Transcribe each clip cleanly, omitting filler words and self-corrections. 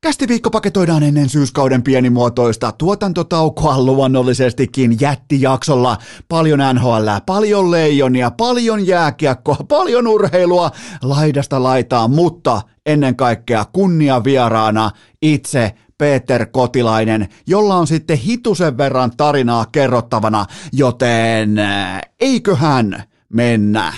Kästiviikko paketoidaan ennen syyskauden pienimuotoista tuotantotaukoa luonnollisestikin jättijaksolla. Paljon NHL, paljon leijonia, paljon jääkiekkoa, paljon urheilua laidasta laitaan, mutta ennen kaikkea kunniavieraana itse Peter Kotilainen, jolla on sitten hitusen verran tarinaa kerrottavana, joten eiköhän mennä.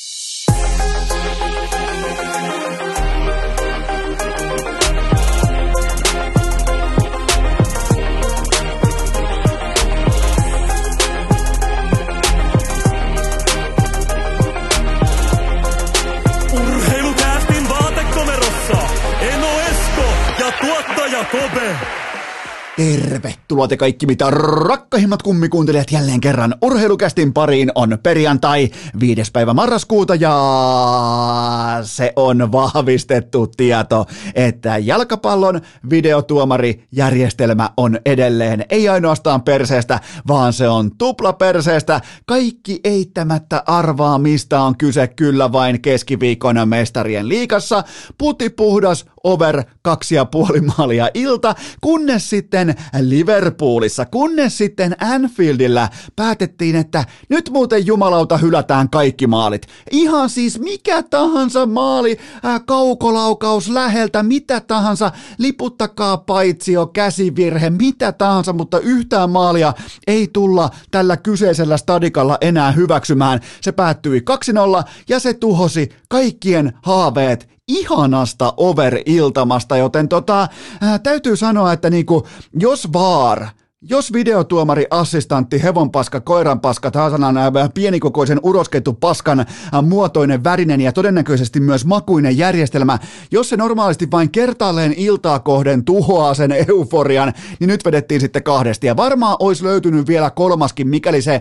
Kobe. Tervetuloa te kaikki mitä rakkahimmat kummikuuntelijat jälleen kerran Urheilukästin pariin. On perjantai 5. päivä marraskuuta ja se on vahvistettu tieto, että jalkapallon videotuomarijärjestelmä on edelleen ei ainoastaan perseestä, vaan se on tupla perseestä. Kaikki eittämättä arvaa mistä on kyse, kyllä vain keskiviikkona Mestarien liigassa. Puti puhdas over 2,5 maalia ilta, kunnes sitten Liverpoolissa, kunnes sitten Anfieldillä päätettiin, että nyt muuten jumalauta hylätään kaikki maalit. Ihan siis mikä tahansa maali, kaukolaukaus läheltä, mitä tahansa, liputtakaa paitsio, käsivirhe, mitä tahansa, mutta yhtään maalia ei tulla tällä kyseisellä stadikalla enää hyväksymään. Se päättyi 2-0 ja se tuhosi kaikkien haaveet ihanasta over-iltamasta, joten täytyy sanoa, että jos videotuomari, assistantti, hevonpaska, koiranpaska, tasanan pienikokoisen urosketupaskan muotoinen, värinen ja todennäköisesti myös makuinen järjestelmä, jos se normaalisti vain kertaalleen iltaa kohden tuhoaa sen euforian, niin nyt vedettiin sitten kahdesti. Ja varmaan olisi löytynyt vielä kolmaskin, mikäli se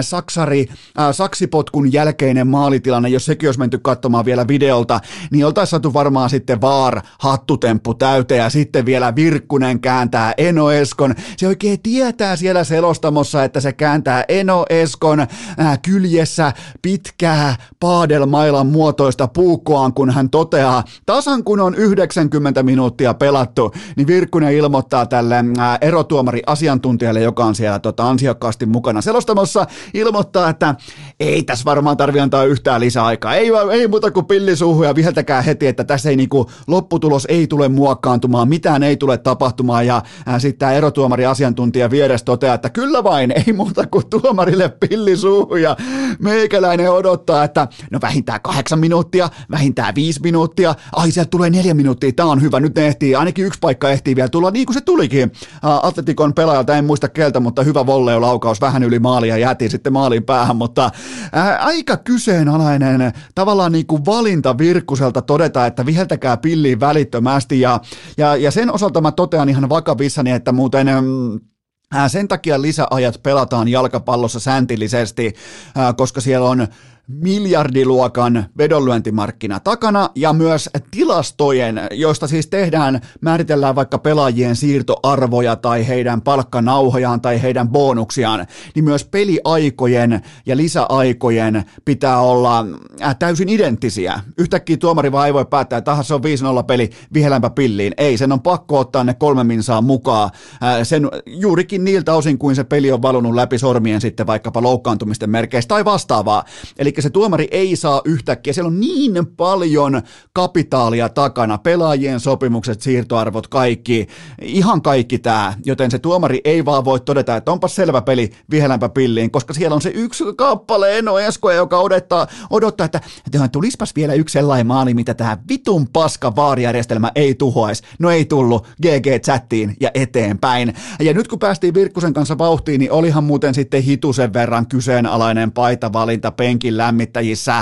saksipotkun jälkeinen maalitilanne, jos sekin olisi menty katsomaan vielä videolta, niin oltaisiin saatu varmaan sitten hattutemppu täyteen ja sitten vielä Virkkunen kääntää Eno Eskon. Se oikein tietää siellä selostamossa, että se kääntää Eno Eskon kyljessä pitkää paadelmailan muotoista puukkoaan, kun hän toteaa, tasan kun on 90 minuuttia pelattu, niin Virkkunen ilmoittaa tälle erotuomari-asiantuntijalle, joka on siellä ansiokkaasti mukana selostamossa, ilmoittaa, että ei tässä varmaan tarvitse antaa yhtään lisäaikaa, ei muuta kuin pillisuuhun ja viheltäkää heti, että tässä ei lopputulos ei tule muokkaantumaan, mitään ei tule tapahtumaan ja sitten tämä erotuomari-asiantuntija vieressä toteaa, että kyllä vain, ei muuta kuin tuomarille pillisuuhun ja meikäläinen odottaa, että no vähintään 8 minuuttia, vähintään 5 minuuttia, ai sieltä tulee 4 minuuttia, tää on hyvä, nyt ne ehtii, ainakin yksi paikka ehtii vielä tulla, niin kuin se tulikin. Atletikon pelaajalta, en muista keltä, mutta hyvä volleylaukaus, vähän yli maalia, jäätiin sitten maaliin päähän, mutta aika kyseenalainen tavallaan valinta Virkkuselta todeta, että viheltäkää pilliin välittömästi ja sen osalta mä totean ihan vakavissani, että muuten sen takia lisäajat pelataan jalkapallossa säntillisesti, koska siellä on miljardiluokan vedonlyöntimarkkina takana ja myös tilastojen, joista siis määritellään vaikka pelaajien siirtoarvoja tai heidän palkkanauhojaan tai heidän bonuksiaan, niin myös peliaikojen ja lisäaikojen pitää olla täysin identtisiä. Yhtäkkiä tuomari vaan ei voi päättää, että se on 5-0 peli, vihelänpä pilliin. Ei, sen on pakko ottaa ne 3 minsaa mukaan. Sen juurikin niiltä osin, kuin se peli on valunut läpi sormien sitten vaikkapa loukkaantumisten merkeistä tai vastaavaa. Eli se tuomari ei saa yhtäkkiä, siellä on niin paljon kapitaalia takana, pelaajien sopimukset, siirtoarvot, kaikki, ihan kaikki tämä, joten se tuomari ei vaan voi todeta, että onpas selvä peli, vihelänpä pilliin, koska siellä on se yksi kappale Eno Eskoja, joka odottaa, että tulispas vielä yksi sellainen maali, mitä tämä vitun paska vaarijärjestelmä ei tuhoaisi. No ei tullut, GG-chattiin ja eteenpäin. Ja nyt kun päästiin Virkkusen kanssa vauhtiin, niin olihan muuten sitten hitusen verran kyseenalainen paitavalinta penkin lämmittäjissä.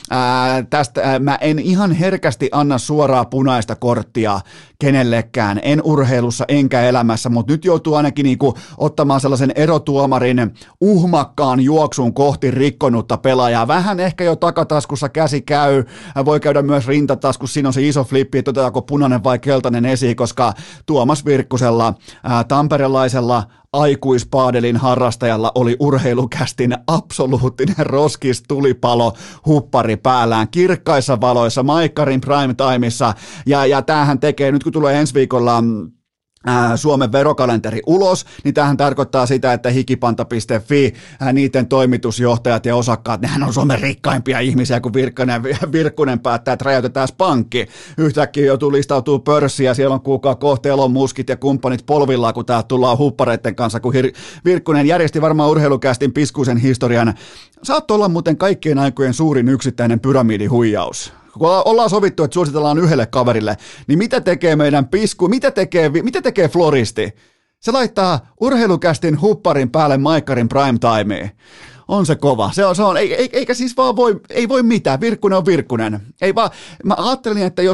Tästä mä en ihan herkästi anna suoraa punaista korttia kenellekään, en urheilussa enkä elämässä, mutta nyt joutuu ainakin ottamaan sellaisen erotuomarin uhmakkaan juoksun kohti rikkonutta pelaajaa. Vähän ehkä jo takataskussa käsi käy, voi käydä myös rintataskussa, siinä on se iso flippi, että otetaanko punainen vai keltainen esiin, koska Tuomas Virkkusella, tamperelaisella aikuispaadelin harrastajalla oli urheilukästin absoluuttinen roskistulipalo huppari päällään kirkkaissa valoissa Maikkarin prime timeissa ja tämähän tekee nyt kun tulee ensi viikolla Suomen verokalenteri ulos, niin tämähän tarkoittaa sitä, että hikipanta.fi, niiden toimitusjohtajat ja osakkaat, nehän on Suomen rikkaimpia ihmisiä, kun Virkkunen päättää, että räjäytetään pankki. Yhtäkkiä joutuu listautuu pörssiä, ja siellä on kuulkaa kohta Elon Muskit ja kumppanit polvillaan, kun täältä tullaan huppareiden kanssa, kun Virkkunen järjesti varmaan urheilukästin piskuisen historian. Saattoi olla muuten kaikkien aikojen suurin yksittäinen pyramidihuijaus. Kun ollaan sovittu, että suositellaan yhdelle kaverille, niin mitä tekee meidän pisku, mitä tekee floristi? Se laittaa urheilukästin hupparin päälle Maikkarin prime timeen. On se kova. Se on eikä siis vaan ei voi mitään. Virkkunen on Virkkunen. Ei vaan, mä ajattelin, että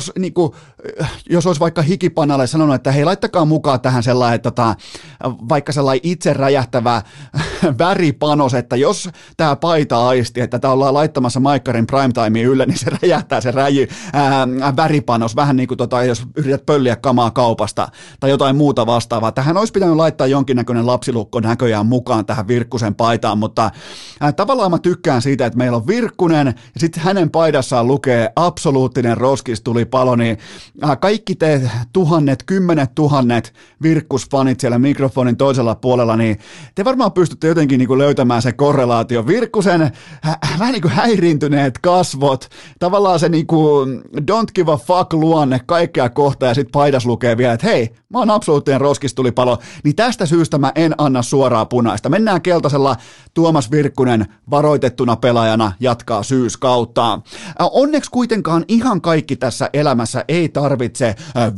jos olisi vaikka hikipanalle sanonut, että hei, laittakaa mukaan tähän sellainen, vaikka sellainen itse räjähtävä väripanos, että jos tämä paita aisti, että tämä ollaan laittamassa Maikkarin primetimeen yllä, niin se räjähtää se väripanos, vähän niin kuin jos yrität pölliä kamaa kaupasta tai jotain muuta vastaavaa. Tähän olisi pitänyt laittaa jonkinnäköinen lapsilukko näköjään mukaan tähän Virkkusen paitaan, mutta tavallaan mä tykkään siitä, että meillä on Virkkunen ja sitten hänen paidassaan lukee absoluuttinen roskistulipalo, niin kaikki te tuhannet, 10 000 Virkkusfanit siellä mikrofonin toisella puolella, niin te varmaan pystytte jotenkin niin kuin löytämään se korrelaatio. Virkkusen vähän niin kuin häiriintyneet kasvot, tavallaan se niin kuin don't give a fuck luonne kaikkea kohtaa ja sitten paidas lukee vielä, että hei, mä oon absoluuttinen roskistulipalo, niin tästä syystä mä en anna suoraa punaista. Mennään keltaisella. Tuomas Virkkunen varoitettuna pelaajana jatkaa syyskauttaan. Onneksi kuitenkaan ihan kaikki tässä elämässä ei tarvitse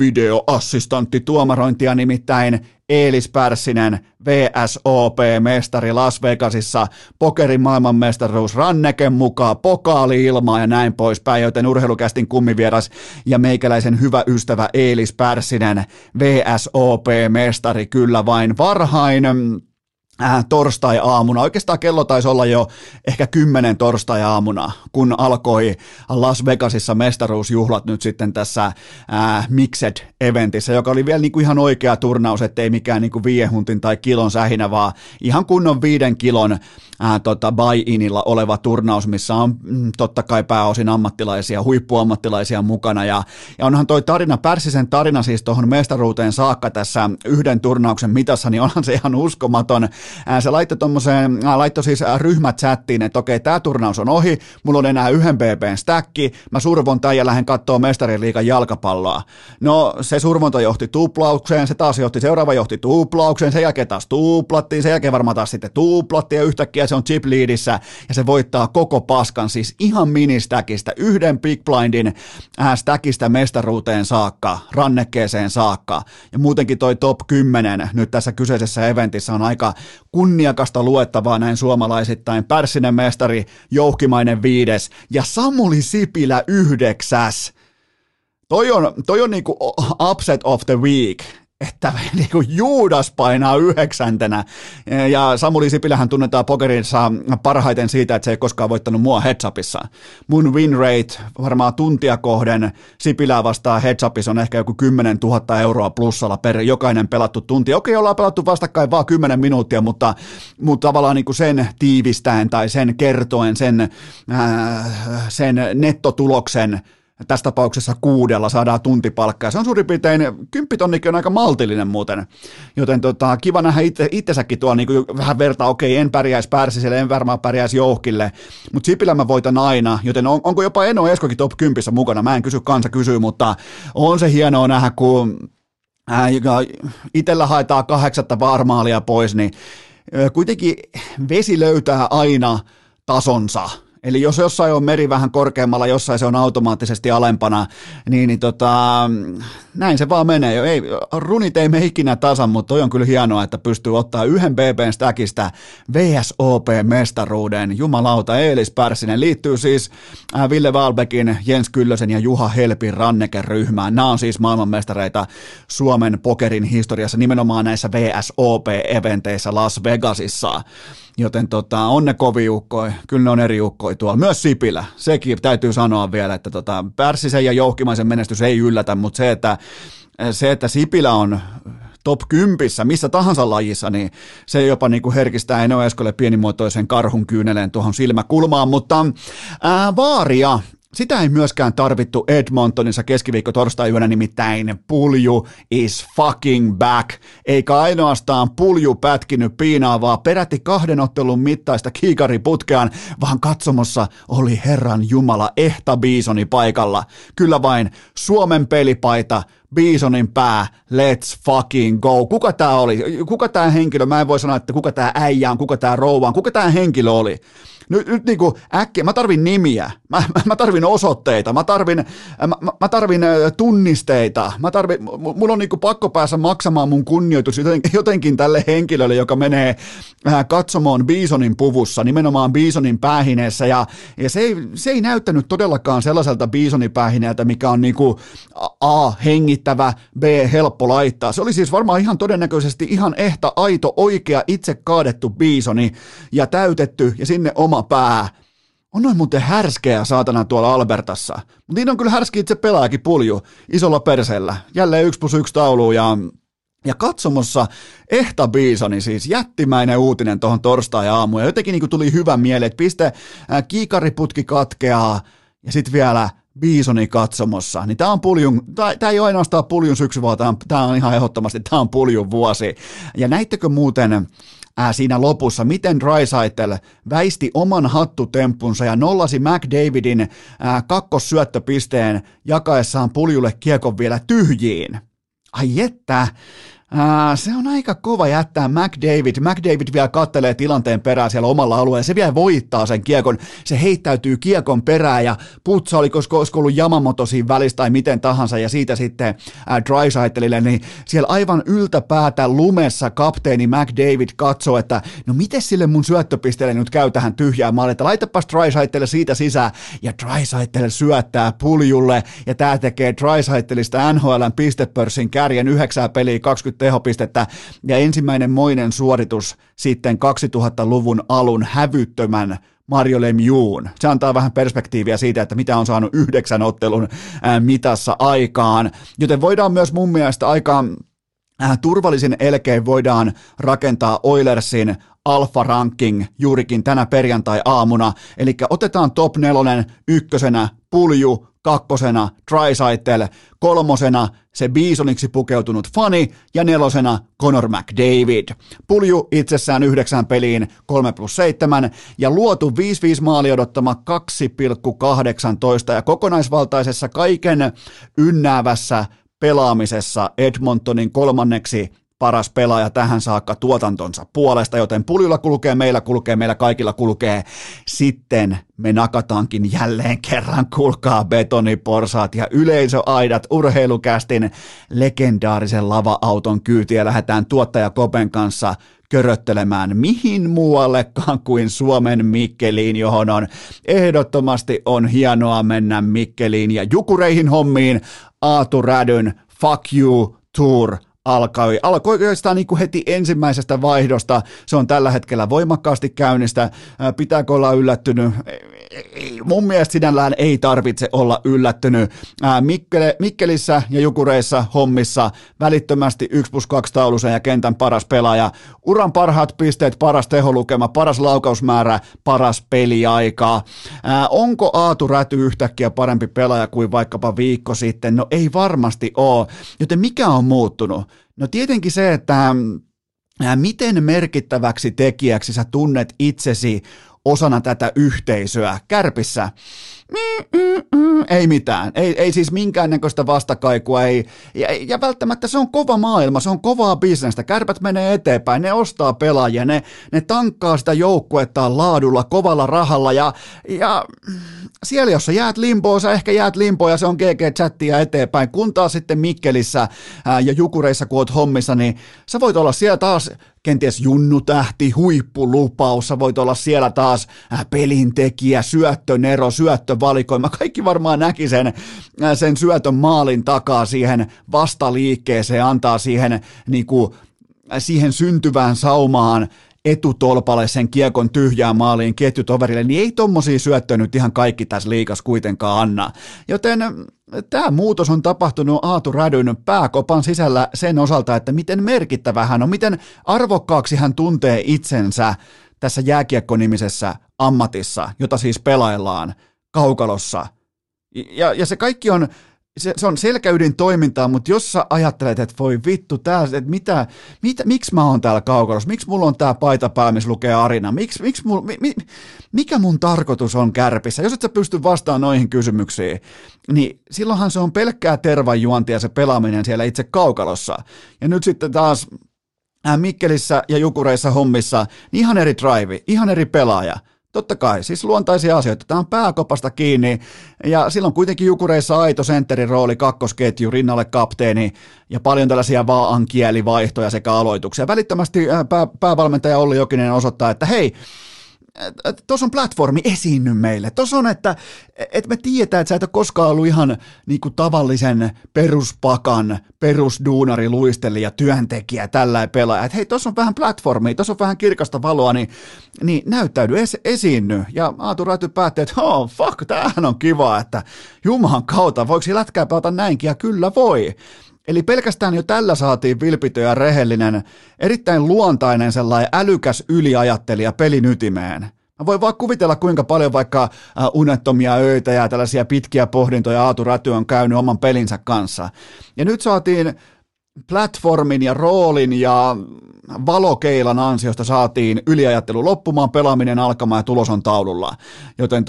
videoassistanttituomarointia, nimittäin Eelis Pärssinen, VSOP-mestari Las Vegasissa, pokerin maailmanmestaruus Ranneken mukaan, pokaali ilmaa ja näin poispäin, joten urheilukästin kummivieras ja meikäläisen hyvä ystävä Eelis Pärssinen, VSOP-mestari kyllä vain varhain. Torstai-aamuna, oikeastaan kello taisi olla jo ehkä 10 torstai-aamuna, kun alkoi Las Vegasissa mestaruusjuhlat nyt sitten tässä Mixed-eventissä, joka oli vielä niin kuin ihan oikea turnaus, ettei mikään niin kuin 5 huntin tai kilon sähinä, vaan ihan kunnon 5 kilon buy-inilla oleva turnaus, missä on totta kai pääosin ammattilaisia, huippuammattilaisia mukana, ja onhan toi tarina, Pärssisen tarina siis tuohon mestaruuteen saakka tässä yhden turnauksen mitassa, niin onhan se ihan uskomaton. Se laittoi siis ryhmächattiin, että okei, tämä turnaus on ohi, mulla on enää 1 BB:n stäkki, mä survon tämän ja lähden kattoo Mestarien liigan jalkapalloa. No, se survonta johti tuplaukseen, se taas seuraava johti tuplaukseen, sen jälkeen taas tuplattiin, sen jälkeen varmaan taas sitten tuplattiin, ja yhtäkkiä se on chip leadissä, ja se voittaa koko paskan, siis ihan mini-stäkistä, 1 big blindin stäkistä mestaruuteen saakka, rannekkeeseen saakka, ja muutenkin toi top 10 nyt tässä kyseisessä eventissä on aika kunniakasta luettavaa näin suomalaisittain. Pärssinen mestari, Jouhkimainen 5. ja Samuli Sipilä 9. Toi on niinku upset of the week, että niinku Juudas painaa 9. Ja Samuli Sipilähän tunnetaan pokerissa parhaiten siitä, että se ei koskaan voittanut mua heads-upissa. Mun win rate varmaan tuntia kohden Sipilää vastaan heads-upissa on ehkä joku 10 000 euroa plussalla per jokainen pelattu tunti. Okei, ollaan pelattu vastakkain vaan 10 minuuttia, mutta tavallaan niinku sen tiivistäen tai sen kertoen, sen nettotuloksen tässä tapauksessa 6 saadaan tuntipalkkaa. Se on suurin piirtein 10 tonnikin on aika maltillinen muuten, joten kiva nähdä itsensäkin tuolla niin vähän vertaa, okei, en pärjäisi Pärssiselle, en varmaan pärjäisi Jouhkille, mutta Sipilä mä voitan aina, joten onko jopa Eno Eskokin top 10 mukana, mä en kysy, kansa kysyy, mutta on se hienoa nähdä, kun itsellä haetaan 8 varmaalia pois, niin kuitenkin vesi löytää aina tasonsa. Eli jos jossain on meri vähän korkeammalla, jossain se on automaattisesti alempana, niin näin se vaan menee. Ei, runit ei mene ikinä tasan, mutta toi on kyllä hienoa, että pystyy ottaa 1 BB:n stäkistä VSOP-mestaruuden. Jumalauta, Eelis Pärssinen liittyy siis Ville Wahlbeckin, Jens Kyllösen ja Juha Helpin Ranneke-ryhmään. Nämä on siis maailmanmestareita Suomen pokerin historiassa, nimenomaan näissä VSOP-eventeissä Las Vegasissa. Joten on ne kovia ukkoja, kyllä ne on eri ukkoja tuolla. Myös Sipilä, sekin täytyy sanoa vielä, että Pärssisen ja Jouhkimaisen menestys ei yllätä, mutta se, että Sipilä on top 10 missä tahansa lajissa, niin se jopa niin kuin herkistää Eno Eskolle pienimuotoisen karhun kyyneleen tuohon silmäkulmaan, mutta vaaria. Sitä ei myöskään tarvittu Edmontonissa keskiviikko-torstai-yönä, nimittäin pulju is fucking back. Eikä ainoastaan pulju pätkinyt piinaavaa peräti 2 ottelun mittaista kiikariputkeaan, vaan katsomossa oli Herran Jumala ehta Bisoni paikalla. Kyllä vain Suomen pelipaita, Bisonin pää, let's fucking go. Kuka tää oli? Kuka tää henkilö? Mä en voi sanoa, että kuka tää äijä on, kuka tää rouva on, kuka tää henkilö oli. Nyt niinku äkkiä, mä tarvin nimiä, mä tarvin osoitteita, mä tarvin tunnisteita, mulla on niinku pakko päästä maksamaan mun kunnioitus jotenkin tälle henkilölle, joka menee katsomaan Bisonin puvussa, nimenomaan Bisonin päähineessä, ja se ei näyttänyt todellakaan sellaiselta Bisonin päähineeltä, mikä on niinku A, hengittävä, B, helppo laittaa. Se oli siis varmaan ihan todennäköisesti ihan ehta, aito, oikea, itse kaadettu Bisoni ja täytetty, ja sinne oma pää. On noin muuten härskeä saatana tuolla Albertassa. Mutta niin on kyllä härski itse pelaajakin pulju isolla perseellä. Jälleen 1+1 taulu ja katsomossa ehta Bisoni, siis jättimäinen uutinen tuohon torstai-aamuun. Ja jotenkin niin tuli hyvä mieli, että kiikariputki katkeaa ja sitten vielä Bisoni katsomossa. Niin tämä ei ole ainoastaan puljun syksy, vaan tämä on ihan ehdottomasti, tämä on puljun vuosi. Ja näittekö muuten siinä lopussa, miten Draisaitl väisti oman hattutemppunsa ja nollasi McDavidin kakkossyöttöpisteen jakaessaan puljulle kiekon vielä tyhjiin. Ai että, se on aika kova jättää McDavid. McDavid vielä kattelee tilanteen perään siellä omalla alueella. Se vielä voittaa sen kiekon. Se heittäytyy kiekon perään ja putsa oli, koska olisi ollut Yamamoto siinä välissä tai miten tahansa. Ja siitä sitten Draisaitlille, niin siellä aivan yltäpäätä lumessa kapteeni McDavid katsoo, että no miten sille mun syöttöpisteelle nyt käy tähän tyhjään maalle, että laitapas Draisaitlille siitä sisään. Ja Draisaitl syöttää puljulle ja tää tekee Draisaitlista NHL:n pistepörssin kärjen 9 peliä 20 tehopistettä ja ensimmäinen moinen suoritus sitten 2000-luvun alun hävyttömän Mario Lemieux'n. Se antaa vähän perspektiiviä siitä, että mitä on saanut 9 ottelun mitassa aikaan, joten voidaan myös mun mielestä aika turvallisin elkein voidaan rakentaa Oilersin alfa-ranking juurikin tänä perjantai-aamuna, eli otetaan top 4, ykkösenä pulju, 2. Draisaitl, 3. se Bisoniksi pukeutunut fani ja 4. Connor McDavid. Pulju itsessään 9 peliin 3+7 ja luotu 5-5 maali odottama 2,18 ja kokonaisvaltaisessa kaiken ynnäävässä pelaamisessa Edmontonin 3. paras pelaaja tähän saakka tuotantonsa puolesta, joten puljulla kulkee, meillä kaikilla kulkee. Sitten me nakataankin jälleen kerran, kuulkaa betoniporsaat ja yleisöaidat urheilukästin legendaarisen lava-auton kyytiä lähdetään tuottaja Kopen kanssa köröttelemään mihin muuallekaan kuin Suomen Mikkeliin, johon ehdottomasti on hienoa mennä Mikkeliin ja Jukureihin hommiin. Aatu Rädyn Fuck You Tour alkoi oikeastaan niin kuin heti ensimmäisestä vaihdosta. Se on tällä hetkellä voimakkaasti käynnistä. Pitääkö olla yllättynyt? Mun mielestä sinällään ei tarvitse olla yllättynyt. Mikkelissä ja Jukureissa hommissa välittömästi 1+2 taulusen ja kentän paras pelaaja. Uran parhaat pisteet, paras teholukema, paras laukausmäärä, paras peliaika. Onko Aatu Räty yhtäkkiä parempi pelaaja kuin vaikkapa viikko sitten? No ei varmasti ole. Joten mikä on muuttunut? No tietenkin se, että miten merkittäväksi tekijäksi sä tunnet itsesi osana tätä yhteisöä. Kärpissä ei mitään, ei siis minkäännäköistä vastakaikua, ei, ja välttämättä se on kova maailma, se on kovaa bisnestä, Kärpät menee eteenpäin, ne ostaa pelaajia, ne tankkaa sitä joukkuettaan laadulla, kovalla rahalla, ja siellä jos sä jäät limboon, sä ehkä jäät limboon, ja se on GG-chattia eteenpäin, kun taas sitten Mikkelissä ja Jukureissa, kun oot hommissa, niin sä voit olla siellä taas kenties junnutähti, huippulupaus, sä voit olla siellä taas pelintekijä, syöttönero, syöttövalikoima, kaikki varmaan näki sen syötön maalin takaa siihen vastaliikkeeseen, antaa siihen, siihen syntyvään saumaan etutolpalle sen kiekon tyhjään maaliin ketjutoverille, niin ei tommosia syöttöä nyt ihan kaikki tässä liigas kuitenkaan anna. Joten tämä muutos on tapahtunut Aatu Rädyn pääkopan sisällä sen osalta, että miten merkittävä hän on, miten arvokkaaksi hän tuntee itsensä tässä jääkiekko-nimisessä ammatissa, jota siis pelaillaan kaukalossa. Ja se kaikki on, se on selkäydin toimintaa, mutta jos sä ajattelet, että voi vittu, miksi mä oon täällä kaukalossa, miksi mulla on tää paita päällä, missä lukee Arina, mikä mun tarkoitus on Kärpissä, jos et sä pysty vastaamaan noihin kysymyksiin, niin silloinhan se on pelkkää tervanjuontia se pelaaminen siellä itse kaukalossa. Ja nyt sitten taas Mikkelissä ja Jukureissa hommissa, niin ihan eri drive, ihan eri pelaaja. Totta kai, siis luontaisia asioita. Tämä on pääkopasta kiinni ja silloin kuitenkin Jukureissa aito sentterin rooli, kakkosketju, rinnalle kapteeni ja paljon tällaisia vaankielivaihtoja sekä aloituksia. Välittömästi päävalmentaja Olli Jokinen osoittaa, että hei, tuossa on platformi, esiinny meille. Tuossa on, että me tiedetään, että sä et ole koskaan ollut ihan niin kuin tavallisen peruspakan, perusduunari, luistelija, työntekijä, tällainen pelaaja. Että hei, tuossa on vähän platformia, tuossa on vähän kirkasta valoa, niin näyttäydy, esiinny. Ja Aatu Räty päätti, että fuck, tämähän on kiva, että Jumalan kautta, voiko lätkää pelata näinkin? Ja kyllä voi. Eli pelkästään jo tällä saatiin vilpitön ja rehellinen, erittäin luontainen sellainen älykäs yliajattelija pelin ytimeen. Mä voin vaan kuvitella, kuinka paljon vaikka unettomia öitä ja tällaisia pitkiä pohdintoja Aatu Räty on käynyt oman pelinsä kanssa. Ja nyt saatiin platformin ja roolin ja valokeilan ansiosta saatiin yliajattelu loppumaan, pelaaminen alkamaan ja tulos on taululla. Joten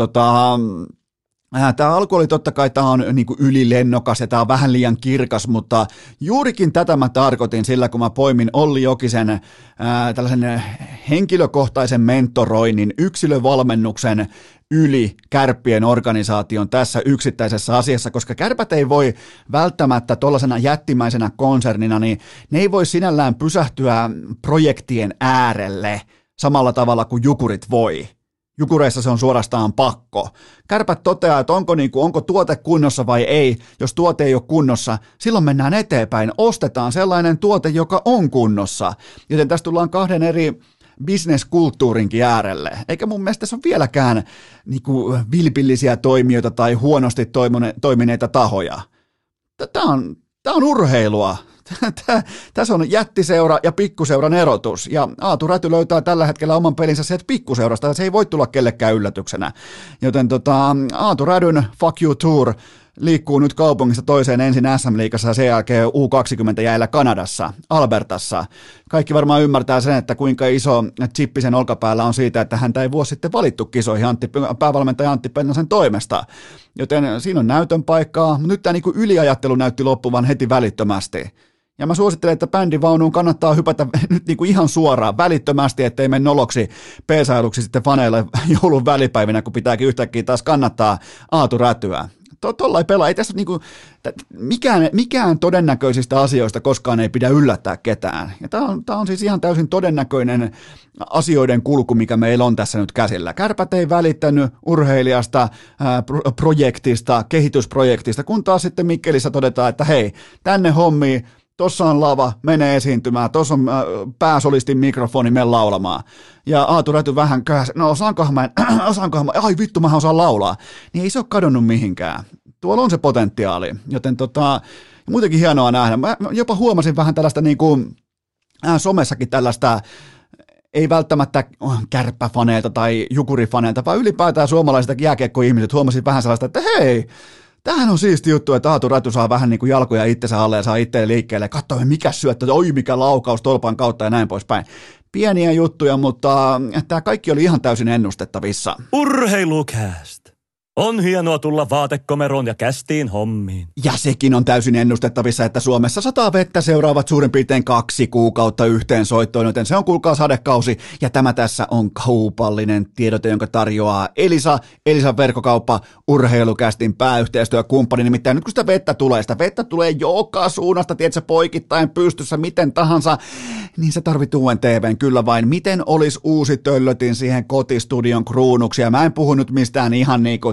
tämä alku oli totta kai, tämä on niin kuin ylilennokas ja tämä on vähän liian kirkas, mutta juurikin tätä mä tarkoitin sillä, kun mä poimin Olli Jokisen tällaisen henkilökohtaisen mentoroinnin, yksilövalmennuksen yli Kärppien organisaation tässä yksittäisessä asiassa, koska Kärpät ei voi välttämättä tuollaisena jättimäisenä konsernina, niin ne ei voi sinällään pysähtyä projektien äärelle samalla tavalla kuin Jukurit voi. Jukureissa se on suorastaan pakko. Kärpät toteaa, että onko tuote kunnossa vai ei. Jos tuote ei ole kunnossa, silloin mennään eteenpäin. Ostetaan sellainen tuote, joka on kunnossa. Joten tässä tullaan kahden eri bisneskulttuurinkin äärelle. Eikä mun mielestä tässä ole vieläkään vilpillisiä toimijoita tai huonosti toimineita tahoja. Tämä on urheilua. Tässä on jättiseura ja pikkuseuran erotus, ja Aatu Räty löytää tällä hetkellä oman pelinsä sieltä pikkuseurasta, ja se ei voi tulla kellekään yllätyksenä. Joten Aatu Rädyn Fuck You Tour liikkuu nyt kaupungista toiseen, ensin SM-liigassa ja sen jälkeen U20-jäillä Kanadassa, Albertassa. Kaikki varmaan ymmärtää sen, että kuinka iso chippi sen olkapäällä on siitä, että häntä ei vuosi sitten valittu kisoihin päävalmentaja Antti Pennasen toimesta. Joten siinä on näytön paikkaa, mutta nyt tämä yliajattelu näytti loppuvan heti välittömästi. Ja mä suosittelen, että bändivaunuun kannattaa hypätä nyt ihan suoraan välittömästi, ettei mene noloksi peesailuksi sitten faneille joulun välipäivinä, kun pitääkin yhtäkkiä taas kannattaa Aatu Rätyä. Tollain pelaa. Ei tässä mikään todennäköisistä asioista koskaan ei pidä yllättää ketään. Ja tämä on siis ihan täysin todennäköinen asioiden kulku, mikä meillä on tässä nyt käsillä. Kärpät ei välittänyt urheilijasta, projektista, kehitysprojektista, kun taas sitten Mikkelissä todetaan, että hei, tänne hommiin, tuossa on lava, menee esiintymään, tuossa on pääsolistin mikrofoni, mene laulamaan. Ja Aatu Räty vähän köhäsi, no osaankohan mä, ai vittu, mä osaan laulaa. Niin ei se ole kadonnut mihinkään. Tuolla on se potentiaali, joten muutenkin hienoa nähdä. Mä jopa huomasin vähän tällaista somessakin tällaista, ei välttämättä kärppäfaneilta tai jukurifaneilta, vaan ylipäätään suomalaisilta jääkiekkoihmiset huomasin vähän sellaista, että hei, tämähän on siisti juttu, että Aatu Räty saa vähän jalkoja itsensä alle ja saa itse liikkeelle. Katsoin, mikä syöttö, oi mikä laukaus tolpan kautta ja näin poispäin. Pieniä juttuja, mutta tämä kaikki oli ihan täysin ennustettavissa. Urheilukääst! On hienoa tulla vaatekomeroon ja kästiin hommiin. Ja sekin on täysin ennustettavissa, että Suomessa sataa vettä seuraavat suurin piirtein 2 kuukautta yhteen soittoon, joten se on kuulkaa sadekausi. Ja tämä tässä on kaupallinen tiedote, jonka tarjoaa Elisan verkkokauppa, Urheilukästin pääyhteistyökumppani. Nimittäin nyt kun sitä vettä tulee joka suunnasta, tiedätkö, poikittain pystyssä, miten tahansa, niin se tarvitsee uuden TVn, kyllä vain. Miten olisi uusi töllötin siihen kotistudion kruunuksi, ja mä en puhu nyt mistään ihan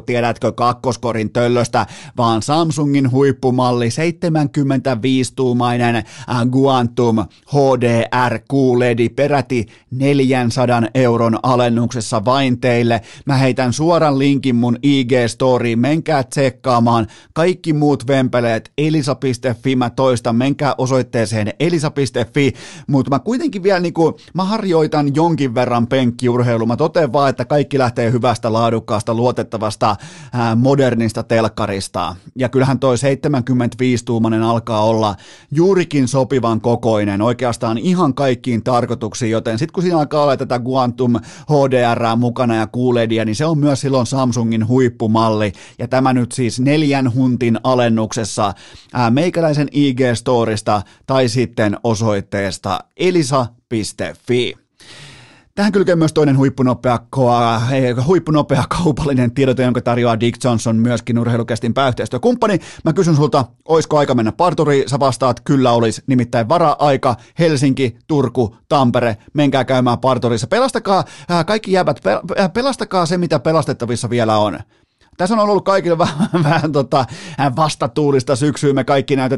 tiedätkö, kakkoskorin töllöstä, vaan Samsungin huippumalli, 75-tuumainen Quantum HDR QLED peräti 400 euron alennuksessa vain teille. Mä heitän suoran linkin mun IG-storiin, menkää tsekkaamaan kaikki muut vempeleet elisa.fi, mä toistan, menkää osoitteeseen elisa.fi, mutta mä kuitenkin vielä mä harjoitan jonkin verran penkkiurheilua, mä totean vaan, että kaikki lähtee hyvästä, laadukkaasta, luotettavasta, modernista telkkarista, ja kyllähän toi 75-tuumainen alkaa olla juurikin sopivan kokoinen, oikeastaan ihan kaikkiin tarkoituksiin, joten sitten kun siinä alkaa olla tätä Quantum HDR mukana ja QLEDia, niin se on myös silloin Samsungin huippumalli, ja tämä nyt siis 4 huntin alennuksessa meikäläisen IG-storista tai sitten osoitteesta elisa.fi. Tähän kylkee myös toinen huippunopea kaupallinen tiedote, jonka tarjoaa Dick Johnson, myöskin Urheilukästin pääyhteistyökumppani. Mä kysyn sulta, olisiko aika mennä parturiin? Sä vastaat, kyllä olisi, nimittäin vara-aika, Helsinki, Turku, Tampere, menkää käymään parturissa. Pelastakaa kaikki jäbät, pelastakaa se, mitä pelastettavissa vielä on. Tässä on ollut kaikille vähän vastatuulista syksyä, me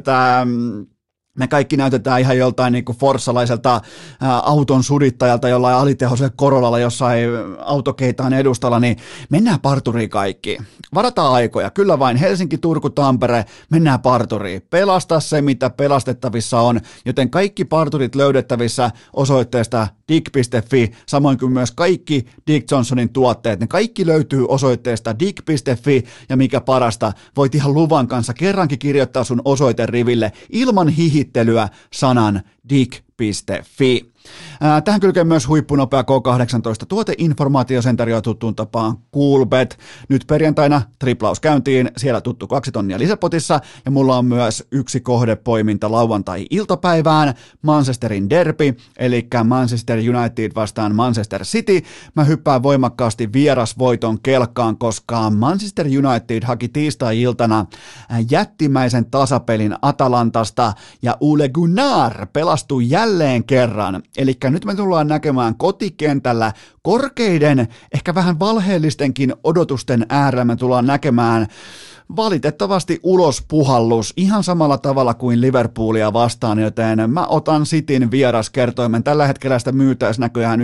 kaikki näytetään ihan joltain niin kuin forssalaiselta auton sudittajalta jollain alitehoisella Corollalla jossain autokeitaan edustalla, niin mennään parturiin kaikki. Varataan aikoja, kyllä vain Helsinki, Turku, Tampere, mennään parturiin. Pelasta se, mitä pelastettavissa on, joten kaikki parturit löydettävissä osoitteesta dick.fi, samoin kuin myös kaikki Dick Johnsonin tuotteet. Ne kaikki löytyy osoitteesta dick.fi, ja mikä parasta, voit ihan luvan kanssa kerrankin kirjoittaa sun osoiteriville ilman hihittelyä sanan dick.fi. Tähän kylkee myös huippunopea K18 tuoteinformaatio, sen tarjoaa tuttuun tapaan Coolbet. Nyt perjantaina triplaus käyntiin, siellä tuttu 2 tonnia lisäpotissa, ja mulla on myös yksi kohdepoiminta lauantai-iltapäivään, Manchesterin derby, eli Manchester United vastaan Manchester City. Mä hyppään voimakkaasti vierasvoiton kelkkaan, koska Manchester United haki tiistai-iltana jättimäisen tasapelin Atalantasta, ja Ole Gunnar pelastui jälleen kerran. Eli nyt me tullaan näkemään kotikentällä korkeiden, ehkä vähän valheellistenkin odotusten äärellä me tullaan näkemään valitettavasti ulospuhallus ihan samalla tavalla kuin Liverpoolia vastaan, joten mä otan Cityn vieraskertoimen. Tällä hetkellä sitä myytäisi näköjään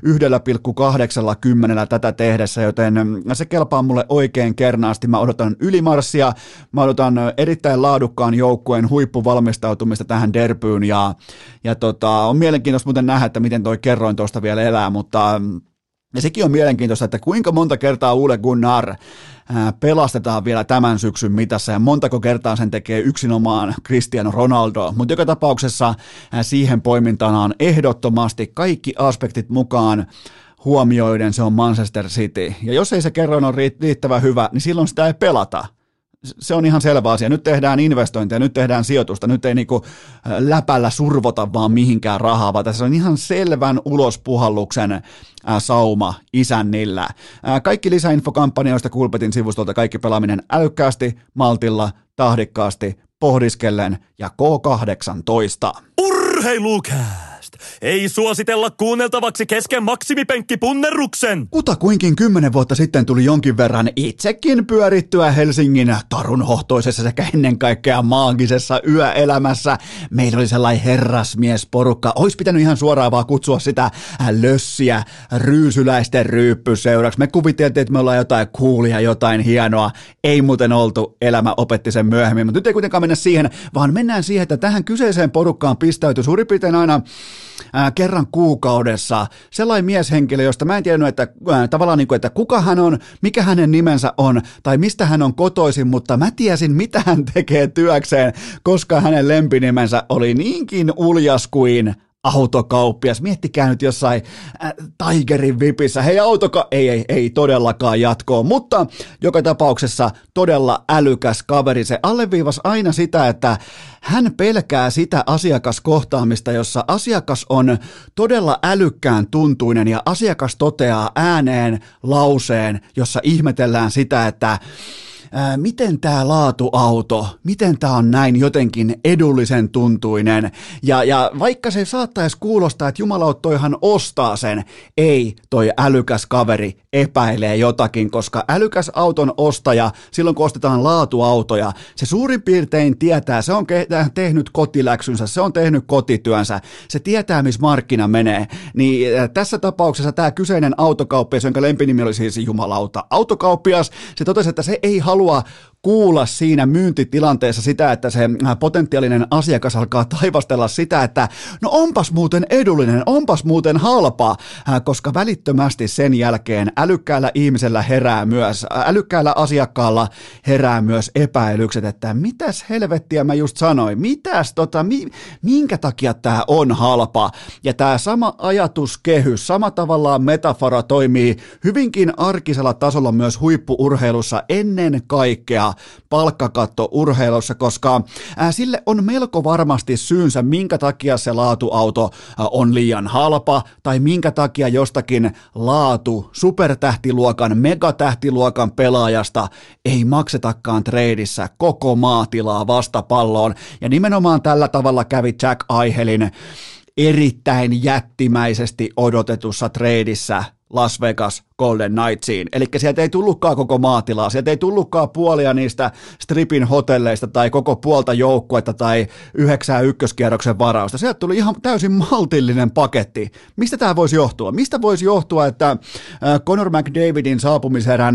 1,80 tätä tehdessä, joten se kelpaa mulle oikein kernaasti. Mä odotan ylimarssia, mä odotan erittäin laadukkaan joukkueen huippuvalmistautumista tähän derbyyn, ja on mielenkiintoista muuten nähdä, että miten toi kerroin tuosta vielä elää, mutta ja sekin on mielenkiintoista, että kuinka monta kertaa Ole Gunnar pelastetaan vielä tämän syksyn mitassa, ja montako kertaa sen tekee yksinomaan Cristiano Ronaldo, mutta joka tapauksessa siihen poimintaan on ehdottomasti kaikki aspektit mukaan huomioiden, se on Manchester City, ja jos ei se kerroin ole riittävän hyvä, niin silloin sitä ei pelata. Se on ihan selvä asia. Nyt tehdään investointeja, nyt tehdään sijoitusta, nyt ei niinku läpällä survota vaan mihinkään rahaa, vaan tässä on ihan selvän ulospuhalluksen sauma isännillä. Kaikki lisäinfokampanjoista Coolbetin sivustolta, kaikki pelaaminen älykkäästi, maltilla, tahdikkaasti, pohdiskellen ja K18. Urheilukääst! Ei suositella kuunneltavaksi kesken maksimipenkkipunnerruksen. Kutakuinkin 10 vuotta sitten tuli jonkin verran itsekin pyörittyä Helsingin tarunhohtoisessa sekä ennen kaikkea maagisessa yöelämässä. Meillä oli sellainen herrasmiesporukka. Ois pitänyt ihan suoraan vaan kutsua sitä lössiä ryysyläisten ryyppyseuraksi. Me kuviteltiin, että me ollaan jotain coolia, jotain hienoa. Ei muuten oltu, elämä opetti sen myöhemmin. Mutta nyt ei kuitenkaan mennä siihen, vaan mennään siihen, että tähän kyseiseen porukkaan pistäytyi suurin piirtein aina kerran kuukaudessa sellainen mieshenkilö, josta mä en tiennyt, että tavallaan niin kuin, että kuka hän on, mikä hänen nimensä on tai mistä hän on kotoisin, mutta mä tiesin, mitä hän tekee työkseen, koska hänen lempinimensä oli niinkin uljas kuin autokauppias. Miettikää nyt jossain Tigerin vipissä. Hei ei todellakaan jatkoa, mutta joka tapauksessa todella älykäs kaveri. Se alleviivasi aina sitä, että hän pelkää sitä asiakaskohtaamista, jossa asiakas on todella älykkään tuntuinen ja asiakas toteaa ääneen lauseen, jossa ihmetellään sitä, että miten tämä laatuauto, miten tämä on näin jotenkin edullisen tuntuinen, ja vaikka se saattaisi kuulostaa, että jumalauttoihan ostaa sen, ei, toi älykäs kaveri epäilee jotakin, koska älykäs auton ostaja, silloin kun ostetaan laatuautoja, se suurin piirtein tietää, se on tehnyt kotiläksynsä, se on tehnyt kotityönsä, se tietää, missä markkina menee, niin tässä tapauksessa tämä kyseinen autokauppias, jonka lempinimi oli siis jumalauta, autokauppias, se totesi, että se ei halua kuulla siinä myyntitilanteessa sitä, että se potentiaalinen asiakas alkaa taivastella sitä, että no onpas muuten edullinen, onpas muuten halpa, koska välittömästi sen jälkeen älykkäällä ihmisellä herää myös, älykkäällä asiakkaalla herää myös epäilykset, että mitäs helvettiä mä just sanoin, minkä takia tää on halpa, ja tää sama ajatuskehys, sama tavallaan metafora toimii hyvinkin arkisella tasolla myös huippu-urheilussa ennen kaikkea palkkakatto urheilussa, koska sille on melko varmasti syynsä, minkä takia se laatuauto on liian halpa tai minkä takia jostakin supertähtiluokan, megatähtiluokan pelaajasta ei maksetakaan treidissä koko maatilaa vastapalloon. Ja nimenomaan tällä tavalla kävi Jack Eichelin erittäin jättimäisesti odotetussa treidissä Las Vegas Golden Knightsiin. Eli sieltä ei tullutkaan koko maatilaa, sieltä ei tullutkaan puolia niistä stripin hotelleista tai koko puolta joukkuetta tai 9 ykköskierroksen varausta. Sieltä tuli ihan täysin maltillinen paketti. Mistä tämä voisi johtua? Mistä voisi johtua, että Connor McDavidin saapumiserän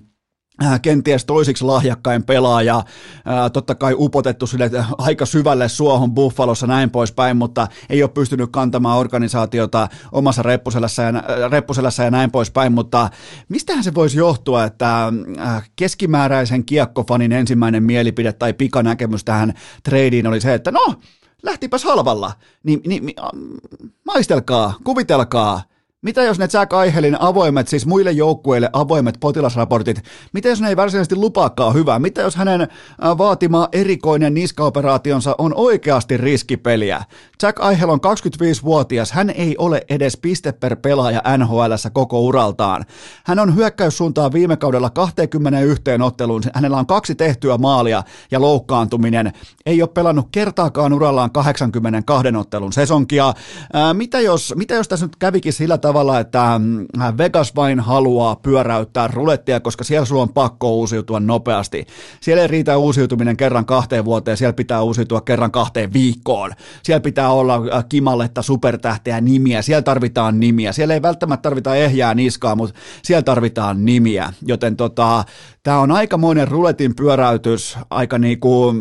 kenties toisiksi lahjakkain pelaaja, totta kai upotettu sille aika syvälle suohon Buffalossa näin poispäin, mutta ei ole pystynyt kantamaan organisaatiota omassa reppuselässä ja näin poispäin, mutta mistähän se voisi johtua, että keskimääräisen kiekkofanin ensimmäinen mielipide tai pikanäkemys tähän treidiin oli se, että no, lähtipäs halvalla, niin maistelkaa, kuvitelkaa. Mitä jos ne Jack Eichelin avoimet, siis muille joukkueille avoimet potilasraportit, mitä jos ne ei varsinaisesti lupaakaan hyvää? Mitä jos hänen vaatima erikoinen niskaoperaationsa on oikeasti riskipeliä? Jack Eichel on 25-vuotias, hän ei ole edes piste per pelaaja NHL:ssä koko uraltaan. Hän on hyökkäyssuuntaan viime kaudella 21 otteluun, hänellä on 2 tehtyä maalia ja loukkaantuminen. Ei ole pelannut kertaakaan urallaan 82 ottelun sesonkia. Mitä jos tässä nyt kävikin sillä tavalla, että Vegas vain haluaa pyöräyttää rulettia, koska siellä sulla on pakko uusiutua nopeasti. Siellä ei riitä uusiutuminen kerran 2 vuoteen, siellä pitää uusiutua kerran 2 viikkoon. Siellä pitää olla kimalletta, supertähteä, nimiä, siellä tarvitaan nimiä. Siellä ei välttämättä tarvita ehjää niskaa, mutta siellä tarvitaan nimiä. Joten tämä on aikamoinen ruletin pyöräytys, aika niinku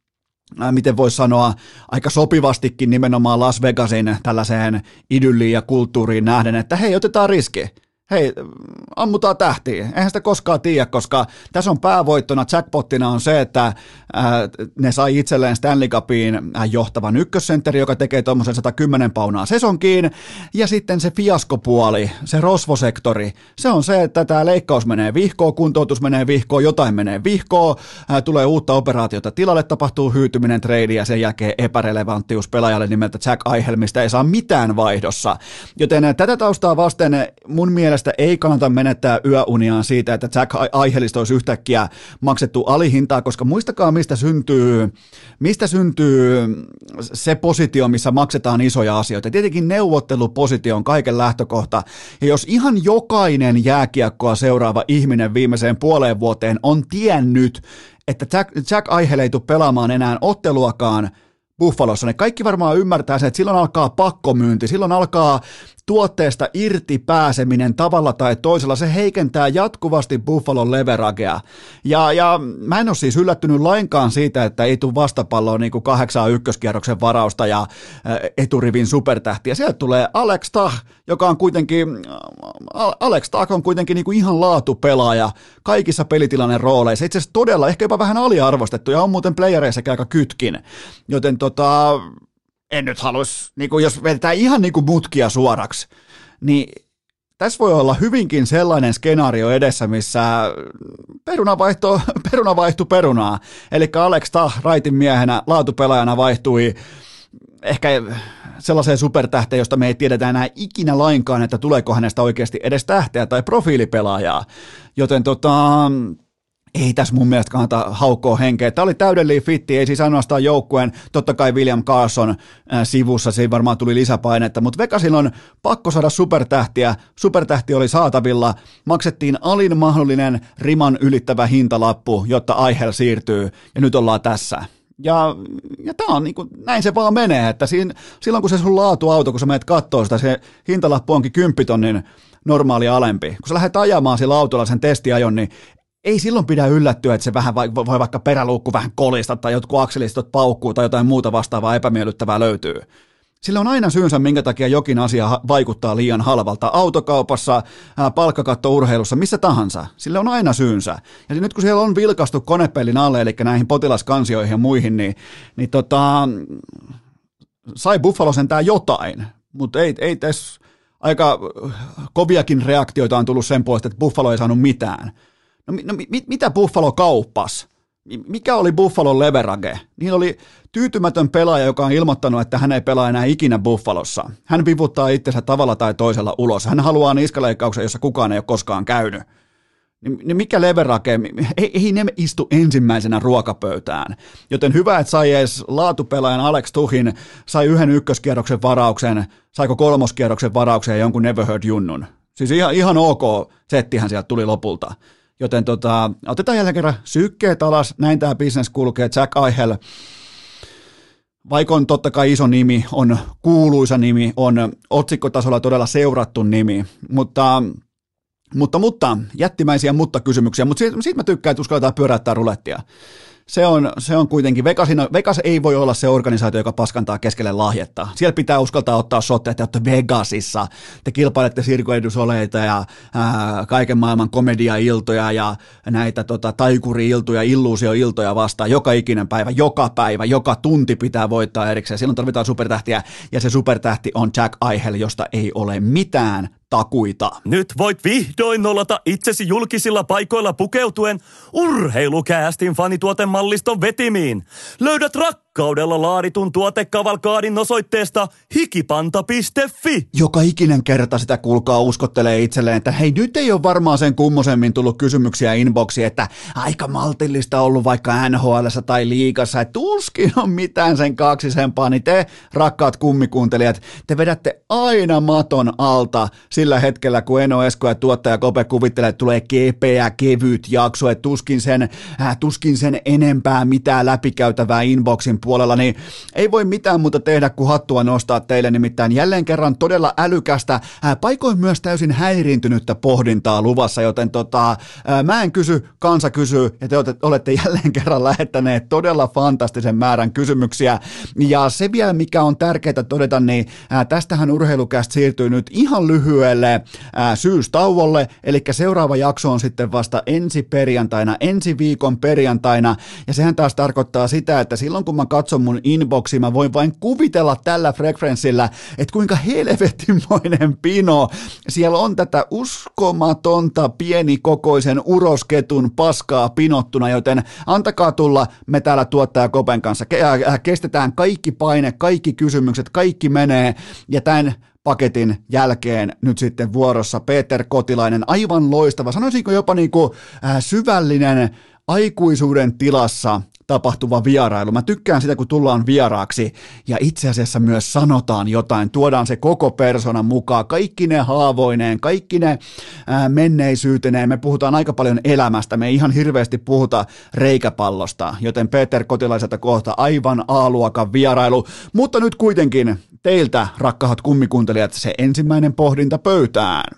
miten voisi sanoa, aika sopivastikin nimenomaan Las Vegasin tällaiseen idylliin ja kulttuuriin nähden, että hei, otetaan riski. Hei, ammutaan tähtiin. Eihän sitä koskaan tiedä, koska tässä on päävoittona, jackpottina on se, että ne sai itselleen Stanley Cupiin johtavan ykkössentteri, joka tekee tuommoisen 110 paunaa sesonkiin, ja sitten se fiaskopuoli, se rosvosektori, se on se, että tämä leikkaus menee vihkoon, kuntoutus menee vihkoon, jotain menee vihkoon, tulee uutta operaatiota tilalle, tapahtuu hyytyminen, trade ja sen jälkeen epärelevanttius pelaajalle nimeltä Jack Eichel, mistä ei saa mitään vaihdossa. Joten tätä taustaa vasten mun mielestä ei kannata menettää yöuniaan siitä, että Jack Eichelistä olisi yhtäkkiä maksettu alihintaa, koska muistakaa, mistä syntyy se positio, missä maksetaan isoja asioita. Tietenkin neuvottelupositio on kaiken lähtökohta, ja jos ihan jokainen jääkiekkoa seuraava ihminen viimeiseen puoleen vuoteen on tiennyt, että Jack Eichel ei tule pelaamaan enää otteluakaan Buffalossa, niin kaikki varmaan ymmärtää sen, että silloin alkaa pakkomyynti, silloin alkaa tuotteesta irti pääseminen tavalla tai toisella, se heikentää jatkuvasti Buffalon leveragea. Ja mä en ole siis yllättynyt lainkaan siitä, että ei tule vastapalloon niin kuin 8 ykköskierroksen varausta ja eturivin supertähtiä. Sieltä tulee Alex Tah, joka on kuitenkin, Alex Tah on kuitenkin niin kuin ihan laatupelaaja kaikissa pelitilanne rooleissa. Itse asiassa todella, ehkä jopa vähän aliarvostettu ja on muuten playereissakin aika kytkin. Joten en nyt haluaisi, niin jos vedetään ihan niin kuin mutkia suoraksi, niin tässä voi olla hyvinkin sellainen skenaario edessä, missä peruna vaihtui perunaa. Eli Alex Tah raitin miehenä, laatupelaajana vaihtui ehkä sellaiseen supertähteen, josta me ei tiedetä enää ikinä lainkaan, että tuleeko hänestä oikeasti edes tähteä tai profiilipelaajaa. Joten ei tässä mun mielestä kannata haukkoa henkeä. Tämä oli täydellinen fitti, ei siis ainoastaan joukkueen, totta kai William Carlson sivussa, siinä varmaan tuli lisäpainetta, mutta Vegasilla on pakko saada supertähtiä, supertähti oli saatavilla, maksettiin alin mahdollinen riman ylittävä hintalappu, jotta Eichel siirtyy, ja nyt ollaan tässä. Ja tämä on niin kuin, näin se vaan menee, että silloin kun se sun laatuauto, kun sä menet kattoo sitä, se hintalappu onkin 10 000 normaali alempi. Kun sä lähdet ajamaan sillä autolla sen testiajon, niin ei silloin pidä yllättyä, että se vähän voi vaikka peräluukku vähän kolista tai jotkut akselistot paukkuu tai jotain muuta vastaavaa epämiellyttävää löytyy. Sillä on aina syynsä, minkä takia jokin asia vaikuttaa liian halvalta. Autokaupassa, palkkakattourheilussa, missä tahansa. Sillä on aina syynsä. Ja nyt kun siellä on vilkastu konepellin alle, eli näihin potilaskansioihin ja muihin, niin sai Buffalo sentään jotain. Mutta ei tässä aika koviakin reaktioita on tullut sen puolesta, että Buffalo ei saanut mitään. No mitä Buffalo kauppasi? Mikä oli Buffalon leverage? Niillä oli tyytymätön pelaaja, joka on ilmoittanut, että hän ei pelaa enää ikinä Buffalossa. Hän vivuttaa itsensä tavalla tai toisella ulos. Hän haluaa niskaleikkauksen, jossa kukaan ei ole koskaan käynyt. Niin mikä leverage? Ei ne istu ensimmäisenä ruokapöytään. Joten hyvä, että sai edes laatupelaajan Alex Tuhin, sai 1 ykköskierroksen varauksen, saiko 3. kierroksen varauksen ja jonkun Never Heard Junnun. Siis ihan ok settihän sieltä tuli lopulta. Joten otetaan jälleen kerran sykkeet alas, näin tämä business kulkee. Jack Eichel, vaikka on totta kai iso nimi, on kuuluisa nimi, on otsikkotasolla todella seurattu nimi, mutta jättimäisiä mutta-kysymyksiä, mutta siitä mä tykkään, että uskalletaan pyöräyttää rulettia. Se on kuitenkin, Vegas ei voi olla se organisaatio, joka paskantaa keskelle lahjetta. Siellä pitää uskaltaa ottaa shotteja, että olette Vegasissa, te kilpailette Cirque du Soleilta ja kaiken maailman komedia-iltoja ja näitä taikuri-iltoja, illuusio-iltoja vastaan joka ikinen päivä, joka tunti pitää voittaa erikseen. Silloin tarvitaan supertähtiä ja se supertähti on Jack Eichel, josta ei ole mitään takuita. Nyt voit vihdoin nollata itsesi julkisilla paikoilla pukeutuen Urheilukäästin fanituotemalliston vetimiin. Löydät rakkaudella laaditun tuotekavalkaadin osoitteesta hikipanta.fi. Joka ikinen kerta sitä kuulkaa uskottelee itselleen, että hei, nyt ei ole varmaan sen kummosemmin tullut kysymyksiä inboxiin, että aika maltillista ollut vaikka NHL:ssä tai liigassa, että tuskin on mitään sen kaksisempaa, niin te rakkaat kummikuuntelijat, te vedätte aina maton alta sillä hetkellä, kun Eno Esko ja tuottaja Kope kuvittelee, että tulee kepeä, kevyt jakso, että tuskin sen enempää mitään läpikäytävää inboxin puolella, niin ei voi mitään muuta tehdä kuin hattua nostaa teille, nimittäin jälleen kerran todella älykästä, paikoin myös täysin häiriintynyttä pohdintaa luvassa, joten mä en kysy, kansa kysyy, ja te olette jälleen kerran lähettäneet todella fantastisen määrän kysymyksiä, ja se vielä, mikä on tärkeää todeta, niin tästähän Urheilucast siirtyy nyt ihan lyhyelle syystauolle, eli seuraava jakso on sitten vasta ensi viikon perjantaina, ja sehän taas tarkoittaa sitä, että silloin kun mä katson mun inboxiin, mä voin vain kuvitella tällä frekvenssillä, että kuinka helvetimoinen pino siellä on tätä uskomatonta pienikokoisen urosketun paskaa pinottuna, joten antakaa tulla, me täällä tuottaja Kopen kanssa kestetään kaikki paine, kaikki kysymykset, kaikki menee, ja tämän paketin jälkeen nyt sitten vuorossa Peter Kotilainen, aivan loistava, sanoisinko jopa niin kuin syvällinen aikuisuuden tilassa tapahtuva vierailu. Mä tykkään sitä, kun tullaan vieraaksi ja itse asiassa myös sanotaan jotain, tuodaan se koko persoonan mukaan, kaikki ne haavoineen, kaikki ne menneisyyteneen, me puhutaan aika paljon elämästä, me ei ihan hirveästi puhuta reikäpallosta, joten Peter Kotilaiselta kohta aivan A-luokan vierailu, mutta nyt kuitenkin teiltä, rakkaat kummikuuntelijat, se ensimmäinen pohdinta pöytään.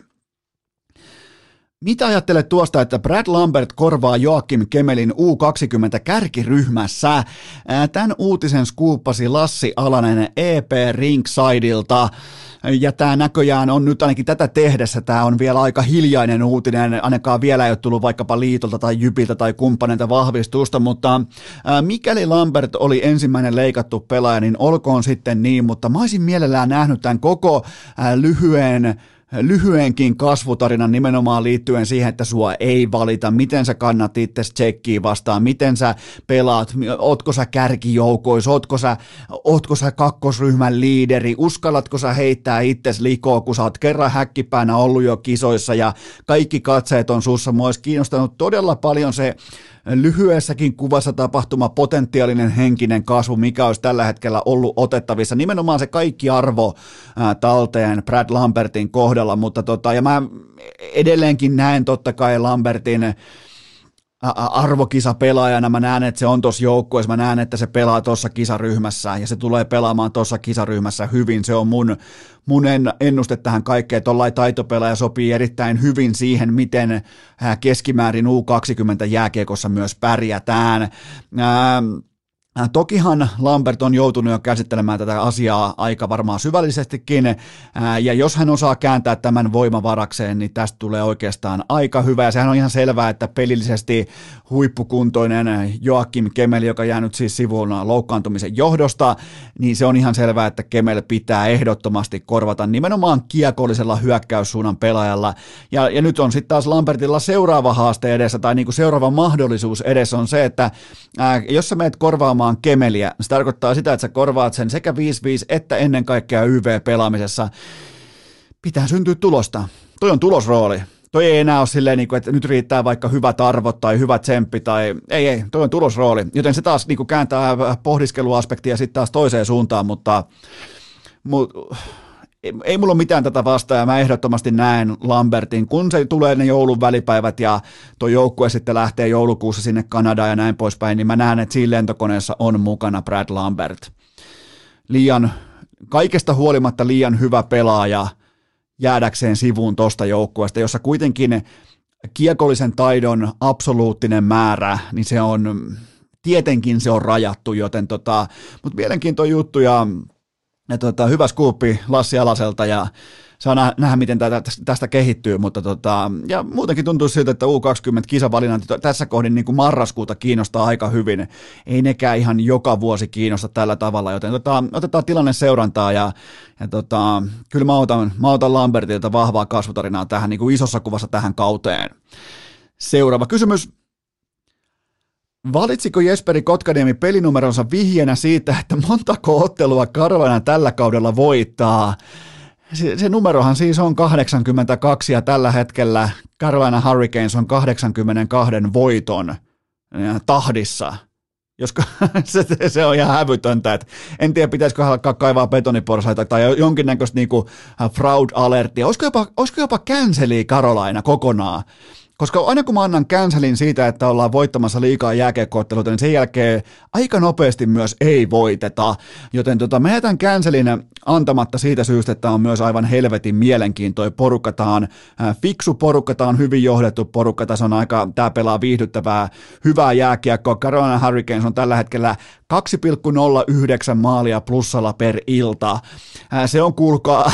Mitä ajattelet tuosta, että Brad Lambert korvaa Joakim Kemelin U20-kärkiryhmässä? Tämän uutisen skuuppasi Lassi Alanen EP Ringsideilta. Ja tämä näköjään on nyt ainakin tätä tehdessä, tämä on vielä aika hiljainen uutinen, ainakaan vielä ei ole tullut vaikkapa Liitolta tai Jypiltä tai kumppaneilta vahvistusta, mutta mikäli Lambert oli ensimmäinen leikattu pelaaja, niin olkoon sitten niin, mutta mä olisin mielellään nähnyt tämän koko lyhyen lyhyenkin kasvutarinan nimenomaan liittyen siihen, että sua ei valita, miten sä kannat itse tsekkiä vastaan, miten sä pelaat, ootko sä kärkijoukois, ootko sä kakkosryhmän liideri, uskallatko sä heittää itses likoon, kun sä oot kerran häkkipäänä ollut jo kisoissa ja kaikki katseet on sussa. Mua olisi kiinnostanut todella paljon se lyhyessäkin kuvassa tapahtuma potentiaalinen henkinen kasvu, mikä olisi tällä hetkellä ollut otettavissa. Nimenomaan se kaikki arvo talteen Brad Lambertin kohdalla, mutta ja mä edelleenkin näen totta kai Lambertin arvokisapelaajana, mä näen, että se on tuossa joukkueessa, mä näen, että se pelaa tuossa kisaryhmässä ja se tulee pelaamaan tuossa kisaryhmässä hyvin, se on mun ennuste tähän kaikkeen, tollain taitopelaaja sopii erittäin hyvin siihen, miten keskimäärin U20 jääkiekossa myös pärjätään. Tokihan Lambert on joutunut jo käsittelemään tätä asiaa aika varmaan syvällisestikin, ja jos hän osaa kääntää tämän voimavarakseen, niin tästä tulee oikeastaan aika hyvä, ja sehän on ihan selvää, että pelillisesti huippukuntoinen Joakim Kemel, joka jäänyt siis sivuun loukkaantumisen johdosta, niin se on ihan selvää, että Kemel pitää ehdottomasti korvata nimenomaan kiekollisella hyökkäyssuunnan pelaajalla, ja nyt on sitten taas Lambertilla seuraava haaste edessä, tai niinku seuraava mahdollisuus edessä on se, että jos sä meet korvaamaan Kemeliä, se tarkoittaa sitä, että sä korvaat sen sekä 5-5 että ennen kaikkea YV-pelaamisessa. Pitää syntyä tulosta. Toi on tulosrooli. Toi ei enää ole silleen, että nyt riittää vaikka hyvät arvot tai hyvä tsemppi tai ei, toi on tulosrooli. Joten se taas kääntää pohdiskeluaspektia sitten taas toiseen suuntaan, mutta ei mulla ole mitään tätä vastaan ja mä ehdottomasti näen Lambertin, kun se tulee ne joulun välipäivät ja tuo joukkue sitten lähtee joulukuussa sinne Kanadaan ja näin poispäin, niin mä näen, että siinä lentokoneessa on mukana Brad Lambert. Kaikesta huolimatta liian hyvä pelaaja jäädäkseen sivuun tosta joukkueesta, jossa kuitenkin kiekollisen taidon absoluuttinen määrä, niin se on, tietenkin se on rajattu, joten mutta mielenkiintoinen juttu ja hyvä skuuppi Lassi Alaselta ja saa nähdä, miten tästä kehittyy, mutta ja muutenkin tuntuu siltä, että U20-kisavalinnat tässä kohdin niin kuin marraskuuta kiinnostaa aika hyvin. Ei nekään ihan joka vuosi kiinnosta tällä tavalla, joten otetaan tilanne seurantaa ja kyllä mä otan Lambertilta vahvaa kasvutarinaa tähän niin kuin isossa kuvassa tähän kauteen. Seuraava kysymys. Valitsiko Jesperi Kotkaniemi pelinumeronsa vihjeenä siitä, että montako ottelua Carolina tällä kaudella voittaa? Se numerohan siis on 82 ja tällä hetkellä Carolina Hurricanes on 82 voiton tahdissa. Se on ihan hävytöntä, että en tiedä pitäisikö alkaa kaivaa betoniporsaita tai jonkinnäköistä niinku fraud-alerttia. Olisiko jopa canceli Carolina kokonaan? Koska aina kun mä annan cancelin siitä, että ollaan voittamassa liikaa jääkiekko-otteluita, niin sen jälkeen aika nopeasti myös ei voiteta. Joten mä jätän cancelin antamatta siitä syystä, että on myös aivan helvetin mielenkiintoinen porukka. Tää on fiksu porukka, tää on hyvin johdettu porukka, tää pelaa viihdyttävää, hyvää jääkiekkoa. Carolina Hurricanes on tällä hetkellä 2,09 maalia plussalla per ilta. Se on, kuulkaa,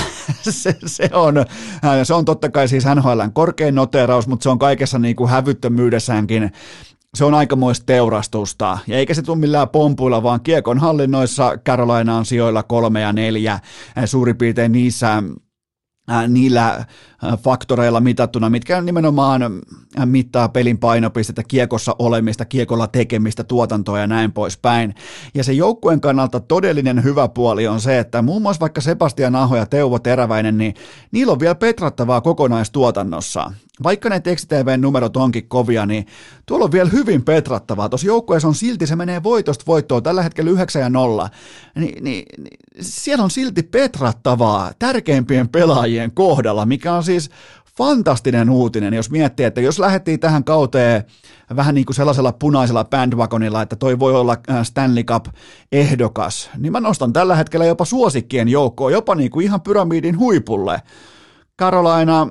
se on totta kai siis NHL:n korkein noteeraus, mutta se on kaikessa niin kuin hävyttömyydessäänkin. Se on aikamoista teurastusta, ja eikä se tule millään pompuilla, vaan kiekon hallinnoissa Carolina on sijoilla 3 ja 4, suurin piirtein niillä faktoreilla mitattuna, mitkä nimenomaan mittaa pelin painopistettä, kiekossa olemista, kiekolla tekemistä, tuotantoa ja näin poispäin. Ja se joukkueen kannalta todellinen hyvä puoli on se, että muun muassa vaikka Sebastian Aho ja Teuvo Teräväinen, niin niillä on vielä petrattavaa kokonaistuotannossa. Vaikka ne tekstitv-numerot onkin kovia, niin tuolla on vielä hyvin petrattavaa. Tuossa joukkueessa on silti, se menee voitosta voittoon, tällä hetkellä 9-0, niin siellä on silti petrattavaa tärkeimpien pelaajien kohdalla, mikä on siis fantastinen uutinen, jos miettii, että jos lähdettiin tähän kauteen vähän niin kuin sellaisella punaisella bandwagonilla, että toi voi olla Stanley Cup-ehdokas, niin mä nostan tällä hetkellä jopa suosikkien joukkoon, jopa niin kuin ihan pyramidin huipulle. Carolina,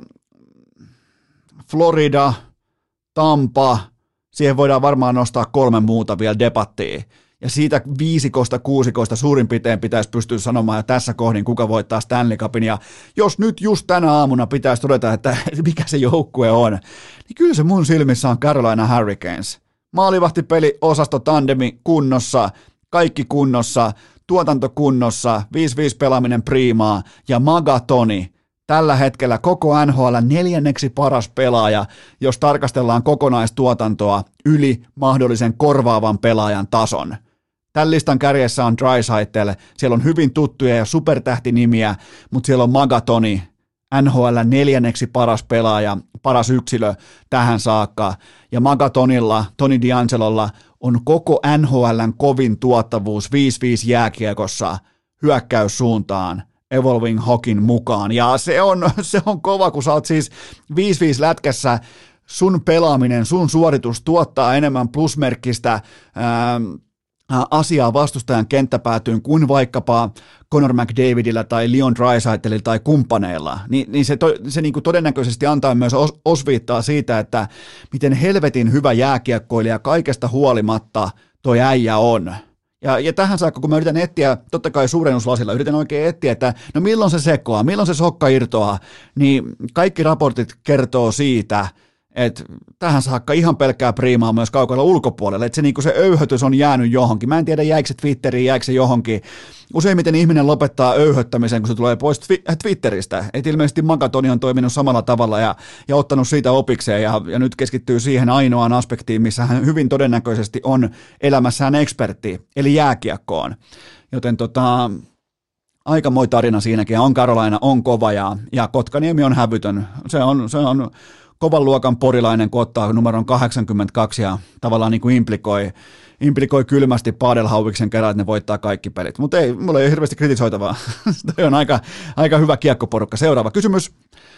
Florida, Tampa, siihen voidaan varmaan nostaa 3 muuta vielä debattiin. Ja siitä 5-6 suurin piirtein pitäisi pystyä sanomaan jo tässä kohdin, kuka voittaa Stanley Cupin. Ja jos nyt just tänä aamuna pitäisi todeta, että mikä se joukkue on, niin kyllä se mun silmissä on Carolina Hurricanes. Maalivahtipeli, osasto, tandemi kunnossa, kaikki kunnossa, tuotanto kunnossa, 5-5 pelaaminen priimaa ja Magatoni tällä hetkellä koko NHL 4. paras pelaaja, jos tarkastellaan kokonaistuotantoa yli mahdollisen korvaavan pelaajan tason. Tämän listan kärjessä on Draisaitl, siellä on hyvin tuttuja ja supertähtinimiä, mutta siellä on Magatoni, NHL 4. paras pelaaja, paras yksilö tähän saakka, ja Magatonilla, Tony DeAngelolla on koko NHL:n kovin tuottavuus 5-5 jääkiekossa hyökkäyssuuntaan Evolving Hockeyn mukaan, ja se on kova, kun sä oot siis 5-5 lätkässä, sun pelaaminen, sun suoritus tuottaa enemmän plusmerkkistä asiaa vastustajan kenttäpäätyyn kuin vaikkapa Connor McDavidillä tai Leon Draisaitlilla tai kumppaneilla, niin se niin kuin todennäköisesti antaa myös osviittaa siitä, että miten helvetin hyvä jääkiekkoilija kaikesta huolimatta toi äijä on. Ja tähän saakka, kun mä yritän etsiä, totta kai suurennuslasilla, yritän oikein etsiä, että no milloin se sekoaa, milloin se sokka irtoaa, niin kaikki raportit kertoo siitä, että tähän saakka ihan pelkkää priimaa myös kaukalla ulkopuolelle, että se, niin se öyhötys on jäänyt johonkin. Mä en tiedä, jäikö se Twitteriin, jäikö se johonkin. Useimmiten ihminen lopettaa öyhöttämisen, kun se tulee pois Twitteristä. Et ilmeisesti Magatoni on toiminut samalla tavalla ja ottanut siitä opikseen ja nyt keskittyy siihen ainoaan aspektiin, missä hän hyvin todennäköisesti on elämässään ekspertti, eli jääkiekkoon. Joten aikamoinen tarina siinäkin, ja on Carolina, on kova ja Kotkaniemi on hävytön. Se on kovan luokan porilainen, kun ottaa numeron 82 ja tavallaan niin kuin implikoi kylmästi Padelhauviksen kerran, että ne voittaa kaikki pelit. Mutta ei, mulla ei ole hirveästi kritisoitavaa. Toi on aika hyvä kiekkoporukka. Seuraava kysymys.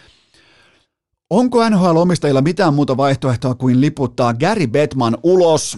Onko NHL-omistajilla mitään muuta vaihtoehtoa kuin liputtaa Gary Bettman ulos?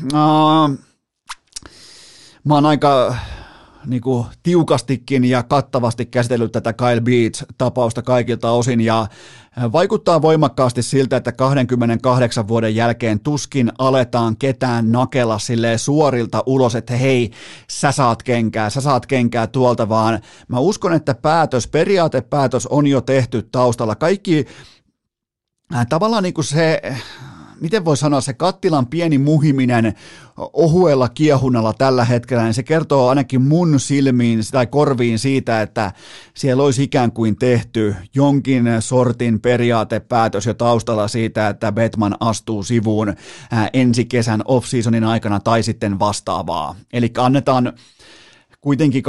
Mä oon aika niinku tiukastikin ja kattavasti käsitellyt tätä Kyle Beach-tapausta kaikilta osin, ja vaikuttaa voimakkaasti siltä, että 28 vuoden jälkeen tuskin aletaan ketään nakella silleen suorilta ulos, että hei, sä saat kenkää tuolta, vaan mä uskon, että periaatepäätös on jo tehty taustalla. Kaikki tavallaan niin kuin se, miten voi sanoa, se kattilan pieni muhiminen ohuella kiehunnalla tällä hetkellä, niin se kertoo ainakin mun silmiin tai korviin siitä, että siellä olisi ikään kuin tehty jonkin sortin periaatepäätös jo taustalla siitä, että Bettman astuu sivuun ensi kesän off-seasonin aikana tai sitten vastaavaa. Eli annetaan kuitenkin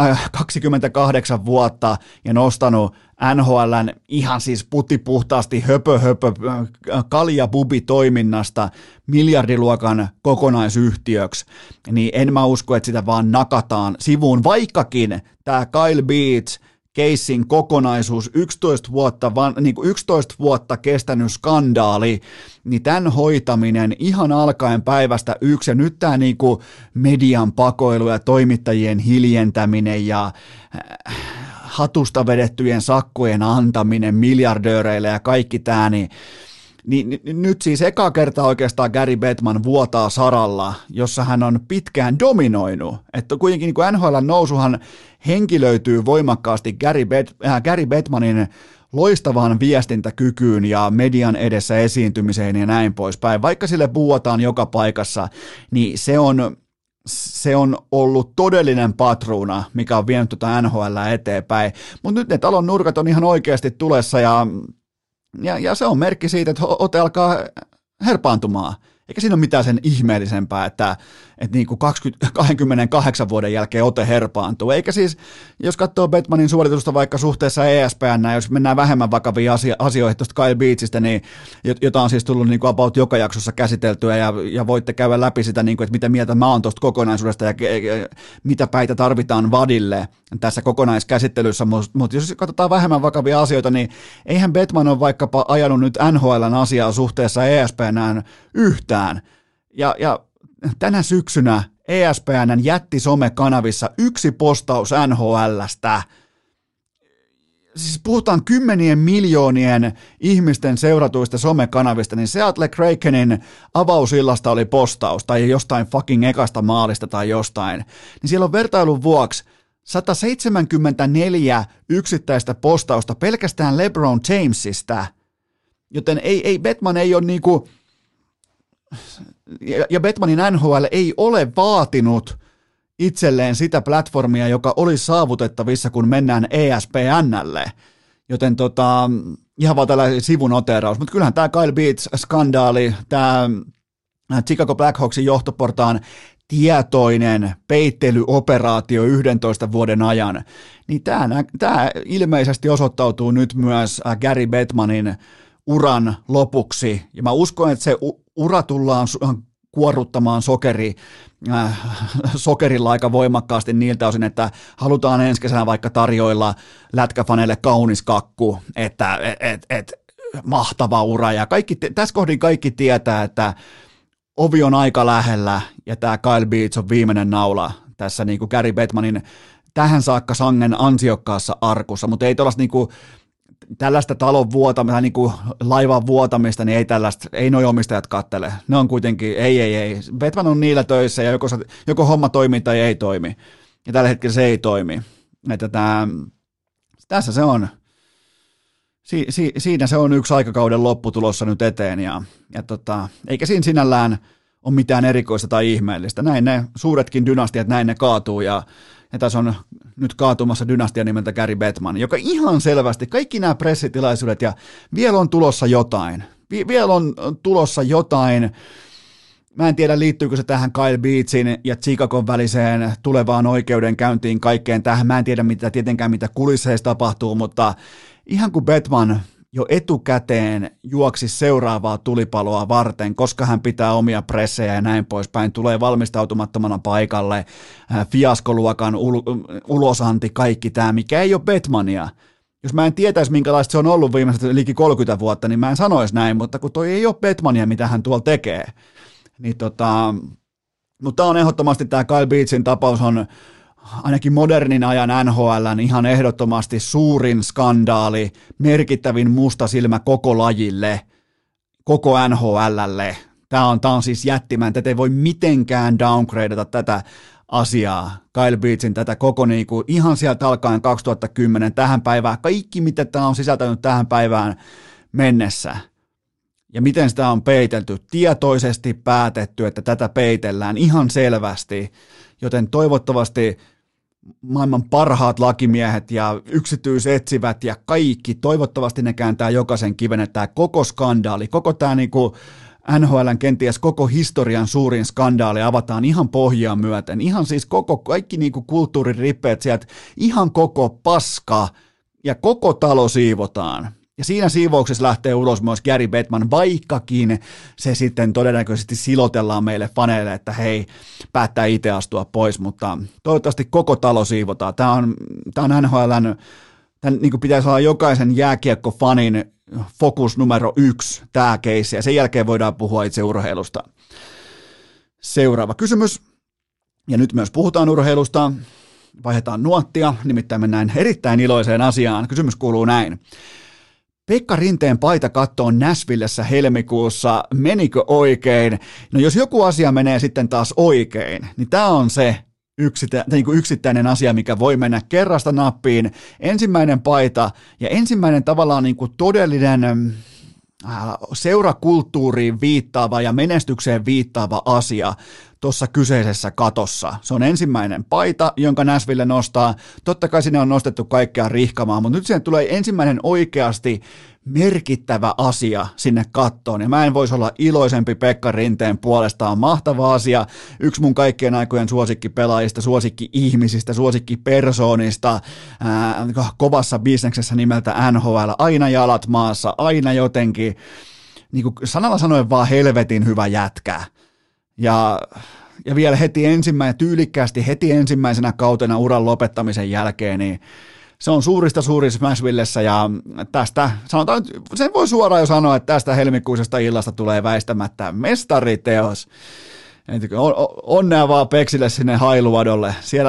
28 vuotta ja nostanut NHL:n ihan siis putipuhtaasti höpö kaljabubi toiminnasta miljardiluokan kokonaisyhtiöksi, niin en mä usko, että sitä vaan nakataan sivuun, vaikkakin tämä Kyle Beach keissin kokonaisuus, 11 vuotta kestänyt skandaali, niin tämän hoitaminen ihan alkaen päivästä yksi, ja nyt tämä niinku median pakoilu ja toimittajien hiljentäminen ja hatusta vedettyjen sakkojen antaminen miljardööreille ja kaikki tämä, niin nyt siis eka kertaa oikeastaan Gary Bettman vuotaa saralla, jossa hän on pitkään dominoinut. Että kuitenkin niin NHL:n nousuhan henkilöityy voimakkaasti Gary Bettmanin loistavaan viestintäkykyyn ja median edessä esiintymiseen ja näin poispäin. Vaikka sille buuataan joka paikassa, niin se on ollut todellinen patruuna, mikä on vienyt tuota NHL eteenpäin. Mutta nyt ne talon nurkat on ihan oikeasti tulessa ja se on merkki siitä, että ote alkaa herpaantumaan. Eikä siinä ole mitään sen ihmeellisempää, että niin kuin 28 vuoden jälkeen ote herpaantuu. Eikä siis, jos katsoo Bettmanin suoritusta vaikka suhteessa ESPN, jos mennään vähemmän vakaviin asioihin tuosta Kyle Beachistä, niin, jota on siis tullut niin kuin about joka jaksossa käsiteltyä, ja voitte käydä läpi sitä, niin kuin, että mitä mieltä mä oon tuosta kokonaisuudesta ja mitä päitä tarvitaan vadille tässä kokonaiskäsittelyssä. Mutta jos katsotaan vähemmän vakavia asioita, niin eihän Bettman ole vaikkapa ajanut nyt NHL:n asiaa suhteessa ESPNään yhtään. Ja tänä syksynä ESPN:n jättisomekanavissa yksi postaus NHL:stä. Siis puhutaan kymmenien miljoonien ihmisten seuratuista somekanavista, niin Seattle Krakenin avausillasta oli postaus tai jostain fucking ekasta maalista tai jostain. Niin siellä on vertailun vuoksi 174 yksittäistä postausta pelkästään LeBron Jamesista, joten Bettman ei ole niinku, ja Bettmanin NHL ei ole vaatinut itselleen sitä platformia, joka olisi saavutettavissa, kun mennään ESPN:lle. Joten ihan vaan tällainen sivunoteraus, mutta kyllähän tämä Kyle Beach-skandaali, tämä Chicago Blackhawksin johtoportaan tietoinen peittelyoperaatio 11 vuoden ajan, niin tämä ilmeisesti osoittautuu nyt myös Gary Bettmanin uran lopuksi, ja mä uskon, että se ura tullaan kuorruttamaan sokerilla aika voimakkaasti niiltä osin, että halutaan ensi kesänä vaikka tarjoilla lätkäfaneille kaunis kakku, että mahtava ura, ja tässä kohdin kaikki tietää, että ovi on aika lähellä, ja tämä Kyle Beach on viimeinen naula tässä niin kuin Gary Bettmanin tähän saakka sangen ansiokkaassa arkussa, mutta ei tällaista talon vuotamista, niin kuin laivan vuotamista, niin ei noi omistajat kattele. Ne on kuitenkin, ei. Bettman on niillä töissä, ja joko homma toimii tai ei toimi. Ja tällä hetkellä se ei toimi. Että tässä se on. Siinä se on yksi aikakauden loppu tulossa nyt eteen, ja eikä siinä sinällään ole mitään erikoista tai ihmeellistä. Näin ne suuretkin dynastiat, näin ne kaatuu, ja tässä on nyt kaatumassa dynastia nimeltä Gary Bettman, joka ihan selvästi, kaikki nämä pressitilaisuudet, ja vielä on tulossa jotain. Vielä on tulossa jotain. Mä en tiedä, liittyykö se tähän Kyle Beachin ja Chicagon väliseen tulevaan oikeudenkäyntiin, kaikkeen tähän. Mä en tiedä tietenkään, mitä kulisseissa tapahtuu, mutta ihan kuin Bettman jo etukäteen juoksi seuraavaa tulipaloa varten, koska hän pitää omia pressejä ja näin poispäin, tulee valmistautumattomana paikalle, fiaskoluokan ulosanti, kaikki tämä, mikä ei ole Bettmania. Jos mä en tietäisi, minkälaista se on ollut viimeiset liki 30 vuotta, niin mä en sanoisi näin, mutta kun toi ei ole Bettmania, mitä hän tuolla tekee, niin mutta on ehdottomasti tämä Kyle Beachin tapaus on ainakin modernin ajan NHL:n ihan ehdottomasti suurin skandaali, merkittävin musta silmä koko lajille, koko NHL:lle. Tämä on siis jättimään, tätä ei voi mitenkään downgradata tätä asiaa, Kyle Beachin tätä koko niinku, ihan sieltä alkaen 2010 tähän päivään, kaikki mitä tämä on sisältänyt tähän päivään mennessä. Ja miten sitä on peitelty, tietoisesti päätetty, että tätä peitellään ihan selvästi, joten toivottavasti maailman parhaat lakimiehet ja yksityisetsivät ja kaikki, toivottavasti ne kääntää jokaisen kiven, että tämä koko skandaali, koko tämä niinku NHL:n kenties koko historian suurin skandaali avataan ihan pohjaa myöten, ihan siis kaikki niinku kulttuurin rippeet sieltä, ihan koko paska ja koko talo siivotaan. Ja siinä siivouksessa lähtee ulos myös Gary Bettman, vaikkakin se sitten todennäköisesti silotellaan meille faneille, että hei, päättää itse astua pois, mutta toivottavasti koko talo siivotaan. Tämä on NHL:n, tämän niin kuin pitäisi olla jokaisen jääkiekkofanin fokus numero 1, tämä keissi, ja sen jälkeen voidaan puhua itse urheilusta. Seuraava kysymys, ja nyt myös puhutaan urheilusta, vaihdetaan nuottia, nimittäin mennään erittäin iloiseen asiaan. Kysymys kuuluu näin. Pekka Rinteen paita kattoon Nashvillessä helmikuussa, menikö oikein? No jos joku asia menee sitten taas oikein, niin tämä on se yksittäinen asia, mikä voi mennä kerrasta nappiin. Ensimmäinen paita ja ensimmäinen tavallaan niin kuin todellinen seurakulttuuriin viittaava ja menestykseen viittaava asia tuossa kyseisessä katossa. Se on ensimmäinen paita, jonka Nashville nostaa. Totta kai sinne on nostettu kaikkea rihkamaan, mutta nyt siihen tulee ensimmäinen oikeasti merkittävä asia sinne kattoon. Ja mä en voisi olla iloisempi Pekka Rinteen puolestaan. Mahtava asia. Yksi mun kaikkien aikojen suosikkipelaajista, suosikki-ihmisistä, suosikkipersoonista, kovassa bisneksessä nimeltä NHL. Aina jalat maassa, aina jotenkin, niin kuin sanalla sanoen vaan helvetin hyvä jätkä. Ja vielä tyylikkäästi heti ensimmäisenä kautena uran lopettamisen jälkeen, niin se on suurista Nashvillessä, ja tästä, sanotaan, sen voi suoraan jo sanoa, että tästä helmikuisesta illasta tulee väistämättä mestariteos. Onnea vaan Peksille sinne hailuvadolle, siellä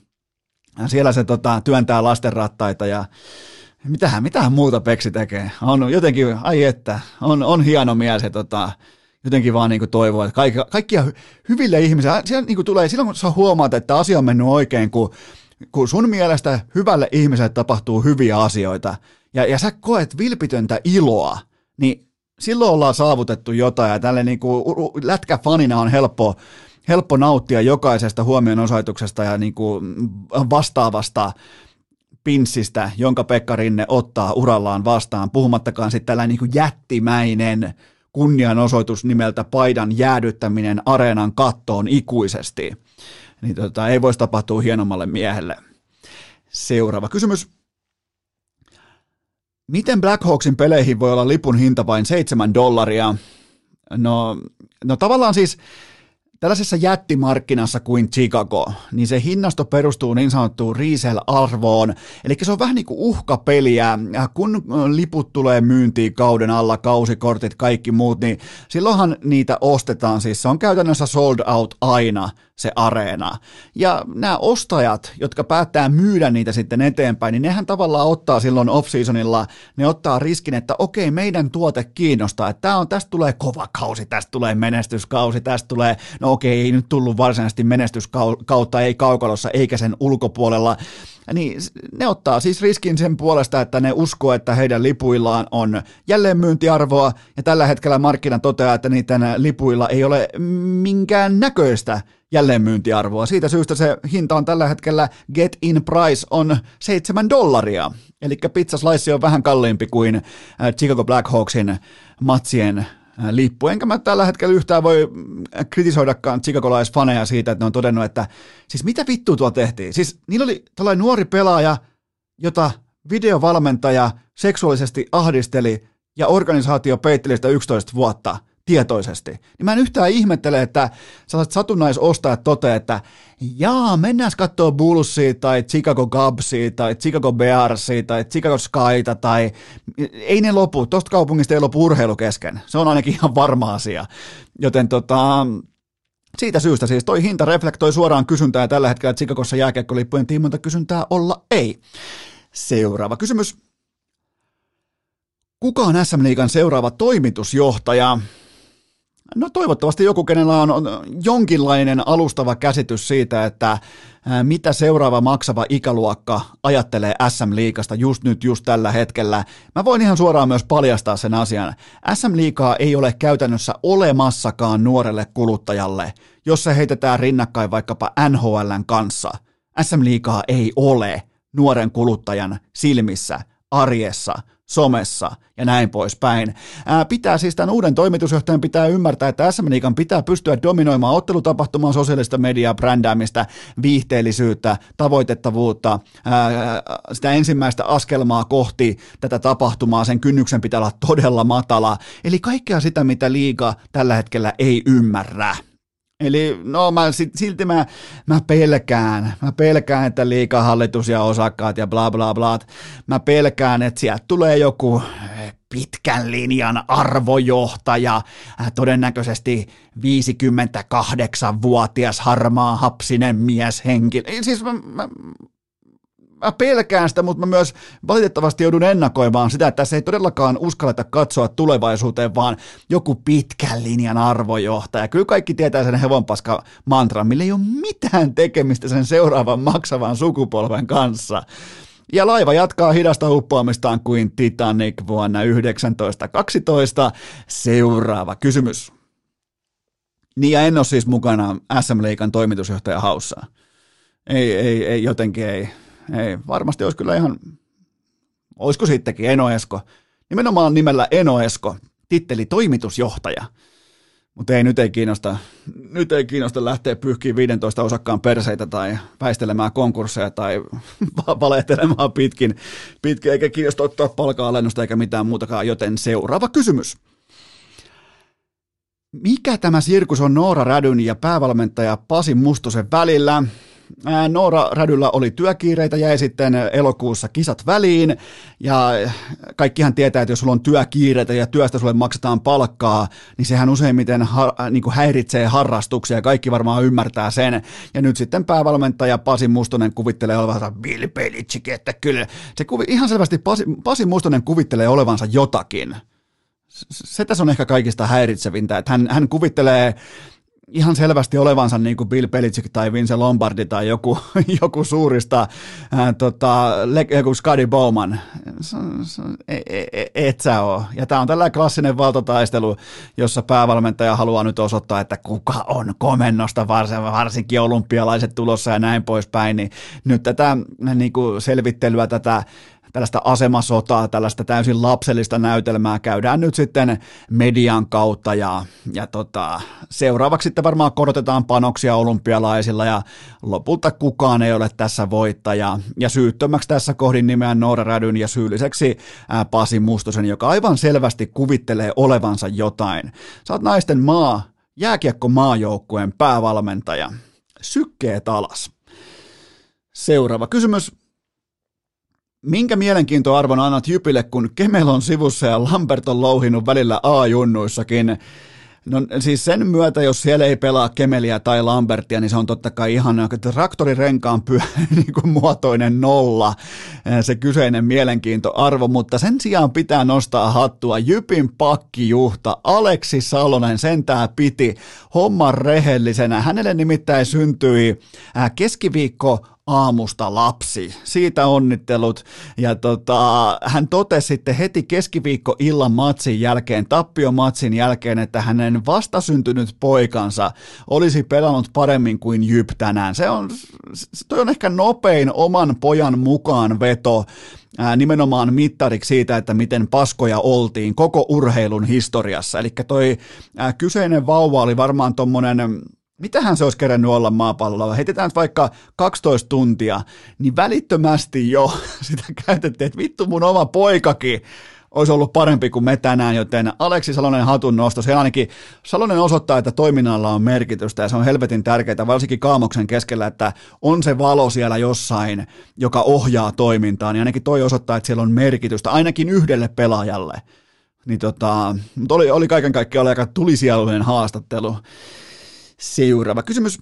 se työntää lastenrattaita, ja mitähän muuta Peksi tekee, on jotenkin, ai että, on hieno mies, ja jotenkin vaan niin kuin toivoo, että kaikkia hyville ihmisille, siellä niin kuin tulee, silloin kun sä huomaat, että asia on mennyt oikein, kun sun mielestä hyvälle ihmiselle tapahtuu hyviä asioita, ja sä koet vilpitöntä iloa, niin silloin ollaan saavutettu jotain, ja tälle niin kuin lätkäfanina on helppo nauttia jokaisesta huomionosoituksesta ja niin kuin vastaavasta pinssistä, jonka Pekka Rinne ottaa urallaan vastaan, puhumattakaan sitten tällainen niin kuin jättimäinen kunnianosoitus nimeltä paidan jäädyttäminen areenan kattoon ikuisesti. Niin ei voisi tapahtua hienommalle miehelle. Seuraava kysymys. Miten Blackhawksin peleihin voi olla lipun hinta vain $7? No tavallaan siis tällaisessa jättimarkkinassa kuin Chicago, niin se hinnasto perustuu niin sanottuun resell-arvoon, eli se on vähän niin kuin uhkapeliä, kun liput tulee myyntiin kauden alla, kausikortit, kaikki muut, niin silloinhan niitä ostetaan, siis se on käytännössä sold out aina se areena. Ja nämä ostajat, jotka päättää myydä niitä sitten eteenpäin, niin nehän tavallaan ottaa silloin off-seasonilla, ne ottaa riskin, että okei, meidän tuote kiinnostaa, että tästä tulee kova kausi, tästä tulee menestyskausi, tästä tulee, no okei, ei nyt tullut varsinaisesti menestyskautta, ei kaukalossa eikä sen ulkopuolella, niin ne ottaa siis riskin sen puolesta, että ne uskoo, että heidän lipuillaan on jälleenmyyntiarvoa, ja tällä hetkellä markkina toteaa, että niiden lipuilla ei ole minkään näköistä jälleenmyyntiarvoa. Siitä syystä se hinta on tällä hetkellä get in price on $7. Eli pizzaslice on vähän kalliimpi kuin Chicago Blackhawksin matsien lippu. Enkä mä tällä hetkellä yhtään voi kritisoidakaan chicagolaisfaneja siitä, että ne on todennut, että siis mitä vittua tuolla tehtiin? Siis niillä oli tällainen nuori pelaaja, jota videovalmentaja seksuaalisesti ahdisteli ja organisaatio peitteli sitä 11 vuotta tietoisesti. Niin mä en yhtään ihmettele, että sellaiset satunnaisostajat toteaa, että mennään katsoa Bullsia tai Chicago Cubsia tai Chicago Bearsia tai Chicago Skyta tai ei ne lopu, tosta kaupungista ei lopu urheilu kesken. Se on ainakin ihan varma asia. Joten siitä syystä siis toi hinta reflektoi suoraan kysyntää ja tällä hetkellä Chicagossa jääkiekkolippujen tiimoilta kysyntää olla ei. Seuraava kysymys. Kuka on SM-liigan seuraava toimitusjohtaja? No toivottavasti joku, kenellä on jonkinlainen alustava käsitys siitä, että mitä seuraava maksava ikäluokka ajattelee SM-liigasta just nyt, just tällä hetkellä. Mä voin ihan suoraan myös paljastaa sen asian. SM-liigaa ei ole käytännössä olemassakaan nuorelle kuluttajalle, jos se heitetään rinnakkain vaikkapa NHL:n kanssa. SM-liigaa ei ole nuoren kuluttajan silmissä, arjessa, somessa ja näin poispäin. Pitää siis tämän uuden toimitusjohtajan pitää ymmärtää, että SM-liigan pitää pystyä dominoimaan ottelutapahtumaa, sosiaalista mediaa, brändäämistä, viihteellisyyttä, tavoitettavuutta, sitä ensimmäistä askelmaa kohti tätä tapahtumaa, sen kynnyksen pitää olla todella matala. Eli kaikkea sitä, mitä liiga tällä hetkellä ei ymmärrä. Eli no silti mä pelkään, että liigahallitus ja osakkaat ja bla bla bla, mä pelkään, että sieltä tulee joku pitkän linjan arvojohtaja, todennäköisesti 58-vuotias harmaa hapsinen mieshenkilö. Siis mä pelkään sitä, mutta mä myös valitettavasti joudun ennakoimaan sitä, että tässä ei todellakaan uskalleta katsoa tulevaisuuteen, vaan joku pitkän linjan arvojohtaja. Kyllä kaikki tietää sen hevonpaska mantran, millä ei ole mitään tekemistä sen seuraavan maksavan sukupolven kanssa. Ja laiva jatkaa hidasta uppoamistaan kuin Titanic vuonna 1912. Seuraava kysymys. Niin ja en ole siis mukana SM-liigan toimitusjohtaja haussa. Ei jotenkin ei. Ei, varmasti olisi kyllä ihan, olisiko sittenkin Eno Esko, nimenomaan nimellä Eno Esko, titteli toimitusjohtaja, mutta nyt ei kiinnosta lähteä pyyhkiin 15 osakkaan perseitä tai väistelemään konkursseja tai valehtelemaan pitkin, eikä kiinnosta ottaa palka-alennusta eikä mitään muutakaan, joten seuraava kysymys. Mikä tämä sirkus on Noora Rädyn ja päävalmentaja Pasi Mustosen välillä? Noora Rädyllä oli työkiireitä, jäi sitten elokuussa kisat väliin ja kaikkihan tietää, että jos sulla on työkiireitä ja työstä sulle maksetaan palkkaa, niin sehän useimmiten niin kuin häiritsee harrastuksia ja kaikki varmaan ymmärtää sen. Ja nyt sitten päävalmentaja Pasi Mustonen kuvittelee olevansa Bill Belichick, että kyllä se ihan selvästi Pasi Mustonen kuvittelee olevansa jotakin. Se tässä on ehkä kaikista häiritsevintä, että hän kuvittelee ihan selvästi olevansa niin kuin Bill Belichick tai Vince Lombardi tai joku suurista, joku Scotty Bowman. Et sä oo. Ja tää on tällainen klassinen valtataistelu, jossa päävalmentaja haluaa nyt osoittaa, että kuka on komennosta, varsinkin olympialaiset tulossa ja näin poispäin, niin nyt tätä niin kuin selvittelyä, tällaista asemasotaa, tällaista täysin lapsellista näytelmää käydään nyt sitten median kautta ja seuraavaksi sitten varmaan korotetaan panoksia olympialaisilla ja lopulta kukaan ei ole tässä voittaja ja syyttömäksi tässä kohdin nimeän Noora Rädyn ja syylliseksi Pasi Mustosen, joka aivan selvästi kuvittelee olevansa jotain. Sä oot naisten jääkiekko-maajoukkueen päävalmentaja. Sykkeet alas. Seuraava kysymys. Minkä mielenkiintoarvon annat Jypille, kun Kemel on sivussa ja Lambert on louhinut välillä A-junnuissakin? No siis sen myötä, jos siellä ei pelaa Kemeliä tai Lambertia, niin se on totta kai ihan traktorirenkaan niin kuin muotoinen nolla, se kyseinen mielenkiintoarvo, mutta sen sijaan pitää nostaa hattua. Jypin pakkijuhta Aleksi Salonen sentään piti homman rehellisenä. Hänelle nimittäin syntyi keskiviikko aamusta lapsi. Siitä onnittelut. Ja hän totesi sitten heti keskiviikkoillan matsin jälkeen, tappiomatsin jälkeen, että hänen vastasyntynyt poikansa olisi pelannut paremmin kuin Jyp tänään. Toi on ehkä nopein oman pojan mukaan veto nimenomaan mittariksi siitä, että miten paskoja oltiin koko urheilun historiassa. Eli toi kyseinen vauva oli varmaan tommonen, mitähän se olisi kerännyt olla maapallolla? Heitetään nyt vaikka 12 tuntia, niin välittömästi jo sitä käytettiin, että vittu mun oma poikakin olisi ollut parempi kuin me tänään, joten Aleksi Salonen hatun nosto. Se ainakin Salonen osoittaa, että toiminnalla on merkitystä ja se on helvetin tärkeää, varsinkin kaamoksen keskellä, että on se valo siellä jossain, joka ohjaa toimintaa, niin ainakin toi osoittaa, että siellä on merkitystä, ainakin yhdelle pelaajalle. Niin mutta oli kaiken kaikkiaan aika tulisieluinen haastattelu. Seuraava kysymys.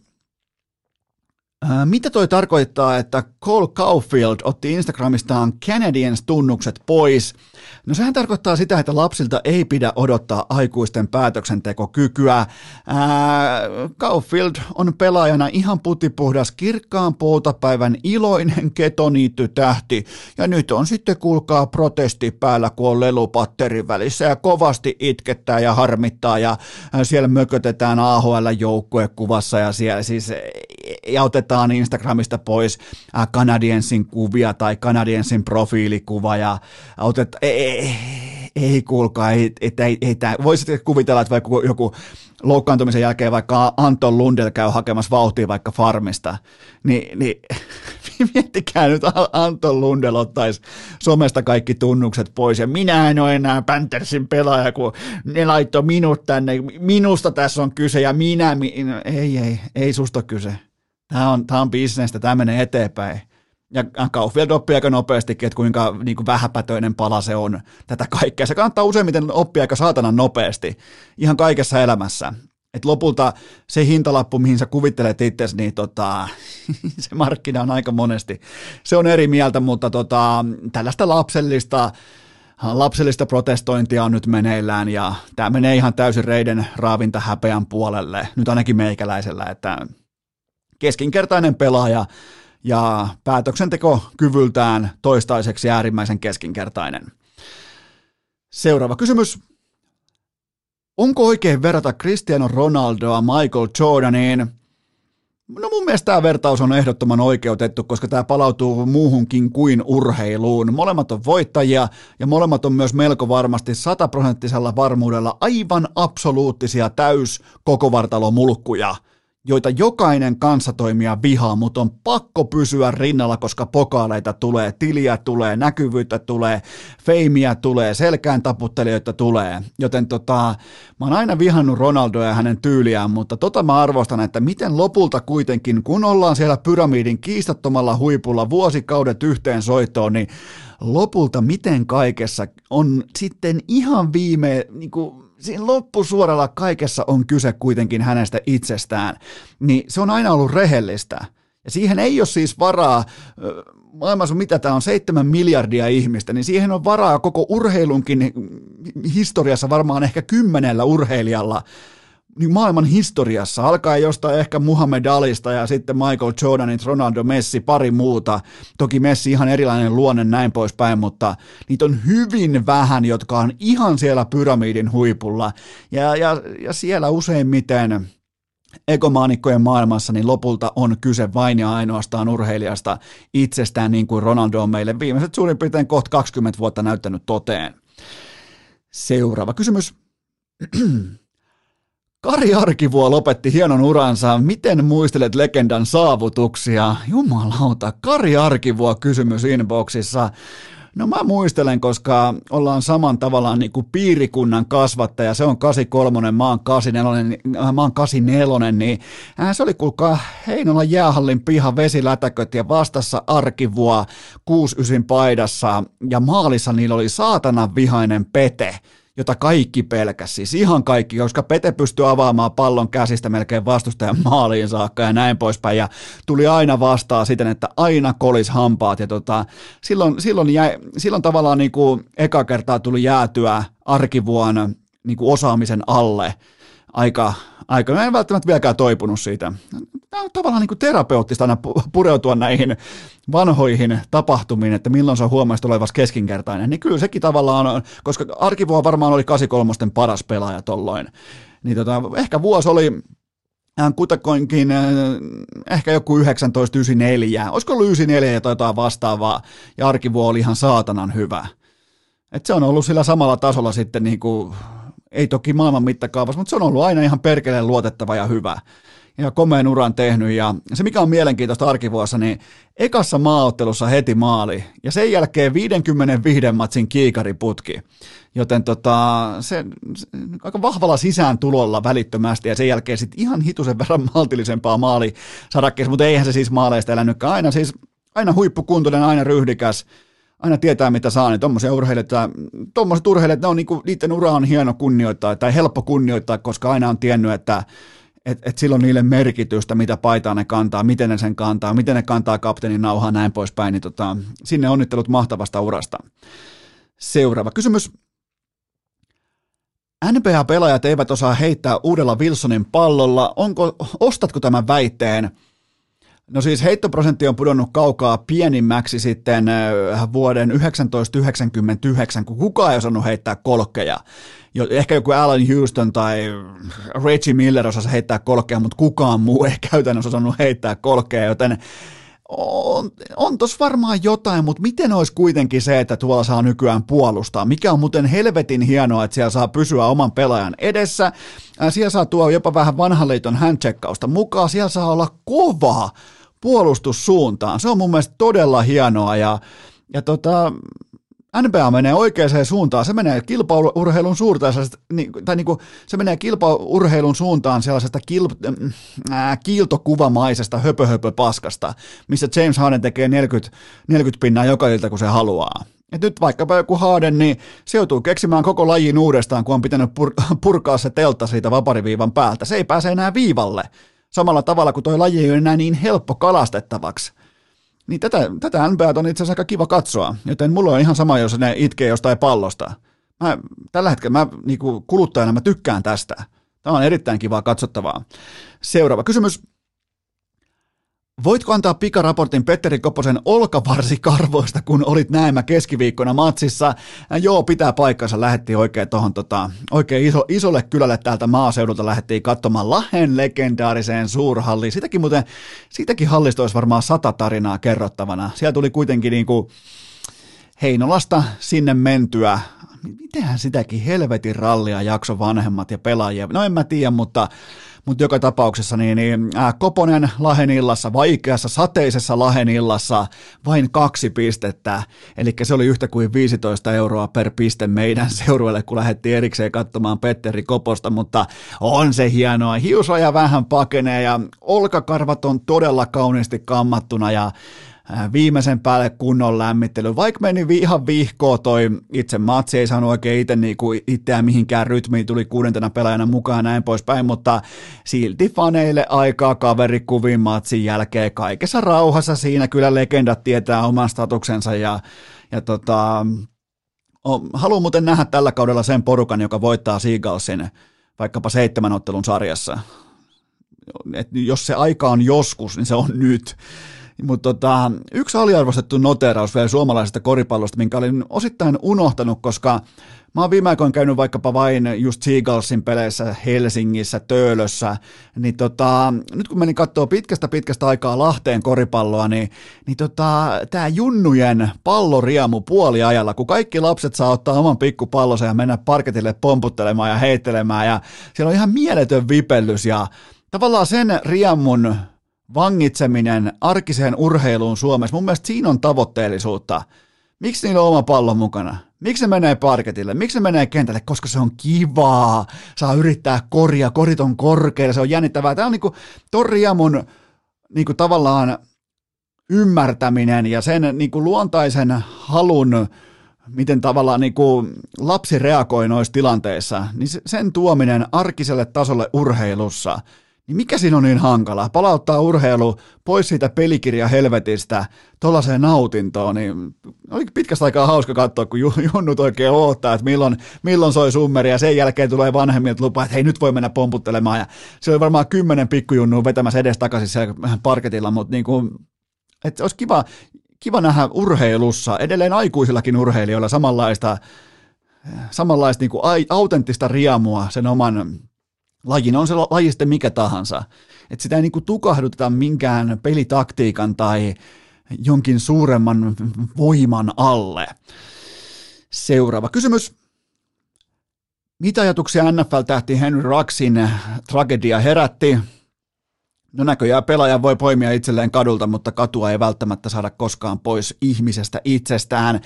Mitä toi tarkoittaa, että Cole Caulfield otti Instagramistaan Canadiens-tunnukset pois? No sehän tarkoittaa sitä, että lapsilta ei pidä odottaa aikuisten päätöksentekokykyä. Caulfield on pelaajana ihan putipuhdas, kirkkaan poutapäivän iloinen ketoniittytähti. Ja nyt on sitten kuulkaa protesti päällä, kun on lelu patterin välissä ja kovasti itkettää ja harmittaa ja siellä mökötetään AHL-joukkuekuvassa ja siellä siis ja otetaan Instagramista pois Canadiensin kuvia tai Canadiensin profiilikuva ja ei kuulkaa, ei voisitte kuvitella, että vaikka joku loukkaantumisen jälkeen vaikka Anton Lundell käy hakemassa vauhtia vaikka farmista, niin miettikää nyt, Anton Lundell ottaisi somesta kaikki tunnukset pois ja minä en ole enää Panthersin pelaaja, kun ne laittoi minut tänne, minusta tässä on kyse ja ei susta ole kyse. Tämä on bisnestä, tämä menee eteenpäin. Ja Caulfield oppii aika nopeastikin, että kuinka niin kuin vähäpätöinen pala se on tätä kaikkea. Se kannattaa useimmiten oppia aika saatanan nopeasti, ihan kaikessa elämässä. Että lopulta se hintalappu, mihin sä kuvittelet itsesi, niin se markkina on aika monesti. Se on eri mieltä, mutta tällaista lapsellista protestointia on nyt meneillään ja tämä menee ihan täysin reiden raavinta häpeän puolelle, nyt ainakin meikäläisellä, että keskinkertainen pelaaja ja päätöksentekokyvyltään toistaiseksi äärimmäisen keskinkertainen. Seuraava kysymys. Onko oikein verrata Cristiano Ronaldoa Michael Jordaniin? No mun mielestä tämä vertaus on ehdottoman oikeutettu, koska tämä palautuu muuhunkin kuin urheiluun. Molemmat on voittajia ja molemmat on myös melko varmasti 100% varmuudella aivan absoluuttisia kokovartalomulkkuja, joita jokainen kanssatoimija vihaa, mutta on pakko pysyä rinnalla, koska pokaaleita tulee, tiliä tulee, näkyvyyttä tulee, feimiä tulee, selkään taputtelijoita tulee. Joten mä oon aina vihannut Ronaldoa ja hänen tyyliään, mutta mä arvostan, että miten lopulta kuitenkin, kun ollaan siellä pyramidin kiistattomalla huipulla vuosikaudet yhteen soittoon, niin lopulta miten kaikessa on sitten ihan siinä loppusuoralla kaikessa on kyse kuitenkin hänestä itsestään, niin se on aina ollut rehellistä. Ja siihen ei ole siis varaa, maailmassa mitä tämä on, 7 miljardia ihmistä, niin siihen on varaa koko urheilunkin historiassa varmaan ehkä 10 urheilijalla. niin maailman historiassa, alkaen jostain ehkä Muhammad Alista ja sitten Michael Jordanit, Ronaldo, Messi, pari muuta. Toki Messi ihan erilainen luonne näin poispäin, mutta niitä on hyvin vähän, jotka on ihan siellä pyramidin huipulla. Ja siellä useimmiten egomaanikkojen maailmassa niin lopulta on kyse vain ja ainoastaan urheilijasta itsestään, niin kuin Ronaldo on meille viimeiset suurin piirtein kohta 20 vuotta näyttänyt toteen. Seuraava kysymys. Kari Arkivuo lopetti hienon uransa. Miten muistelet legendan saavutuksia? Jumalauta, Kari Arkivuo kysymys inboxissa. No mä muistelen, koska ollaan saman tavallaan niin kuin piirikunnan kasvattaja, se on 83, mä oon 84, niin se oli kuulkaa Heinolan jäähallin piha vesilätäköt ja vastassa Arkivuo 69 paidassa ja maalissa niillä oli saatanan vihainen Pete, jota kaikki pelkäsi, siis ihan kaikki, koska Pete pystyi avaamaan pallon käsistä melkein vastustajan maaliin saakka ja näin poispäin, ja tuli aina vastaan siten, että aina kolis hampaat, ja silloin tavallaan niin kuin eka kertaa tuli jäätyä Arkivuon niin kuin osaamisen alle aika, mä en välttämättä vieläkään toipunut siitä. Tämä on tavallaan niin kuin terapeuttista aina pureutua näihin vanhoihin tapahtumiin, että milloin se on huomaisit olevassa keskinkertainen. Niin kyllä sekin tavallaan on, koska Arkivuo varmaan oli 83 paras pelaaja tolloin. Niin ehkä vuosi oli kutakoinkin ehkä joku 1994. Olisiko ollut 94 tai jotain vastaavaa, ja Arkivuo oli ihan saatanan hyvä. Et se on ollut sillä samalla tasolla sitten niin kuin, ei toki maailman mittakaavassa, mutta se on ollut aina ihan perkeleen luotettava ja hyvä. Ja komeen uran tehnyt, ja se mikä on mielenkiintoista Arkivuossa, niin ekassa maaottelussa heti maali, ja sen jälkeen 55 matsin kiikariputki, joten se aika vahvalla sisääntulolla välittömästi, ja sen jälkeen sitten ihan hitusen verran maltillisempaa maalisadakkeessa, mutta eihän se siis maaleista elänytkään, aina huippukuntoinen, aina ryhdikäs, aina tietää mitä saa, niin tuommoiset urheilijat, ne on niinku, niiden ura on hieno kunnioittaa, tai helppo kunnioittaa, koska aina on tiennyt, että silloin niille merkitystä, mitä paitaa ne kantaa, miten ne sen kantaa, miten ne kantaa kapteenin nauhaa, näin poispäin, niin sinne onnittelut mahtavasta urasta. Seuraava kysymys. NBA-pelaajat eivät osaa heittää uudella Wilsonin pallolla. Ostatko tämän väitteen? No siis heittoprosentti on pudonnut kaukaa pienimmäksi sitten vuoden 1999, kun kukaan ei osannut heittää kolkkeja. Ehkä joku Allen Houston tai Reggie Miller osasi heittää kolkkeja, mutta kukaan muu ei käytännössä osannut heittää kolkkeja, joten on tossa varmaan jotain, mutta miten olisi kuitenkin se, että tuolla saa nykyään puolustaa? Mikä on muuten helvetin hienoa, että siellä saa pysyä oman pelaajan edessä. Siellä saa tuoda jopa vähän vanhan liiton handcheckkausta mukaan. Siellä saa olla kova puolustussuuntaan. Se on mun mielestä todella hienoa ja NBA menee oikeaan suuntaan, se menee kilpaurheilun suuntaan, se menee kilpaurheilun suuntaan sellaisesta kiiltokuvamaisesta höpöhöpöpaskasta, missä James Harden tekee 40 pinnaa joka ilta, kun se haluaa. Et nyt vaikkapa joku Harden, niin se joutuu keksimään koko lajin uudestaan, kun on pitänyt purkaa se teltta siitä vapariviivan päältä. Se ei pääse enää viivalle. Samalla tavalla kuin toi laji ei ole enää niin helppo kalastettavaksi. Niin tätä NBA on itse asiassa aika kiva katsoa, joten mulla on ihan sama, jos ne itkee jostain pallosta. Tällä hetkellä niinku kuluttajana mä tykkään tästä. Tämä on erittäin kivaa katsottavaa. Seuraava kysymys. Voitko antaa pikaraportin Petteri Koposen olkavarsikarvoista, kun olit näemmä keskiviikkona matsissa? Joo, pitää paikkansa. Lähdettiin oikein isolle kylälle täältä maaseudulta. Lähdettiin katsomaan Lahden legendaariseen suurhalliin. Siitäkin hallista olisi varmaan 100 tarinaa kerrottavana. Siellä tuli kuitenkin niinku Heinolasta sinne mentyä. Mitenhän sitäkin helvetin rallia jakso vanhemmat ja pelaajia? No en mä tiedä, mutta joka tapauksessa Koponen Lahden illassa, vaikeassa sateisessa Lahden illassa vain 2 pistettä, eli se oli yhtä kuin 15 € per piste meidän seurueelle, kun lähdettiin erikseen katsomaan Petteri Koposta, mutta on se hienoa, hiusraja vähän pakenee ja olkakarvat on todella kauniisti kammattuna ja viimeisen päälle kunnon lämmittely. Vaikka meni ihan vihkoon toi itse matsi, ei saanut oikein itseään mihinkään rytmiin, tuli 6. pelaajana mukaan näin poispäin, mutta silti faneille aikaa kaverikuvin matsin jälkeen kaikessa rauhassa. Siinä kyllä legendat tietää oman statuksensa ja haluan muuten nähdä tällä kaudella sen porukan, joka voittaa Seagalsin vaikkapa 7 ottelun sarjassa. Et jos se aika on joskus, niin se on nyt. Mutta yksi aliarvostettu noteraus vielä suomalaisesta koripallosta, minkä olin osittain unohtanut, koska mä oon viime aikoina käynyt vaikkapa vain just Seagullsin peleissä Helsingissä, Töölössä, niin nyt kun menin katsoa pitkästä aikaa Lahteen koripalloa, niin tää junnujen palloriamu puoliajalla, kun kaikki lapset saa ottaa oman pikkupallonsa ja mennä parketille pomputtelemaan ja heittelemään, ja siellä on ihan mieletön vipellys, ja tavallaan sen riemun vangitseminen arkiseen urheiluun Suomessa, mun mielestä siinä on tavoitteellisuutta. Miksi niillä on oma pallo mukana? Miksi se menee parketille? Miksi se menee kentälle? Koska se on kivaa. Saa yrittää korit on korkealla, se on jännittävää. Tämä on niinku ton riemun niinku tavallaan ymmärtäminen ja sen niinku luontaisen halun, miten tavallaan niinku lapsi reagoi noissa tilanteissa, niin sen tuominen arkiselle tasolle urheilussa, niin mikä siinä on niin hankalaa? Palauttaa urheilu pois siitä pelikirja helvetistä tuollaiseen nautintoon, niin oli pitkästä aikaa hauska katsoa, kun junnut oikein odottaa, että milloin soi summeri, ja sen jälkeen tulee vanhemmilta lupaa, että hei, nyt voi mennä pomputtelemaan, ja se oli varmaan 10 pikkujunnua vetämässä edestakaisin siellä parketilla, mutta niin kuin, että olisi kiva nähdä urheilussa, edelleen aikuisillakin urheilijoilla samanlaista niin kuin autenttista riemua sen oman lajin, on se laji sitten mikä tahansa, että sitä ei niin kuin tukahduteta minkään pelitaktiikan tai jonkin suuremman voiman alle. Seuraava kysymys. Mitä ajatuksia NFL-tähti Henry Ruggsin tragedia herätti? No näköjään pelaaja voi poimia itselleen kadulta, mutta katua ei välttämättä saada koskaan pois ihmisestä itsestään.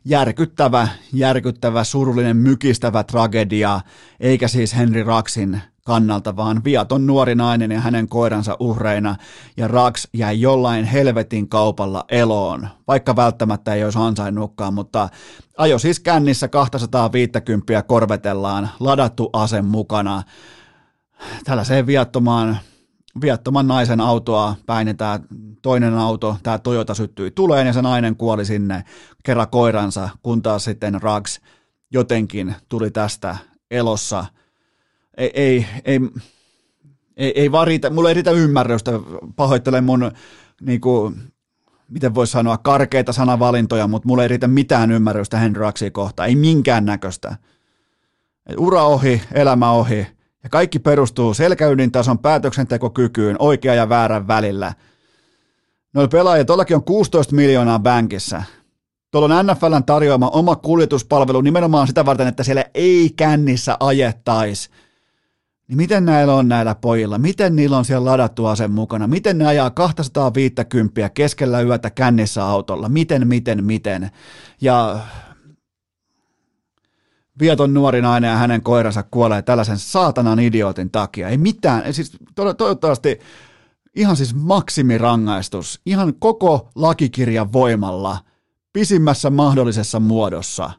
Järkyttävä, surullinen, mykistävä tragedia, eikä siis Henry Ruggsin kannalta, vaan viaton nuori nainen ja hänen koiransa uhreina, ja Ruggs jäi jollain helvetin kaupalla eloon, vaikka välttämättä ei olisi ansainnutkaan, mutta ajo siis kännissä 250 korvetellaan, ladattu ase mukana. Tällaiseen viattoman naisen autoa päinetään toinen auto, tämä Toyota syttyi tuleen ja se nainen kuoli sinne kerran koiransa, kun taas sitten Ruggs jotenkin tuli tästä elossa. Ei vaan riitä, mulla ei riitä ymmärrystä, pahoittelen mun, niinku, miten voisi sanoa, karkeita sanavalintoja, mutta mulla ei riitä mitään ymmärrystä Henry Ruggsia kohtaan, ei minkään näköistä. Ura ohi, elämä ohi, ja kaikki perustuu selkäydintason päätöksentekokykyyn oikean ja väärän välillä. Noilla pelaajat, tuollakin on 16 miljoonaa bankissa. Tuolla on NFL:n tarjoama oma kuljetuspalvelu nimenomaan sitä varten, että siellä ei kännissä ajettaisi. Niin miten näillä on näillä pojilla? Miten niillä on siellä ladattu ase mukana? Miten ne ajaa 250 keskellä yötä kännissä autolla? Miten? Ja viaton nuori nainen ja hänen koiransa kuolee tällaisen saatanan idiootin takia. Ei mitään. Siis toivottavasti ihan siis maksimirangaistus. Ihan koko lakikirjan voimalla. Pisimmässä mahdollisessa muodossa.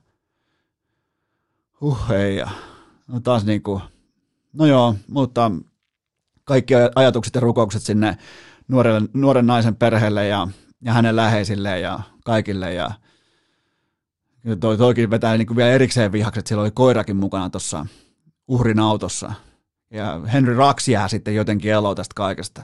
Hei. No taas niinku. No joo, mutta kaikki ajatukset ja rukoukset sinne nuoren naisen perheelle ja hänen läheisilleen ja kaikille. Ja toikin vetää niin kuin vielä erikseen vihakset, siellä oli koirakin mukana tuossa uhrin autossa. Ja Henry Ruggs jää sitten jotenkin eloon tästä kaikesta.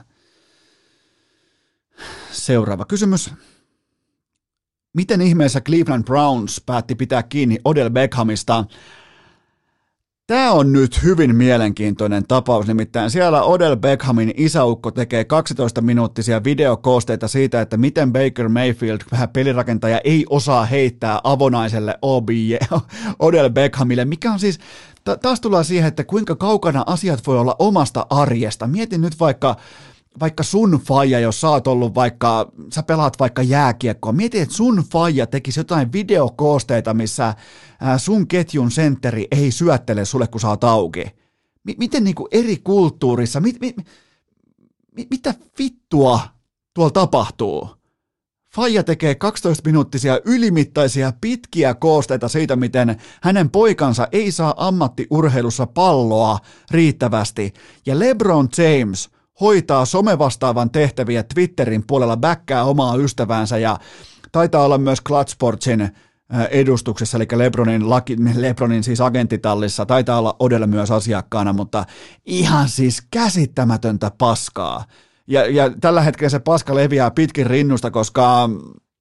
Seuraava kysymys. Miten ihmeessä Cleveland Browns päätti pitää kiinni Odell Beckhamista? Tämä on nyt hyvin mielenkiintoinen tapaus, nimittäin siellä Odell Beckhamin isäukko tekee 12-minuuttisia videokoosteita siitä, että miten Baker Mayfield, vähän pelirakentaja, ei osaa heittää avonaiselle Odell Beckhamille, mikä on siis, taas tullaan siihen, että kuinka kaukana asiat voi olla omasta arjesta. Mietin nyt vaikka sun faija, jos sä oot ollut sä pelaat vaikka jääkiekkoa, mieti, että sun faija tekisi jotain videokoosteita, missä sun ketjun sentteri ei syöttele sulle, kun sä oot auki. Miten niinku eri kulttuurissa, mitä vittua tuolla tapahtuu? Faija tekee 12-minuuttisia ylimittaisia pitkiä koosteita siitä, miten hänen poikansa ei saa ammattiurheilussa palloa riittävästi, ja LeBron James hoitaa somevastaavan tehtäviä Twitterin puolella, bäkkää omaa ystäväänsä ja taitaa olla myös Clutch Sportsin edustuksessa, eli LeBronin siis agenttitallissa, taitaa olla Odell myös asiakkaana, mutta ihan siis käsittämätöntä paskaa. Ja tällä hetkellä se paska leviää pitkin rinnusta, koska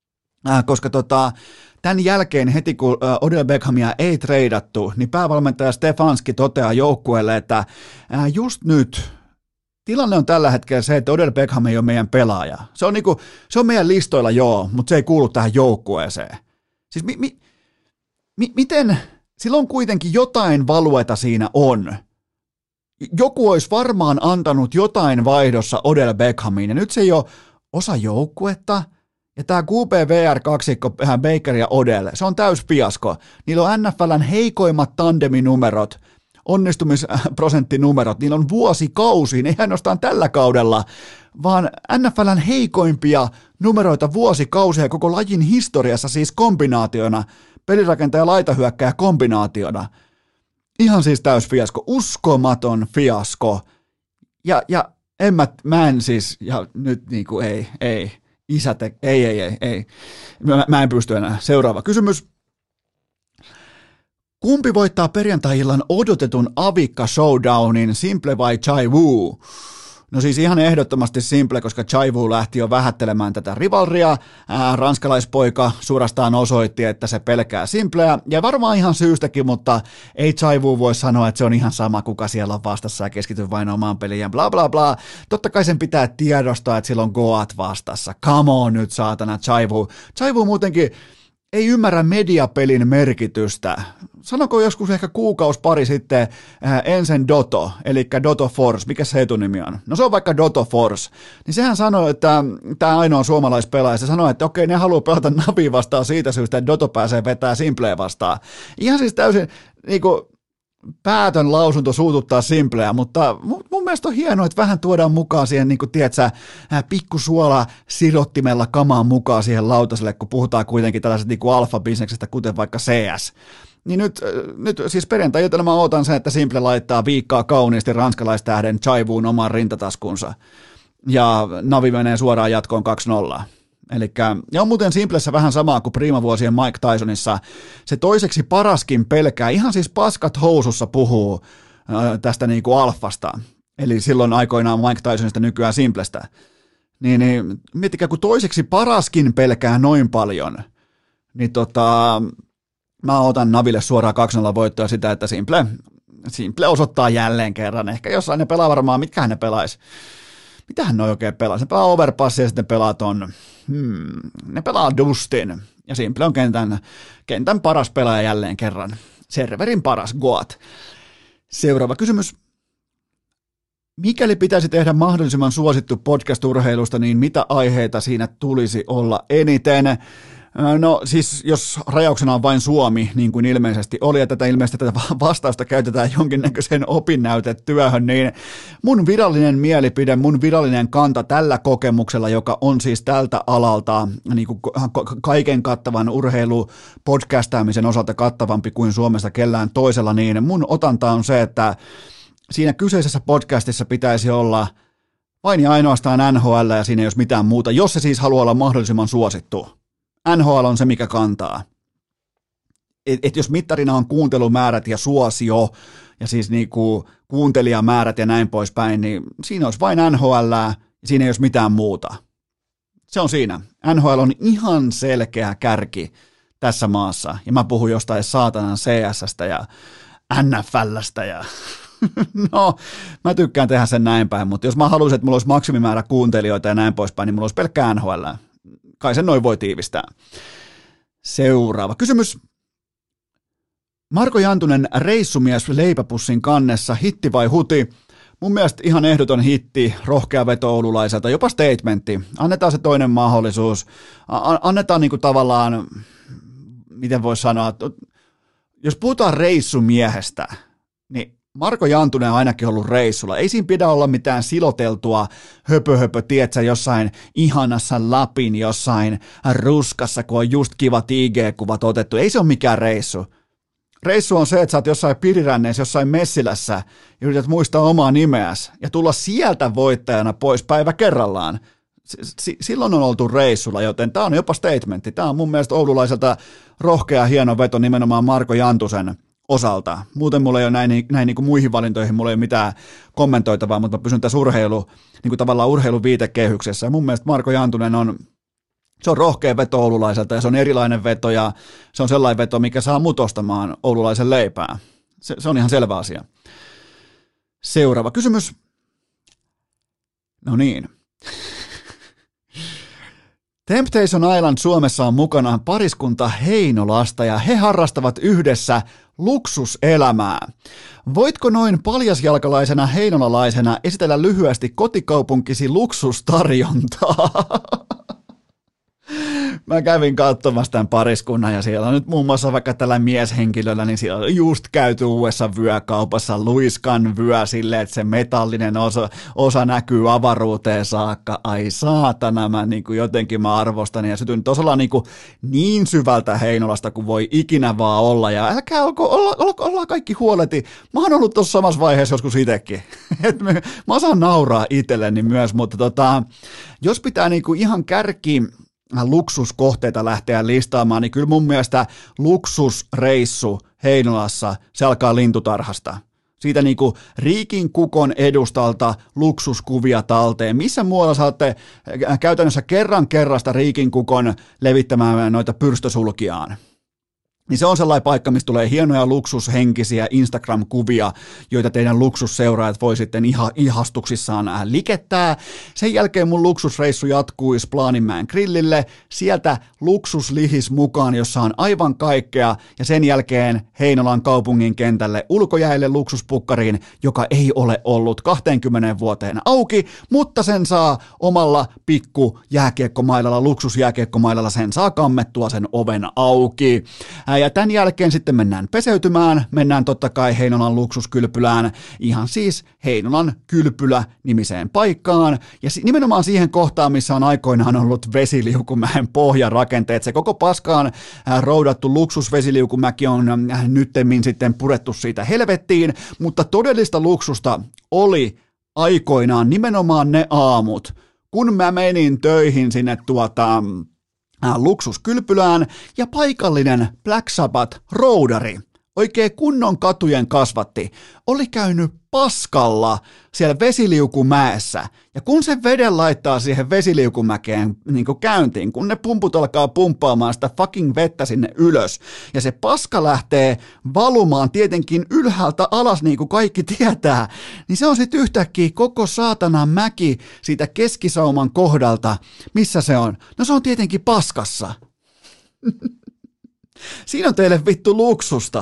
tämän jälkeen heti kun Odell Beckhamia ei treidattu, niin päävalmentaja Stefanski toteaa joukkueelle, että just nyt tilanne on tällä hetkellä se, että Odell Beckham ei ole meidän pelaaja. Se on meidän listoilla joo, mutta se ei kuulu tähän joukkueeseen. Siis miten, sillä on kuitenkin jotain valueta siinä on. Joku olisi varmaan antanut jotain vaihdossa Odell Beckhamiin, ja nyt se ei ole osa joukkuetta. Ja tämä QPVR-kaksikko, Baker ja Odell, se on täys fiasko. Niillä on NFL:n heikoimmat tandeminumerot, onnistumisprosenttinumerot, niillä on vuosikausiin, ei ainoastaan tällä kaudella, vaan NFL:n heikoimpia numeroita vuosikausia koko lajin historiassa, siis kombinaationa, pelirakentaja laitahyökkääjä kombinaationa. Ihan siis täys fiasko, uskomaton fiasko. Ja mä en siis, ja nyt niinku ei. Ei. Mä en pysty enää. Seuraava kysymys. Kumpi voittaa perjantai-illan odotetun Avikka Showdownin, Simple vai Chai Wu? No siis ihan ehdottomasti Simple, koska Chai Wu lähti jo vähättelemään tätä rivalria. Ranskalaispoika suorastaan osoitti, että se pelkää Simpleä, ja varmaan ihan syystäkin, mutta ei Chai Wu voi sanoa, että se on ihan sama, kuka siellä on vastassa ja keskity vain omaan peliin ja bla bla bla. Totta kai sen pitää tiedostaa, että sillä on Goat vastassa. Come on nyt saatana Chai Wu. Chai Wu muutenkin ei ymmärrä mediapelin merkitystä. Sanoko joskus ehkä pari sitten Ensen Dotto, eli Dotto Force, mikä se etunimi on? No se on vaikka Dotto Force. Niin sehän sanoi, että tämä ainoa suomalaispelaaja, se sanoi, että okei, ne haluaa pelata Navi vastaan siitä syystä, että Dotto pääsee vetää Simpleä vastaan. Ihan siis täysin niinku päätön lausunto suututtaa Simpleä, mutta mun mielestä on hienoa, että vähän tuodaan mukaan siihen, niin kuin tiedätkö, pikkusuola sidottimella kamaan mukaan siihen lautaselle, kun puhutaan kuitenkin tällaiset niin kuin alfa-bisneksestä, kuten vaikka CS. Niin nyt siis perjantai-iltana mä ootan sen, että Simple laittaa viikkaa kauniisti ranskalaistähden Chai Wun omaan rintataskunsa, ja Navi menee suoraan jatkoon 2-0. Elikkä, ja on muuten Simplessä vähän samaa kuin priimavuosien Mike Tysonissa. Se toiseksi paraskin pelkää, ihan siis paskat housussa puhuu tästä niin kuin alfasta. Eli silloin aikoinaan Mike Tysonista, nykyään Simplestä. Niin miettikää, kun toiseksi paraskin pelkää noin paljon, niin mä otan Naville suoraan 2-0 voittoa sitä, että Simple osoittaa jälleen kerran. Ehkä jossain ne pelaa varmaan, mitkähän ne pelaisi. Mitähän ne oikein pelaa? Se pelaa Overpassia ja sitten pelaa ne pelaa Dustin. Ja Simple on kentän paras pelaaja jälleen kerran. Serverin paras Goat. Seuraava kysymys. Mikäli pitäisi tehdä mahdollisimman suosittu podcast-urheilusta, niin mitä aiheita siinä tulisi olla eniten? No siis jos rajauksena on vain Suomi, niin kuin ilmeisesti oli, ja ilmeisesti tätä vastausta käytetään jonkinnäköiseen opinnäytetyöhön, niin mun virallinen mielipide, mun virallinen kanta tällä kokemuksella, joka on siis tältä alalta niin kuin kaiken kattavan urheilupodcastaamisen osalta kattavampi kuin Suomessa kellään toisella, niin mun otanta on se, että siinä kyseisessä podcastissa pitäisi olla vain ja ainoastaan NHL ja siinä ei olisi mitään muuta, jos se siis haluaa olla mahdollisimman suosittu. NHL on se, mikä kantaa. Et jos mittarina on kuuntelumäärät ja suosio ja siis niinku kuuntelijamäärät ja näin poispäin, niin siinä olisi vain NHL ja siinä ei olisi mitään muuta. Se on siinä. NHL on ihan selkeä kärki tässä maassa. Ja mä puhun jostain saatanan CS:stä ja NFL:stä ja no, mä tykkään tehdä sen näin päin, mutta jos mä haluaisin, että mulla olisi maksimimäärä kuuntelijoita ja näin poispäin, niin mulla olisi pelkkää NHL. Kai sen noin voi tiivistää. Seuraava kysymys. Marko Jantunen, reissumies leipäpussin kannessa, hitti vai huti? Mun mielestä ihan ehdoton hitti, rohkea veto oululaiselta, jopa statementti. Annetaan se toinen mahdollisuus. Annetaan niinku tavallaan, miten voisi sanoa, jos puhutaan reissumiehestä, niin Marko Jantunen on ainakin ollut reissulla. Ei siinä pidä olla mitään siloteltua höpö, tietsä, jossain ihanassa Lapin, jossain ruskassa, kun on just kivat IG-kuvat otettu. Ei se ole mikään reissu. Reissu on se, että sä oot jossain Piriränneissä, jossain Messilässä ja yrität muistaa omaa nimeäsi ja tulla sieltä voittajana pois päivä kerrallaan. Silloin on oltu reissulla, joten tämä on jopa statementti. Tämä on mun mielestä oululaiselta rohkea hieno veto nimenomaan Marko Jantusen osalta. Muuten mulla ei ole näin niin kuin muihin valintoihin, mulla ei ole mitään kommentoitavaa, mutta mä pysyn tässä niin kuin tavallaan urheiluviitekehyksessä. Ja mun mielestä Marko Jantunen se on rohkea veto oululaiselta ja se on erilainen veto ja se on sellainen veto, mikä saa mut ostamaan oululaisen leipää. Se on ihan selvä asia. Seuraava kysymys. No niin. Temptation Island Suomessa on mukana pariskunta Heinolasta ja he harrastavat yhdessä luksuselämää. Voitko noin paljasjalkalaisena heinolalaisena esitellä lyhyesti kotikaupunkisi luksustarjontaa? Mä kävin katsomassa tämän pariskunnan ja siellä on nyt muun muassa vaikka tällä mieshenkilöllä, niin siellä on just käyty uudessa vyökaupassa luiskan vyö silleen, että se metallinen osa näkyy avaruuteen saakka. Ai saatana, mä arvostan ja sytyn tosalla niin syvältä Heinolasta kuin voi ikinä vaan olla. Ja älkää ollaan kaikki huoleti. Mä oon ollut tuossa samassa vaiheessa joskus itsekin. Mä osaan nauraa itselleni myös, mutta jos pitää ihan luksuskohteita lähteä listaamaan, niin kyllä mun mielestä luksusreissu Heinolassa, se alkaa lintutarhasta. Siitä Riikin kukon edustalta luksuskuvia talteen. Missä muualla saatte käytännössä kerrasta Riikin kukon levittämään noita pyrstösulkiaan? Niin se on sellainen paikka, missä tulee hienoja luksushenkisiä Instagram-kuvia, joita teidän luksusseuraajat voi sitten ihastuksissaan likettää. Sen jälkeen mun luksusreissu jatkuu Splaninmäen grillille, sieltä luksuslihis mukaan, jossa on aivan kaikkea, ja sen jälkeen Heinolan kaupungin kentälle ulkojäille luksuspukkariin, joka ei ole ollut 20 vuoteen auki, mutta sen saa omalla pikku jääkiekkomailalla, luksusjääkiekkomailalla, sen saa kammettua sen oven auki. Ja tämän jälkeen sitten mennään peseytymään, mennään totta kai Heinolan luksuskylpylään, ihan siis Heinolan kylpylä-nimiseen paikkaan, ja nimenomaan siihen kohtaan, missä on aikoinaan ollut Vesiliukumäen pohjarakenteet. Se koko paskaan roudattu luksusvesiliukumäki on nyttemmin sitten purettu siitä helvettiin, mutta todellista luksusta oli aikoinaan nimenomaan ne aamut, kun mä menin töihin sinne luksuskylpylään ja paikallinen Black Sabbath-roudari, oikein kunnon katujen kasvatti, oli käynyt paskalla siellä Vesiliukumäessä. Ja kun se veden laittaa siihen Vesiliukumäkeen käyntiin, kun ne pumput alkaa pumppaamaan sitä fucking vettä sinne ylös, ja se paska lähtee valumaan tietenkin ylhäältä alas, niin kuin kaikki tietää, niin se on sitten yhtäkkiä koko saatanan mäki siitä keskisauman kohdalta. Missä se on? No se on tietenkin paskassa. Siinä on teille vittu luksusta.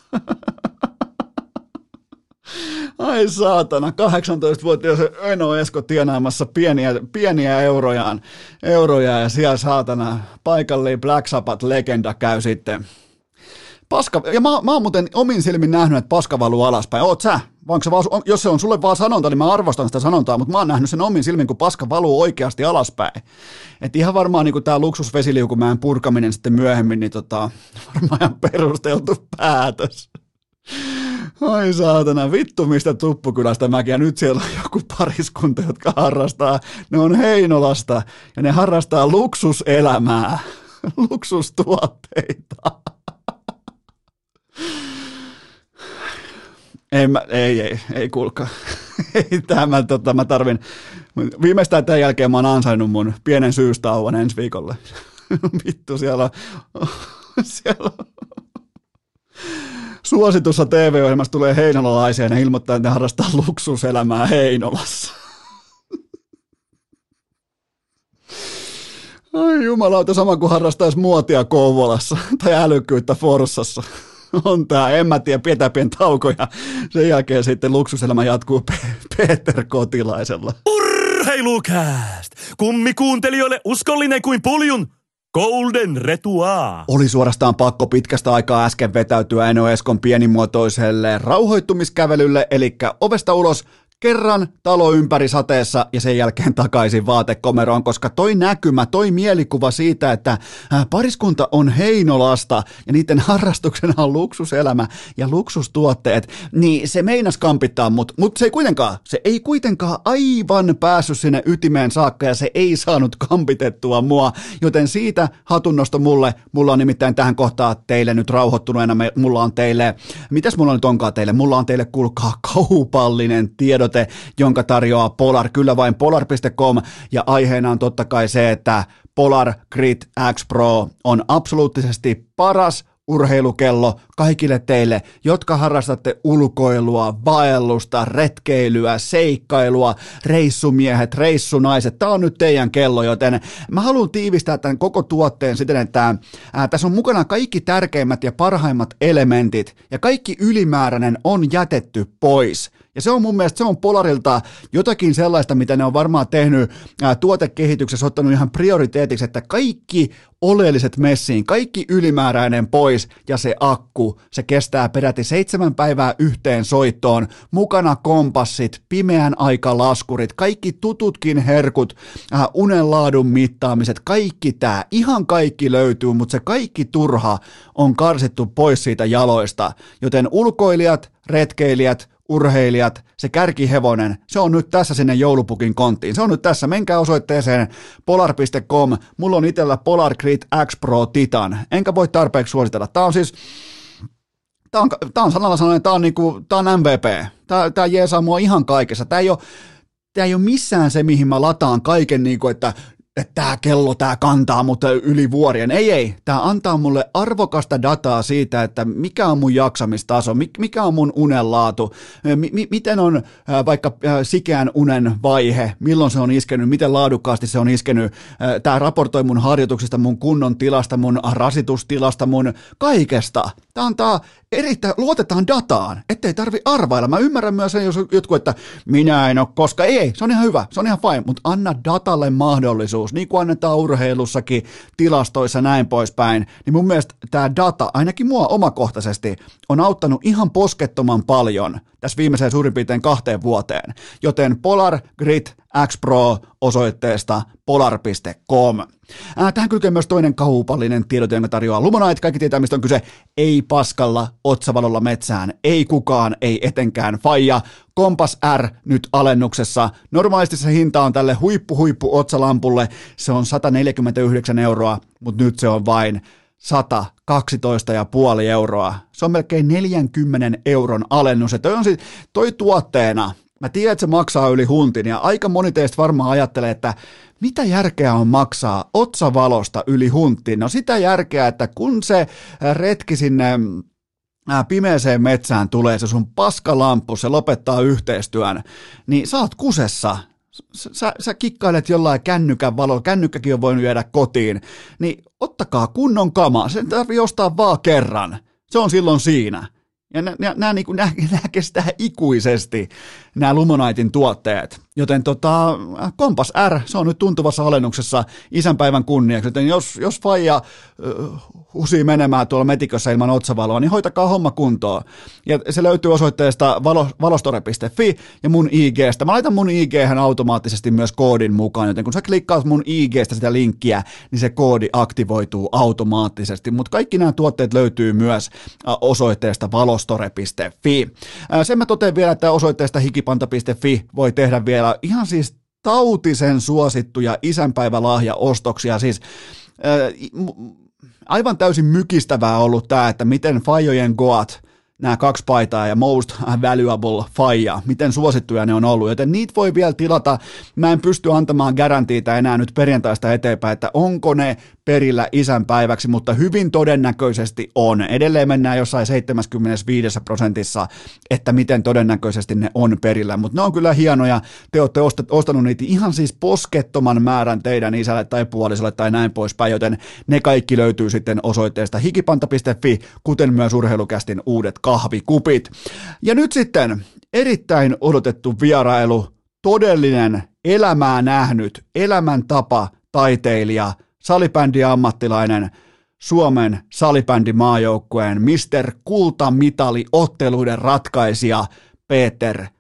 Ai saatana, 18-vuotias Eno Esko tienaamassa pieniä euroja ja siellä saatana paikallinen Black Sabbath-legenda käy sitten. Paska, ja mä oon muuten omin silmin nähnyt, että paska valuu alaspäin. Oot sä? Jos se on sulle vaan sanonta, niin mä arvostan sitä sanontaa, mutta mä oon nähnyt sen omin silmin, kun paska valuu oikeasti alaspäin. Et ihan varmaan niin tää luksusvesiliukumäen purkaminen sitten myöhemmin, niin varmaan ihan perusteltu päätös. Ai saatana, vittu mistä Tuppukylästä mäkin, ja nyt siellä on joku pariskunta, jotka harrastaa, ne on Heinolasta, ja ne harrastaa luksuselämää, luksustuotteita. Ei kuulkaa. Ei mä tarvin. Viimeistään tämän jälkeen mä oon ansainnut mun pienen syystauon ensi viikolle. Vittu, siellä on. Suositussa TV-ohjelmassa tulee heinolalaisia ja ne ilmoittaa, että ne harrastaa luksuselämää Heinolassa. Ai jumalauta, sama kuin harrastaisi muotia Kouvolassa tai älykkyyttä Forssassa. On tää, en mä tiedä, pidetään pieni tauko ja sen jälkeen sitten luksuselämä jatkuu Peter Kotilaisella. Urheilukääst! Kummikuuntelijoille uskollinen kuin puljun Golden Retua. Oli suorastaan pakko pitkästä aikaa äsken vetäytyä Eno Eskon pienimuotoiselle rauhoittumiskävelylle, eli ovesta ulos, kerran talo ympäri sateessa ja sen jälkeen takaisin vaatekomeroon, koska toi näkymä, toi mielikuva siitä, että pariskunta on Heinolasta ja niiden harrastuksena on luksuselämä ja luksustuotteet, niin se meinas kampittaa, mutta se ei kuitenkaan aivan päässyt sinne ytimeen saakka ja se ei saanut kampitettua mua, joten siitä hatunnosto mulla on nimittäin tähän kohtaan teille nyt rauhoittuneena, mulla on teille, mitäs mulla nyt onkaan teille, mulla on teille kuulkaa kaupallinen tiedote, jonka tarjoaa Polar, kyllä vain polar.com ja aiheena on totta kai se, että Polar Grid X Pro on absoluuttisesti paras urheilukello kaikille teille, jotka harrastatte ulkoilua, vaellusta, retkeilyä, seikkailua, reissumiehet, reissunaiset. Tämä on nyt teidän kello, joten mä haluan tiivistää tämän koko tuotteen siten, että tässä on mukana kaikki tärkeimmät ja parhaimmat elementit ja kaikki ylimääräinen on jätetty pois. Ja se on mun mielestä, se on Polarilta jotakin sellaista, mitä ne on varmaan tehnyt tuotekehityksessä, ottanut ihan prioriteetiksi, että kaikki oleelliset messiin, kaikki ylimääräinen pois ja se akku, se kestää peräti 7 päivää yhteen soittoon, mukana kompassit, pimeän aikalaskurit, kaikki tututkin herkut, unenlaadun mittaamiset, kaikki tää, ihan kaikki löytyy, mutta se kaikki turha on karsittu pois siitä jaloista, joten ulkoilijat, retkeilijät, urheilijat, se kärkihevonen, se on nyt tässä sinne joulupukin konttiin. Se on nyt tässä. Menkää osoitteeseen polar.com. Mulla on itsellä Polar Grid X Pro Titan. Enkä voi tarpeeksi suositella. Tää on siis, tää on sanalla sanoen, tää on MVP. Tää jeesaa mua ihan kaikessa. Tää ei ole missään se, mihin mä lataan kaiken, että tämä kello, tämä kantaa mut yli vuorien. Ei. Tämä antaa mulle arvokasta dataa siitä, että mikä on mun jaksamistaso, mikä on mun unenlaatu, miten on vaikka sikeän unen vaihe, milloin se on iskenyt, miten laadukkaasti se on iskenyt. Tämä raportoi mun harjoituksista, mun kunnon tilasta, mun rasitustilasta, mun kaikesta. Tämä antaa erittäin, luotetaan dataan, ettei tarvi arvailla. Mä ymmärrän myös sen, jos jotkut, että minä en ole, koska ei, se on ihan hyvä, se on ihan fine, mutta anna datalle mahdollisuus, niin kuin annetaan urheilussakin, tilastoissa näin poispäin, niin mun mielestä tämä data, ainakin mua omakohtaisesti, on auttanut ihan poskettoman paljon tässä viimeiseen suurin piirtein 2 vuoteen, joten Polar Grid X Pro osoitteesta polar.com. Tähän kylkee myös toinen kaupallinen tiedote, jonka tarjoaa Lumonite. Kaikki tietää, mistä on kyse. Ei paskalla otsavalolla metsään. Ei kukaan, ei etenkään faija. Kompas R nyt alennuksessa. Normaalisti se hinta on tälle huippu otsalampulle. Se on 149 €, mutta nyt se on vain 112,5 €. Se on melkein 40 € alennus. Ja toi tuotteena, mä tiedän, että se maksaa yli huntin, ja aika moni teistä varmaan ajattelee, että mitä järkeä on maksaa otsavalosta yli huntin? No sitä järkeä, että kun se retki sinne pimeeseen metsään tulee, se sun paskalamppu, se lopettaa yhteistyön, niin sä oot kusessa. Sä kikkailet jollain kännykän valolla, kännykkäkin on voinut jäädä kotiin, niin ottakaa kunnon kamaa, sen tarvii ostaa vaan kerran, se on silloin siinä. Ja nämä kestää ikuisesti, nämä Lumonitein tuotteet. Joten Kompas R, se on nyt tuntuvassa alennuksessa isänpäivän kunniaksi. Joten jos faija husii menemään tuolla metikössä ilman otsavaloa, niin hoitakaa homma kuntoon. Ja se löytyy osoitteesta valostore.fi ja mun IG:stä. Mä laitan mun IG:hän automaattisesti myös koodin mukaan, joten kun sä klikkaat mun IG:stä sitä linkkiä, niin se koodi aktivoituu automaattisesti. Mutta kaikki nämä tuotteet löytyy myös osoitteesta valostore.fi. Sen mä totean vielä, että osoitteesta hikipanta.fi voi tehdä vielä ihan siis tautisen suosittuja isänpäivälahjaostoksia, siis aivan täysin mykistävää ollut tämä, että miten faijojen goat, nämä 2 paitaa ja most valuable faija, miten suosittuja ne on ollut, joten niitä voi vielä tilata. Mä en pysty antamaan garantiita enää nyt perjantaista eteenpäin, että onko ne perillä isänpäiväksi, mutta hyvin todennäköisesti on. Edelleen mennään jossain 75%, että miten todennäköisesti ne on perillä, mutta ne on kyllä hienoja. Te olette ostanut niitä ihan siis poskettoman määrän teidän isälle tai puolisolle tai näin poispäin, joten ne kaikki löytyy sitten osoitteesta hikipanta.fi, kuten myös Urheilukästin uudet kahvikupit. Ja nyt sitten erittäin odotettu vierailu, todellinen elämää nähnyt, elämäntapa taiteilija, salibändiammattilainen, Suomen salibändimaajoukkueen Mr. Kultamitali otteluiden ratkaisija Peter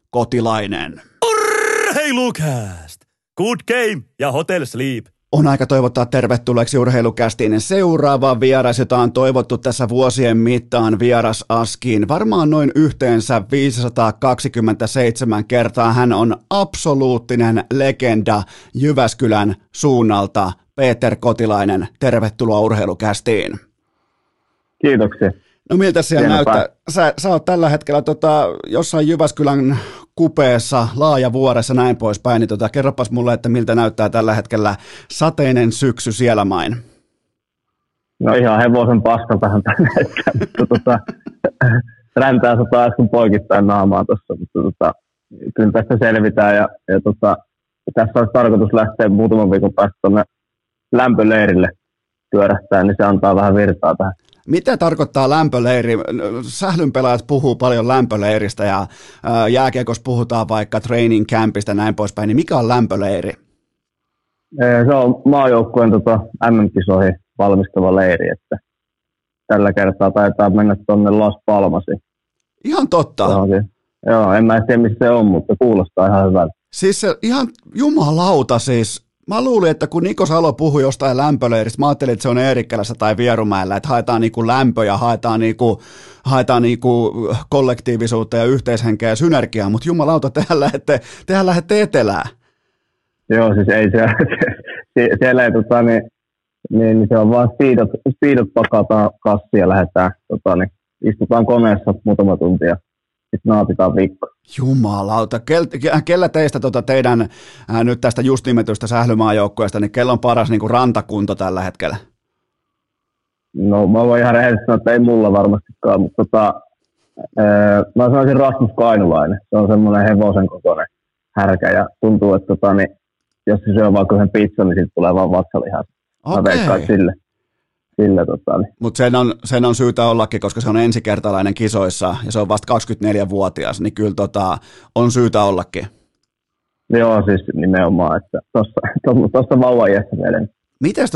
Kotilainen. Urheilukääst! Good game ja Hotel Sleep. On aika toivottaa tervetulleeksi Urheilukästiin seuraava vieras, jota on toivottu tässä vuosien mittaan vierasaskiin. Varmaan noin yhteensä 527 kertaa. Hän on absoluuttinen legenda Jyväskylän suunnalta. Peter Kotilainen, tervetuloa Urheilukästiin. Kiitoksia. No miltä siellä näyttää? Sä oot tällä hetkellä jossain Jyväskylän kupeessa, Laajavuoressa näin poispäin, niin kerropas mulle, että miltä näyttää tällä hetkellä sateinen syksy siellä main? No ihan hevosen paskaltahan tällä hetkellä, mutta räntää sataa äsken poikittain naamaa tuossa, mutta kyllä tästä selvitään ja tässä olisi tarkoitus lähteä muutaman viikon päästä tuonne lämpöleirille pyörähtää, niin se antaa vähän virtaa tähän. Mitä tarkoittaa lämpöleiri? Sählynpelaajat puhuu paljon lämpöleiristä ja jääkiekossa puhutaan vaikka training campista näin poispäin, niin mikä on lämpöleiri? Se on maajoukkueen MM-kisoihin valmistava leiri, että tällä kertaa taitaa mennä tuonne Las Palmasiin. Ihan totta. Joo, en mä tiedä missä se on, mutta kuulostaa ihan hyvältä. Siis se ihan jumalauta siis. Mä luulin, että kun Niko Salo puhui jostain lämpöleiristä, mä ajattelin, että se on Eerikkälässä tai Vierumäellä, että haetaan niinku lämpöä, haetaan niinku kollektiivisuutta ja yhteishenkeä ja synergiaa, mutta jumalauta, tehän lähdette etelään. Joo, siis ei siellä ei, niin se on vaan speedot pakataan kassiin ja lähdetään, istutaan koneessa muutama tunti ja sitten nautitaan viikko. Jumalauta, kellä teistä teidän nyt tästä just nimetystä sählymaajoukkueesta, niin kello on paras niin kuin rantakunto tällä hetkellä? No mä voin ihan rehellisesti sanoa, että ei mulla varmastikaan, mutta mä sanoisin Rasmus Kainulainen. Se on semmoinen hevosen kokoinen härkä ja tuntuu, että jos se syö vaikka yhden pizzan, niin siitä tulee vaan vatsalihas. Mä veikkaan sille. Mutta sen on syytä ollakin, koska se on ensikertalainen kisoissa ja se on vasta 24-vuotias, niin kyllä on syytä ollakin. Joo, siis nimenomaan, että tuossa vauva-iässä meidän. Mites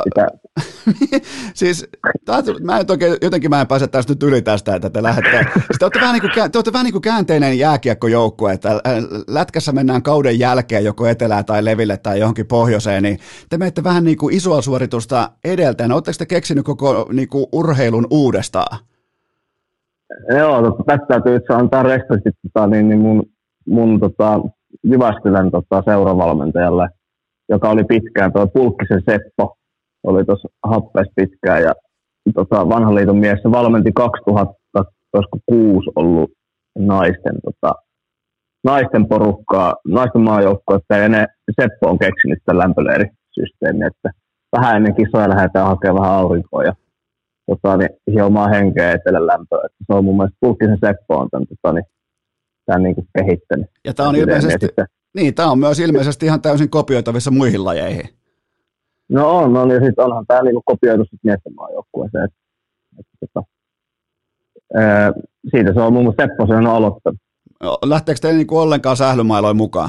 siis mä en pääse tästä nyt yli tästä, että te lähdette. Te olette vähän niin kuin käänteinen jääkiekkojoukkue, että lätkässä mennään kauden jälkeen joko etelään tai leville tai johonkin pohjoiseen, niin te menette vähän niin kuin isoa suoritusta edeltäen. Oletteko te keksinyt koko niin kuin urheilun uudestaan? Joo, tästä täytyy itse antaa respektit mun Jyväskylän seuravalmentajalle, joka oli pitkään, tuo Pulkkisen Seppo, oli tuossa happeessa pitkään ja vanhan liiton mies, se valmenti 2006 ollut naisten porukkaa, naisten maajoukkoista ja Seppo on keksinyt tämän lämpöleirisysteemin, että vähän ennen kisoja lähdetään hakemaan vähän aurinkoa ja hiomaan henkeä etelän lämpöä, että se on mun mielestä Pulkkisen Seppo on tämän niin kuin kehittänyt. Ja tämä on ilmeisesti... Niin, tämä on myös ilmeisesti ihan täysin kopioitavissa muihin lajeihin. No on ja sitten onhan tämä niinku kopioitu sitten miesten maajoukkueeseen. Siitä se on muun muassa Seppo sen aloittanut. Lähteekö teille niinku ollenkaan sählymailoin mukaan?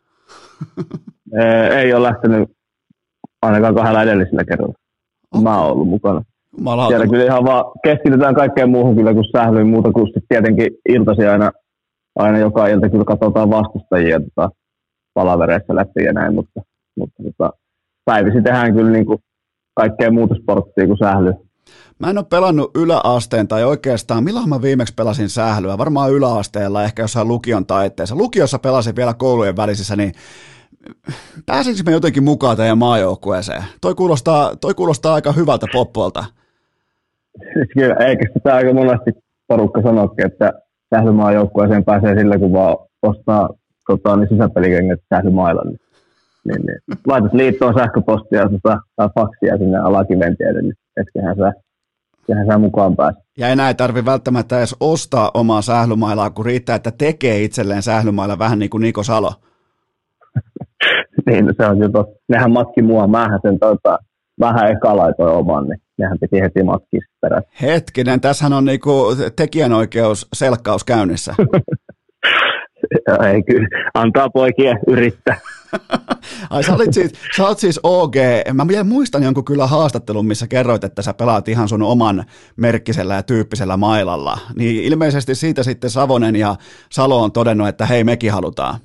Ei ole lähtenyt ainakaan 2 edellisellä kerralla. Okay. Mä oon ollut mukana. Siellä kyllä ihan vaan keskitytään kaikkeen muuhun kyllä kuin sählyyn muuta kuin tietenkin iltasi aina joka ilta kyllä katsotaan vastustajia palavereissa läpi ja näin, mutta päivisi tehdään kyllä niin kuin kaikkea muuta sporttia kuin sählyä. Mä en ole pelannut yläasteen tai oikeastaan, milloin mä viimeksi pelasin sählyä? Varmaan yläasteella, ehkä jossain lukion taitteessa. Lukiossa pelasin vielä koulujen välisissä, niin pääsinkö me jotenkin mukaan teidän maajoukkueeseen? Toi kuulostaa aika hyvältä poppolta. Kyllä, eikä sitä aika monesti porukka sanokin, että sählymaajoukkueeseen pääsee sillä, kun vaan ostaa sisäpelikengät sählymailan. Niin. Laitas liittoon sähköpostia tai faksia sinne alakiventielle, niin etköhän sä mukaan pääse. Ja enää ei tarvitse välttämättä edes ostaa omaa sählymailaa, kun riittää, että tekee itselleen sählymailla vähän niin kuin Niko Salo. Niin, se on juttu. Nehän matki mua. Mähän sen vähän eka laitoin oman, niin nehän piti heti matkia perässä. Hetkinen, tässähän on niinku tekijänoikeus selkkaus käynnissä. Ei kyllä, antaa poikien yrittää. Ai sä oot siis OG. Mä vielä muistan jonkun kyllä haastattelun, missä kerroit, että sä pelaat ihan sun oman merkkisellä ja tyyppisellä mailalla. Niin ilmeisesti siitä sitten Savonen ja Salo on todennut, että hei, mekin halutaan.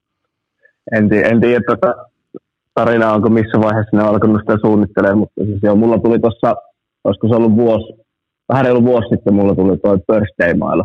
En tiedä tarinaa, onko missä vaiheessa ne on alkanut sitä suunnittelemaan, mutta siis joo, mulla tuli tuossa, olisiko se ollut vähän reilu vuosi sitten, mulla tuli toi birthday-maila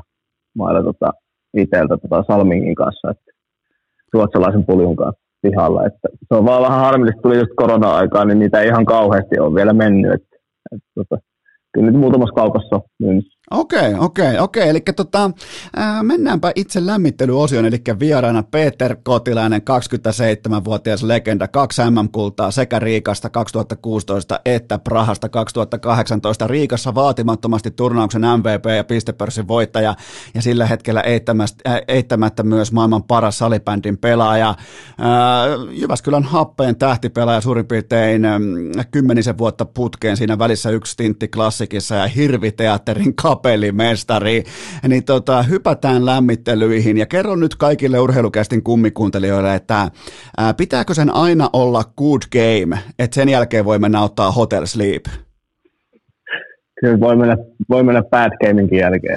itseltä Salmingin kanssa, että ruotsalaisen puljun kanssa pihalla. Että se on vaan vähän harmillista, tuli just korona-aikaa, niin niitä ei ihan kauheasti ole vielä mennyt. Kyllä nyt muutamassa kaupassa on myynnissä. Okei. Eli mennäänpä itse lämmittelyosioon, eli vieraana Peter Kotilainen, 27-vuotias legenda, 2 MM-kultaa sekä Riikasta 2016 että Prahasta 2018. Riikassa vaatimattomasti turnauksen MVP ja pistepörssin voittaja, ja sillä hetkellä eittämättä myös maailman paras salibändin pelaaja. Jyväskylän Happeen tähtipelaaja suurin piirtein 10 vuotta putkeen, siinä välissä 1 stintti klassikissa ja Hirviteatterin kapellimestari, niin hypätään lämmittelyihin ja kerron nyt kaikille urheilukästin kummikuuntelijoille, että pitääkö sen aina olla good game, että sen jälkeen voi mennä ottaa hotel sleep? Kyllä voi mennä bad gameinkin jälkeen.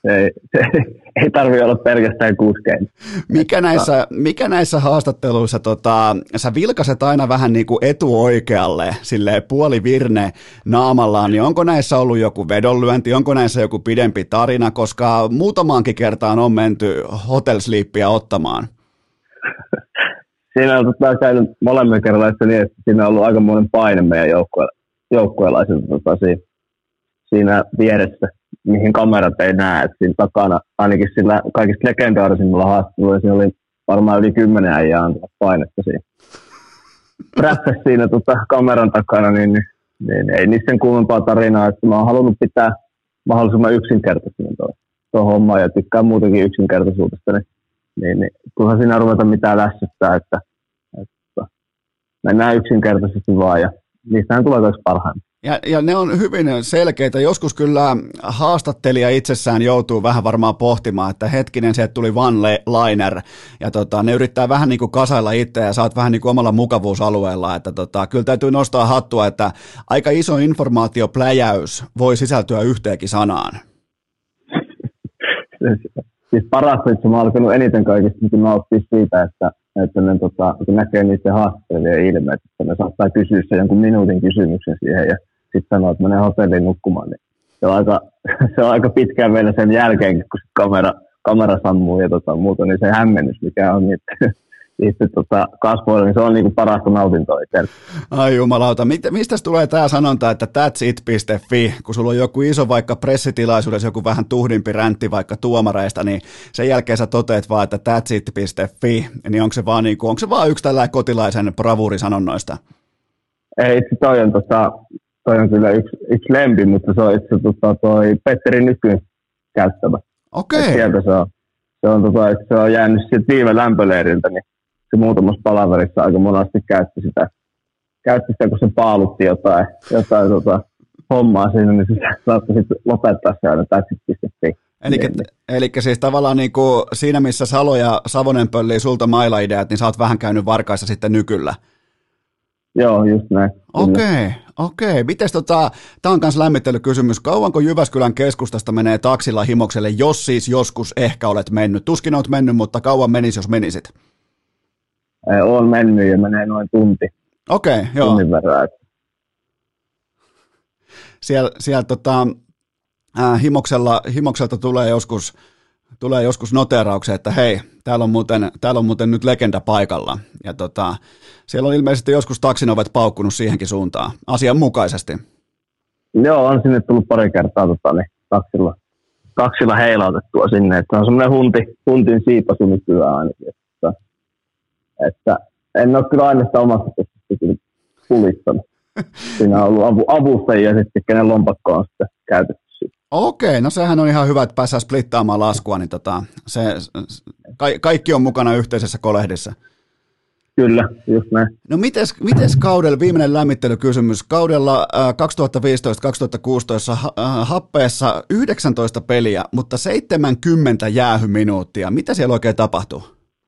Ei tarvitse olla pelkästään good game. Mikä näissä haastatteluissa, sä vilkaset aina vähän niin kuin etuoikealle, silleen puolivirne naamallaan, niin onko näissä ollut joku vedonlyönti, onko näissä joku pidempi tarina, koska muutamaankin kertaan on menty hotel sleepia ottamaan? Siinä on käynyt molemmilla kerralla niin, että siinä on ollut aikamoinen paine meidän joukkueelaisilta siinä vieressä, mihin kamerat ei näe. Että siinä takana, ainakin sillä kaikista legendaarisimmilla haastatteluilla, siinä oli varmaan yli 10 äijää antaa painetta siinä. Prässäs siinä kameran takana, niin ei niistä sen kummempaa tarinaa. Että mä oon halunnut pitää mahdollisimman yksinkertaisesti tuo homma ja tykkään muutenkin yksinkertaisuudesta. Niin kunhan siinä ruveta mitään lässyttää, että mennään yksinkertaisesti vaan ja niistähän tulee myös parhaimmin. Ja ne on hyvin selkeitä. Joskus kyllä haastattelija itsessään joutuu vähän varmaan pohtimaan, että hetkinen, sieltä tuli one-liner, ja ne yrittää vähän niin kuin kasailla itseä, ja sä oot vähän niin kuin omalla mukavuusalueella, että kyllä täytyy nostaa hattua, että aika iso informaatiopläjäys voi sisältyä yhteenkin sanaan. Siis parasta, että mä oon alkanut eniten kaikista nauttia siitä, että kun näkee niiden haastattelevien ilmeet, että ne saattaa kysyä sen jonkun minuutin kysymyksen siihen ja sitten sanoo, että menee hotelliin nukkumaan. Niin se on aika pitkään vielä sen jälkeen, kun kamera sammuu ja muuta, niin se hämmennys, mikä on itse kasvoilla, niin se on niinku parasta nautintoa itsellä. Ai jumalauta, mistä tulee tämä sanonta, että thatsit.fi, kun sulla on joku iso vaikka pressitilaisuudessa, joku vähän tuhdimpi räntti vaikka tuomareista, niin sen jälkeen sä toteat vaan, että thatsit.fi, niin onko se vaan yksi tällainen Kotilaisen bravuurisanonnoista? Ei, itse toi on kyllä yksi lempi, mutta se on itse toi Petteri Nykyn käyttämä. Okei. Sieltä se on jäänyt sieltä viime lämpöleiriltä, niin se muutamassa palaverissa aika monasti käytti sitä, kun se paalutti jotain hommaa siinä, niin se saattoi sitten lopettaa se aina tätsit.fi. Eli siis tavallaan niin kuin siinä, missä Salo ja Savonen pöllii sulta maila-ideat, niin sä oot vähän käynyt varkaissa sitten Nykyllä. Joo, just näin. Okei. Mites tää on kans lämmittelykysymys. Kauanko Jyväskylän keskustasta menee taksilla Himokselle, jos siis joskus ehkä olet mennyt? Tuskin olet mennyt, mutta kauan menisi, jos menisit? Olen mennyt ja menee noin tunti. Okei, joo. Tunnin verran. Siellä Himokselta tulee joskus noteerauksia, että hei, täällä on muuten nyt legenda paikalla. Ja siellä on ilmeisesti joskus taksinovet paukkunut siihenkin suuntaan, asianmukaisesti. Joo, on sinne tullut pari kertaa taksilla heilautettua sinne. Että on semmoinen huntin siipasu nykyään ainakin. Että en ole kyllä aina sitä omasta pulittanut. Siinä on ollut avustajia sitten, kenen lompakko on sitten käytetty. Okei, no sehän on ihan hyvä, että päästään splittaamaan laskua, niin kaikki on mukana yhteisessä kolehdissa. Kyllä, just näin. No mites kaudella, viimeinen lämmittelykysymys, kaudella 2015-2016 happeessa 19 peliä, mutta 70 jäähyminuuttia. Mitä siellä oikein tapahtui?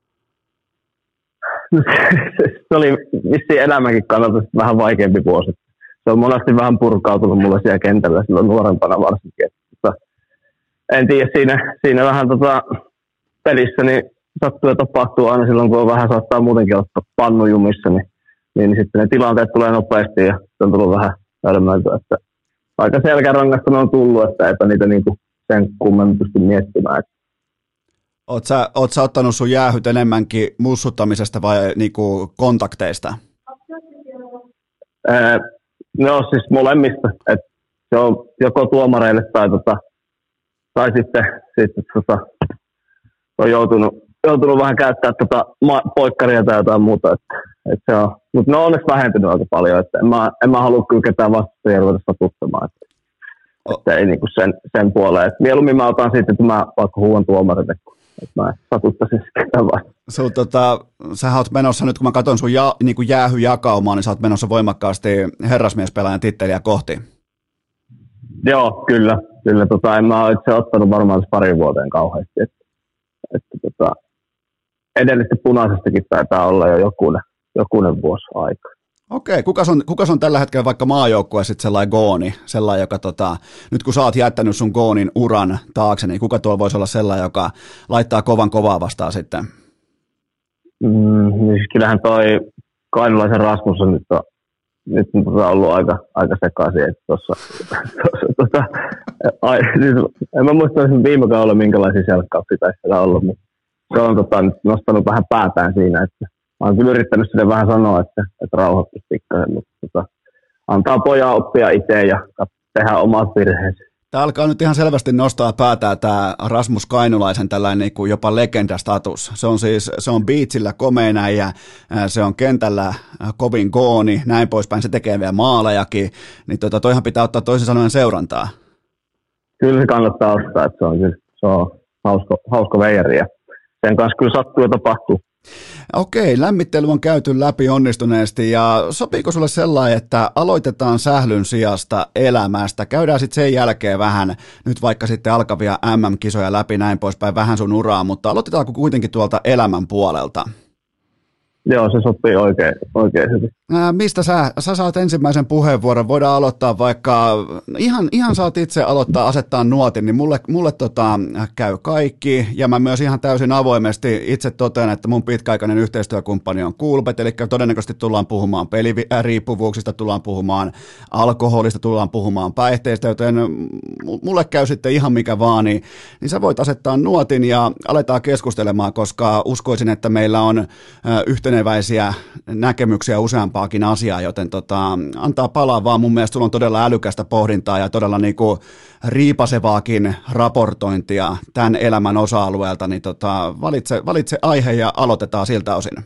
Se oli vissiin elämänkin kannalta vähän vaikeampi vuosi. Se on monesti vähän purkautunut mulle siellä kentällä silloin nuorempana varsinkin. En tiedä, siinä vähän pelissä niin sattuu ja tapahtuu aina silloin, kun on vähän saattaa muutenkin ottaa pannujumissa, niin sitten ne tilanteet tulee nopeasti ja se on tullut vähän hölmöiltyä. Että aika selkärangasta on tullut, että eipä niitä niinku sen kummemmin pysty miettimään. Oot sä ottanut sun jäähyt enemmänkin mussuttamisesta vai niinku kontakteista? No siis molemmista. Et se on joko tuomareille tai sitten on joutunut vähän käyttää poikkaria tai jotain muuta. Et se on, mutta ne on onneksi vähentynyt aika paljon. Että en mä halua kyllä ketään vastustajia ruveta satuttamaan. Että ei niinku sen puoleen. Et mieluummin mä otan siitä, että mä vaikka huuan tuomarille, että mä satuttaisin ketään vastaan. Sähän oot menossa, nyt kun mä katson sun niinku jäähyjakaumaa, niin sä oot menossa voimakkaasti herrasmiespelaajan titteliä kohti. Joo, kyllä. En mä ole itse ottanut varmaan parin vuoteen kauheasti. Että edellisesti punaisestakin taitaa olla jo jokunen vuosi aikaa. Okei, kuka on tällä hetkellä vaikka maajoukkue sitten sellainen gooni, sellainen, joka nyt kun sä oot jättänyt sun goonin uran taakse, niin kuka tuolla voisi olla sellainen, joka laittaa kovaa vastaan sitten? Niin kyllähän toi Kainulaisen Rasmus on nyt ollut aika sekaisin, että en mä muista viime kaudella minkälaisia selkkauksia taisi olla, mutta se on nyt nostanut vähän päätään siinä, että mä oon kyllä yrittänyt sille vähän sanoa, että rauhoittuisi pikkasen, mutta antaa pojan oppia itse ja tehdä omat virheensä. Tämä alkaa nyt ihan selvästi nostaa päätään tämä Rasmus Kainulaisen tällainen niin kuin jopa legendastatus. Se on beachillä komeina ja se on kentällä kovin gooni, näin poispäin, se tekee vielä maalejakin, niin toihan pitää ottaa toisin sanoen seurantaa. Kyllä se kannattaa ottaa, että se on hauska veijari ja sen kanssa kyllä sattuu ja tapahtuu. Okei, lämmittely on käyty läpi onnistuneesti ja sopiiko sulle sellainen, että aloitetaan sählyn sijasta elämästä, käydään sitten sen jälkeen vähän, nyt vaikka sitten alkavia MM-kisoja läpi näin poispäin, vähän sun uraa, mutta aloitetaanko kuitenkin tuolta elämän puolelta? Joo, se sopii oikein hyvin. Mistä sä saat ensimmäisen puheenvuoron? Voidaan aloittaa vaikka, ihan saat itse asettaa nuotin, niin mulle käy kaikki. Ja mä myös ihan täysin avoimesti itse totean, että mun pitkäaikainen yhteistyökumppani on Coolbet, eli todennäköisesti tullaan puhumaan peliriippuvuuksista, tullaan puhumaan alkoholista, tullaan puhumaan päihteistä, joten mulle käy sitten ihan mikä vaan, niin sä voit asettaa nuotin ja aletaan keskustelemaan, koska uskoisin, että meillä on yhteneväisiä näkemyksiä useampaakin asiaa, joten antaa palaa vaan. Mun mielestä sulla on todella älykästä pohdintaa ja todella niinku riipasevaakin raportointia tämän elämän osa-alueelta, niin valitse aihe ja aloitetaan siltä osin.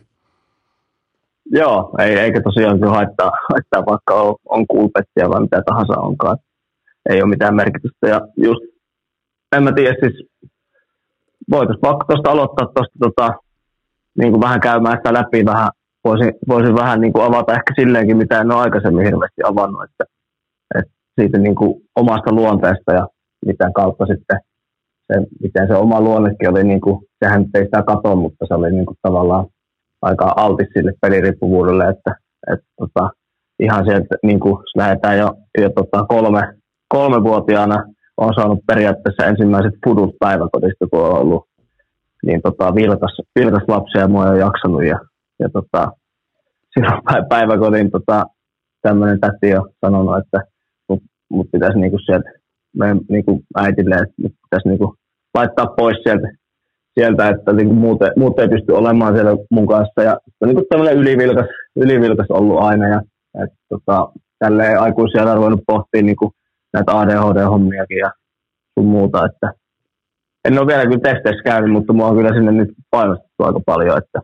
Joo, eikä tosiaan kyllä haittaa vaikka on Coolbettia vai mitä tahansa onkaan. Ei ole mitään merkitystä ja just, en mä tiedä siis, voitaisiin vaikka tuosta aloittaa tuosta niin kuin vähän käymään sitä läpi vähän, voisin vähän niin kuin avata ehkä silleenkin, mitä en ole aikaisemmin hirveästi avannut, että siitä niin kuin omasta luonteesta ja miten kautta sitten, miten se oma luonnekin oli, niin kuin, sehän ei sitä katso, mutta se oli niin kuin tavallaan aika altis sille peliriippuvuudelle, että ihan sieltä niin kuin lähdetään jo 3-vuotiaana, olen saanut periaatteessa ensimmäiset fudut päiväkodista, kun on ollut niin vilkas lapsia ja mua ei ole jaksanut ja silloin päiväkodin tämmöinen täti on sanonut, että mut pitäisi niinku sieltä meidän niinku äitille, että mut pitäisi niinku laittaa pois sieltä että niinku muut ei pysty olemaan siellä mun kanssa ja on niinku tämmöinen ylivilkas ollut aina ja tälleen aikuisia on ruvennut pohtimaan niinku näitä ADHD-hommiakin ja sun muuta, että en ole vielä kyllä testeissä käynyt, mutta mua on kyllä sinne nyt painostettu aika paljon, että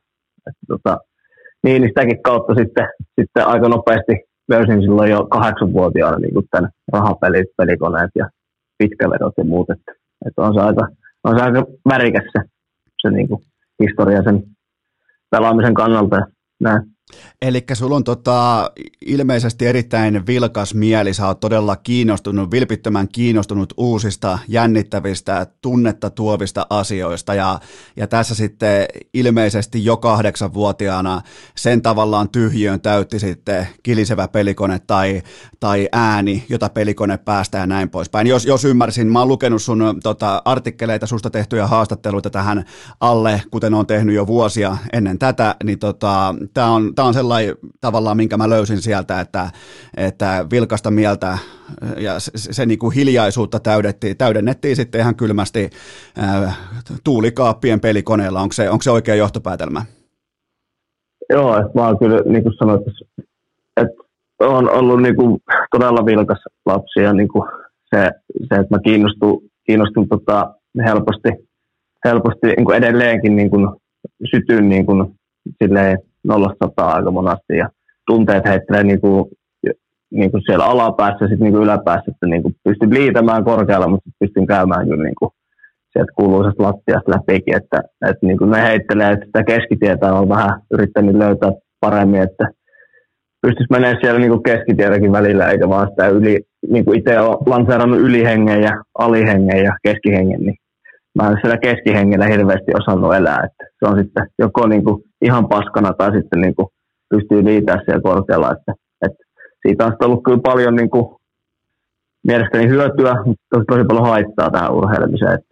niin sitäkin kautta sitten aika nopeasti löysin silloin jo 8-vuotiaana niin tämän rahapelit, pelikoneet ja pitkävedot ja muut, että on se aika värikäs se niin kuin historia sen pelaamisen kannalta. näin. Eli sulla on ilmeisesti erittäin vilkas mieli, sä oot todella kiinnostunut, vilpittömän kiinnostunut uusista, jännittävistä, tunnetta tuovista asioista ja tässä sitten ilmeisesti jo 8-vuotiaana sen tavallaan tyhjiön täytti sitten kilisevä pelikone tai ääni, jota pelikone päästää ja näin poispäin. Jos ymmärsin, mä oon lukenut sun artikkeleita, susta tehtyjä haastatteluita tähän alle, kuten on tehnyt jo vuosia ennen tätä, niin tää on sellainen tavallaan, minkä mä löysin sieltä, että vilkasta mieltä ja se niin kuin hiljaisuutta täydennettiin sitten ihan kylmästi tuulikaappien pelikoneella. Onko se oikea johtopäätelmä? Joo, että mä oon kyllä, niin kuin sanoit, että on ollut niin kuin todella vilkas lapsi ja niin kuin se, että mä kiinnostun helposti niin kuin edelleenkin niin kuin sytyn niin kuin silleen 0-100 aika monasti ja tunteet heittelee niin kuin siellä alapäässä ja sitten niin kuin yläpäässä, että niin kuin pystyn liitämään korkealla, mutta pystyn käymään kyllä niin kuin sieltä kuuluisesta lattiasta läpikin, että niin kuin ne heittelee, että sitä keskitietä on vähän yrittänyt löytää paremmin, että pystyisi menemään siellä niin kuin keskitietäkin välillä, eikä vaan sitä niin kuin itse olen lanseerannut ylihengen ja alihengen ja keskihengen, niin mä en siellä keskihengellä hirveästi osannut elää, että se on sitten joko niin kuin ihan paskana tai sitten niin kuin pystyy liitämään siellä korkealla, että siitä on ollut kyllä paljon niin kuin mielestäni hyötyä, mutta tosi paljon haittaa tähän urheilemiseen, että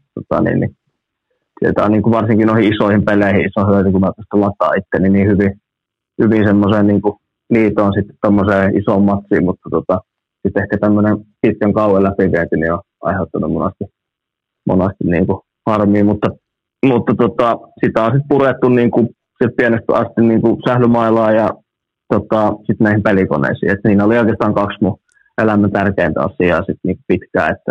sieltä on niin kuin varsinkin noihin isoihin peleihin iso hyöty, kun mä pystyn lataa itteni niin hyvin semmoiseen niin kuin liitoon sitten tommoseen isoon matsiin, mutta sitten ehkä tämmöinen pitkän kauan läpikäynti niin on aiheuttanut monasti niin kuin harmia, mutta sitä on sitten purettu niin kuin pienestä asti niin kuin sählymailaan ja sitten näihin pelikoneisiin. Et siinä oli oikeastaan 2 mun elämän tärkeintä asiaa sit niin pitkään, että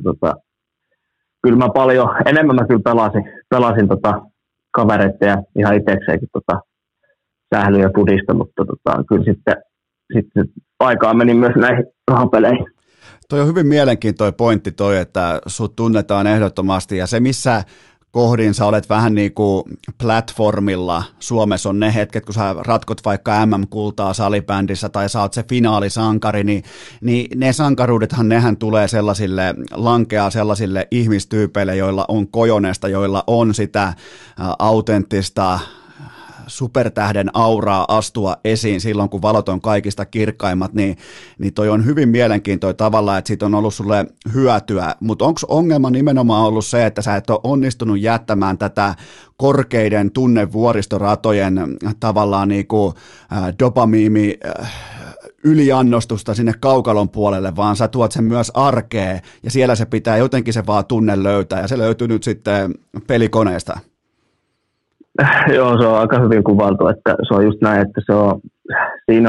kyllä mä paljon enemmän mä kyllä pelasin kavereita ja ihan itsekseenkin sählyä ja pudista, mutta kyllä sitten aikaa meni myös näihin rahapeleihin. Toi on hyvin mielenkiintoinen pointti toi, että sut tunnetaan ehdottomasti ja se missä kohdin sä olet vähän niin kuin platformilla. Suomessa on ne hetket, kun sä ratkot vaikka MM-kultaa salibändissä tai sä oot se finaalisankari, niin ne sankaruudethan nehän tulee lankeaa sellaisille ihmistyypeille, joilla on kojonesta, joilla on sitä autenttista supertähden auraa astua esiin silloin, kun valot on kaikista kirkkaimmat, niin toi on hyvin mielenkiintoinen tavalla, että siitä on ollut sulle hyötyä, mutta onko ongelma nimenomaan ollut se, että sä et ole onnistunut jättämään tätä korkeiden tunnevuoristoratojen tavallaan niin kuin dopamiimi yliannostusta sinne kaukalon puolelle, vaan sä tuot sen myös arkeen ja siellä se pitää jotenkin se vaan tunne löytää ja se löytyy nyt sitten pelikoneesta. Joo, se on aika hyvin kuvailtu, että se on just näin, että siinä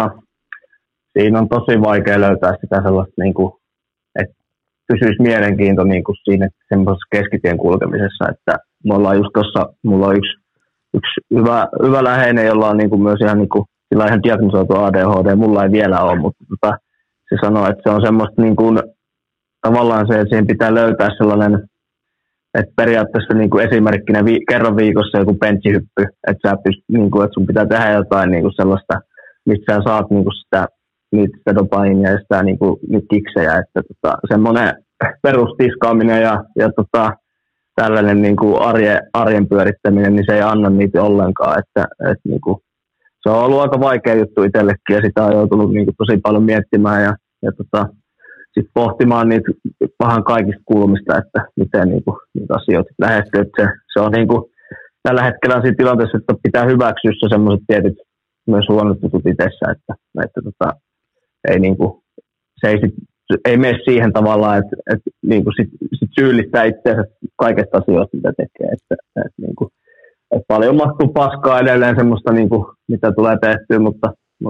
on tosi vaikea löytää sitä sellaista, niin kuin, että pysyisi mielenkiinto niin kuin siinä semmoisessa keskitien kulkemisessa, että mulla on yksi hyvä läheinen, jolla on niin kuin myös ihan, niin kuin, sillä ihan diagnosoitu ADHD, mulla ei vielä ole, mutta se sanoo, että se on semmoista niin kuin, tavallaan se, että siihen pitää löytää sellainen, että periaatteessa niin kuin esimerkkinä kerran viikossa joku benchihyppy, että sä niin kuin, että sun pitää tehdä jotain niin kuin sellaista, mistä sä saat niin kuin sitä dopamiinia ja sitä niin kuin, niitä kiksejä, että semmoinen perustiskaaminen ja tällainen niin kuin arjen pyörittäminen, niin se ei anna niitä ollenkaan, että niin kuin, se on ollut aika vaikea juttu itsellekin ja sitä on joutunut niin kuin, tosi paljon miettimään ja sitten pohtimaan niitä vähän kaikista kulmista, että miten niinku, niitä asioita lähestyy. Se on niinku, tällä hetkellä on siinä tilanteessa, että pitää hyväksyä sellaiset tietyt myös huonot jutut itsessä, että ei, niinku, se ei mene siihen tavallaan, että niinku sit syyllistää itseänsä kaikesta asioista, mitä tekee. Niinku, että paljon mahtuu paskaa edelleen semmoista, niinku, mitä tulee tehtyä, mutta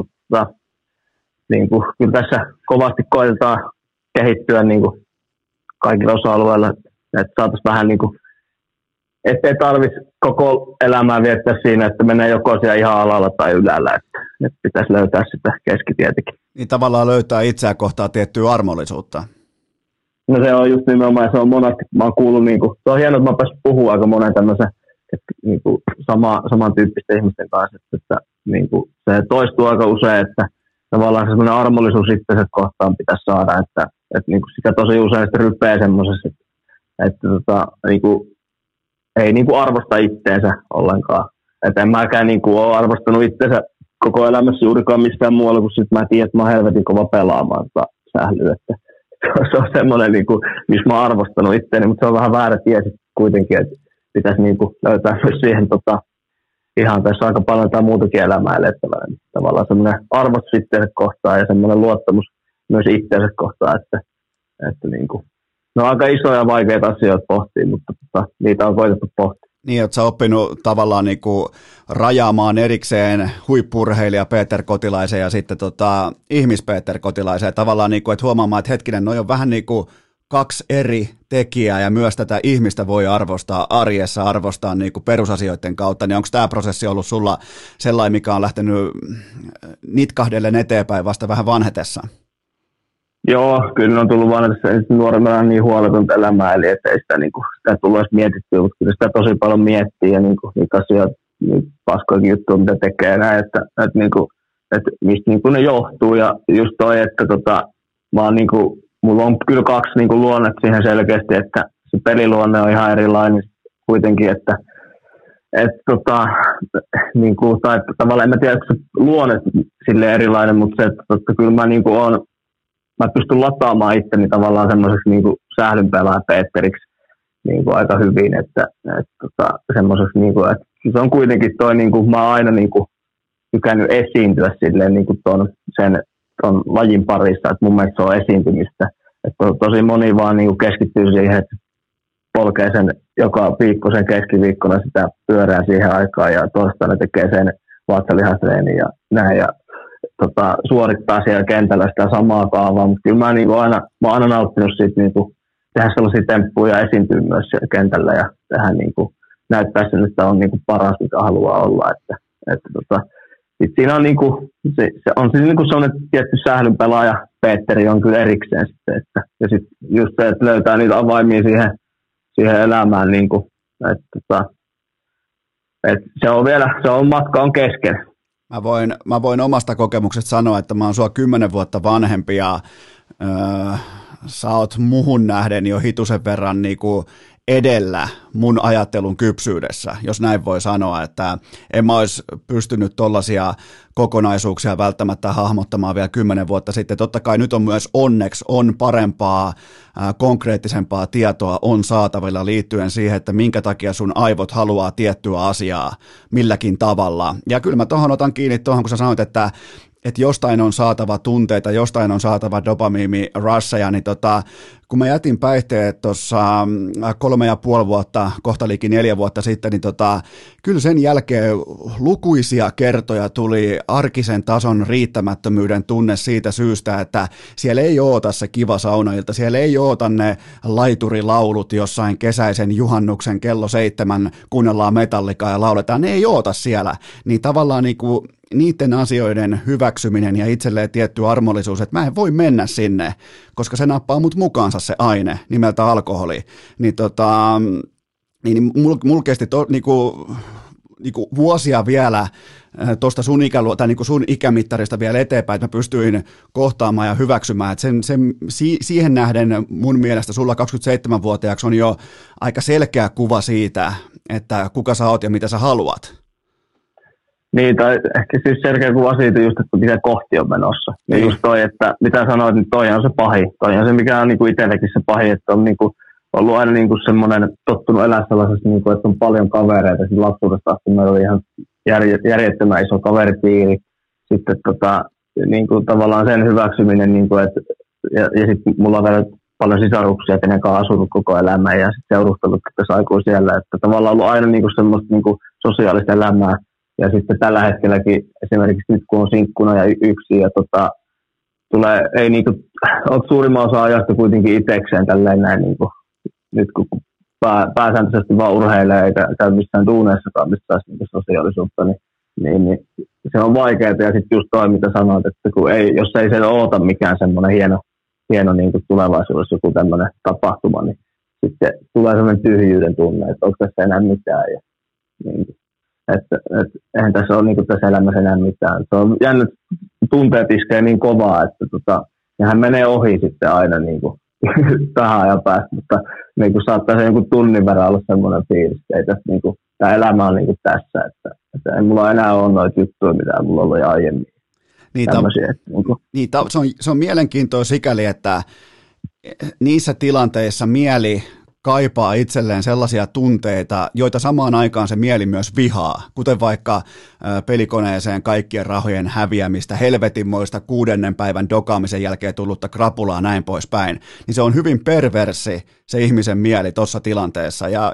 niinku, kyllä tässä kovasti koetetaan kehittyä niin kuin kaikilla osa-alueilla, että saataisiin vähän niin kuin, ettei tarvitsisi koko elämää viettää siinä, että menee joko siellä ihan alalla tai ylällä, että pitäisi löytää sitä keskitietäkin. Niin tavallaan löytää itseä kohtaa tiettyä armollisuutta. No se on just nimenomaan, se on monesti, mä oon kuullut, niin kuin, se on hienoa, että mä pääsin puhumaan aika monen tämmöisen niin kuin samantyyppisten ihmisten kanssa, että niin kuin se toistuu aika usein, että tavallaan semmoinen armollisuus itsensä kohtaan pitäisi saada, että niin kuin sitä tosi usein sitten rypeää semmoisessa, että niin kuin, ei niin kuin arvosta itteensä ollenkaan. Että en mäkään niin kuin ole arvostanut itseensä koko elämässä juurikaan mistään muualla, kun sitten mä tiedän, että mä oon helvetin kova pelaamaan sählyä. Että se on semmoinen, niin kuin, missä mä oon arvostanut itseäni, mutta se on vähän väärä tie kuitenkin, että pitäisi niin kuin löytää myös siihen ihan tässä aika paljon tai muutakin elämää elettävää. Niin tavallaan semmoinen arvostus itseensä kohtaan ja semmoinen luottamus myös itseensä kohtaan, että niin kuin, ne on aika isoja ja vaikeita asioita pohtia, mutta niitä on koitettu pohtia. Niin, että sä oppinut tavallaan niin kuin rajaamaan erikseen huippu-urheilija Peter Kotilaisen ja sitten ihmis-Peter Kotilaisen. Tavallaan, niin kuin, että huomaamaan, että hetkinen, noi on vähän niin kuin kaksi eri tekijää ja myös tätä ihmistä voi arvostaa arjessa, arvostaa niin kuin perusasioiden kautta. Niin onko tämä prosessi ollut sulla sellainen, mikä on lähtenyt nitkahdellen eteenpäin vasta vähän vanhetessa? Joo, kyllä on tullut vaan nuoremmalla niin huoletonta elämää, eli ettei sitä, niin kuin, sitä tullut edes mietittyä, mutta kyllä sitä tosi paljon miettii ja niin kuin, niitä asioita, niin paskoikin juttuja, mitä tekee näin, että niin kuin, että mistä niin kuin ne johtuu ja just toi, että mä oon niin kuin, mulla on kyllä kaksi niin kuin luonnetta siihen selkeästi, että se peliluonne on ihan erilainen kuitenkin, että niin kuin, tai tavallaan en mä tiedä, että se luonne sille erilainen, mutta se, että kyllä mä niin kuin on mä pystyn lataamaan itteni tavallaan semmoiseksi niin sählynpelaaja Peteriksi niin kuin aika hyvin, että semmoiseksi, niin kuin, että se on kuitenkin toi, niin kuin, mä oon aina niin kuin, tykännyt esiintyä silleen niin kuin ton lajin parissa, että mun mielestä se on esiintymistä. Että tosi moni vaan niin kuin keskittyy siihen, että polkee sen joka viikko sen keskiviikkona sitä pyörää siihen aikaan ja torstaina tekee sen vatsalihastreeni ja näin ja suorittaa siellä kentällä sitä samaa kaavaa, mutta kyllä mä oon aina nauttinut siitä niin kuin, tehdä sellaisia temppuja ja esiintyä myös siellä kentällä ja tehdä niin kuin, näyttää sen, että on niin kuin paras, mikä haluaa olla. Siinä on, niin kuin, se on siis niin kuin sellainen tietty sählynpelaaja Petteri on kyllä erikseen sitten, ja sitten just se, että löytää niitä avaimia siihen elämään, niin kuin, että se on matka on kesken. Mä voin omasta kokemuksesta sanoa, että mä oon sua 10 vuotta vanhempi ja sä oot muhun nähden jo hitusen verran niinku edellä mun ajattelun kypsyydessä, jos näin voi sanoa, että en mä olisi pystynyt tollaisia kokonaisuuksia välttämättä hahmottamaan vielä 10 vuotta sitten. Totta kai nyt on myös onneksi on parempaa, konkreettisempaa tietoa on saatavilla liittyen siihen, että minkä takia sun aivot haluaa tiettyä asiaa milläkin tavalla. Ja kyllä mä tohon otan kiinni tuohon, kun sä sanoit, että jostain on saatava tunteita, jostain on saatava dopamiini-russeja, niin kun mä jätin päihteet tuossa 3,5 vuotta, kohta liikin 4 vuotta sitten, niin kyllä sen jälkeen lukuisia kertoja tuli arkisen tason riittämättömyyden tunne siitä syystä, että siellä ei oota se kiva saunailta, siellä ei oota ne laiturilaulut jossain kesäisen juhannuksen kello 7, kuunnellaan Metallicaa ja lauletaan, ne ei oota siellä, niin tavallaan niinku niiden asioiden hyväksyminen ja itselleen tietty armollisuus, että mä en voi mennä sinne, koska se nappaa mut mukaansa se aine nimeltä alkoholi, niin mulla kesti niinku vuosia vielä tuosta sun ikämittarista vielä eteenpäin, että mä pystyin kohtaamaan ja hyväksymään, että siihen nähden mun mielestä sulla 27-vuotiaaksi on jo aika selkeä kuva siitä, että kuka sä oot ja mitä sä haluat. Niin, tai ehkä siis selkeä kuva siitä just, että mitä kohti on menossa. Ja just toi, että mitä sanoit, niin toi on se pahin. Toi on se, mikä on niinku itsellekin se pahin, että on niinku ollut aina niinku semmoinen tottunut elää sellaisessa, niinku, että on paljon kavereita. Sitten lapsuudesta asti meillä oli ihan järjettömän iso kaveripiiri. Sitten niinku, tavallaan sen hyväksyminen, niinku, että, ja sitten mulla on vielä paljon sisaruksia, kenen kanssa asunut koko elämän ja sitten seurustellut tässä aikuisiellä. Että tavallaan ollut aina niinku semmoista niinku sosiaalista elämää. Ja sitten tällä hetkelläkin esimerkiksi nyt kun on sinkkuna ja yksin ja tulee, ei niinku, ole suurimman osa ajasta kuitenkin itsekseen tälleen näin niinku, nyt kun pääsääntöisesti vaan urheilee eikä käy missään duuneissakaan missään niinku sosiaalisuutta, niin se on vaikeaa ja sitten just toi mitä sanoit, että kun jos ei se oota mikään semmoinen hieno niinku tulevaisuudessa joku tämmöinen tapahtuma, niin sitten tulee semmoinen tyhjyyden tunne, että onko tässä enää mitään ja Eihän tässä ole niin tässä elämässä enää mitään. Se on jännä, tunteet iskee niin kovaa, että ja hän menee ohi sitten aina niin kuin tähän ajan päästä, mutta niin kuin saattaa se jonkun tunnin verran olla semmoinen fiilis, että ei tässä, niin kuin, tämä elämä on niin kuin tässä, että ei mulla enää ole noita juttuja, mitä mulla oli aiemmin. Se on mielenkiintoista sikäli, että niissä tilanteissa mieli kaipaa itselleen sellaisia tunteita, joita samaan aikaan se mieli myös vihaa, kuten vaikka pelikoneeseen kaikkien rahojen häviämistä, helvetinmoista 6. päivän dokaamisen jälkeen tullutta krapulaa näin poispäin, niin se on hyvin perversi se ihmisen mieli tuossa tilanteessa, ja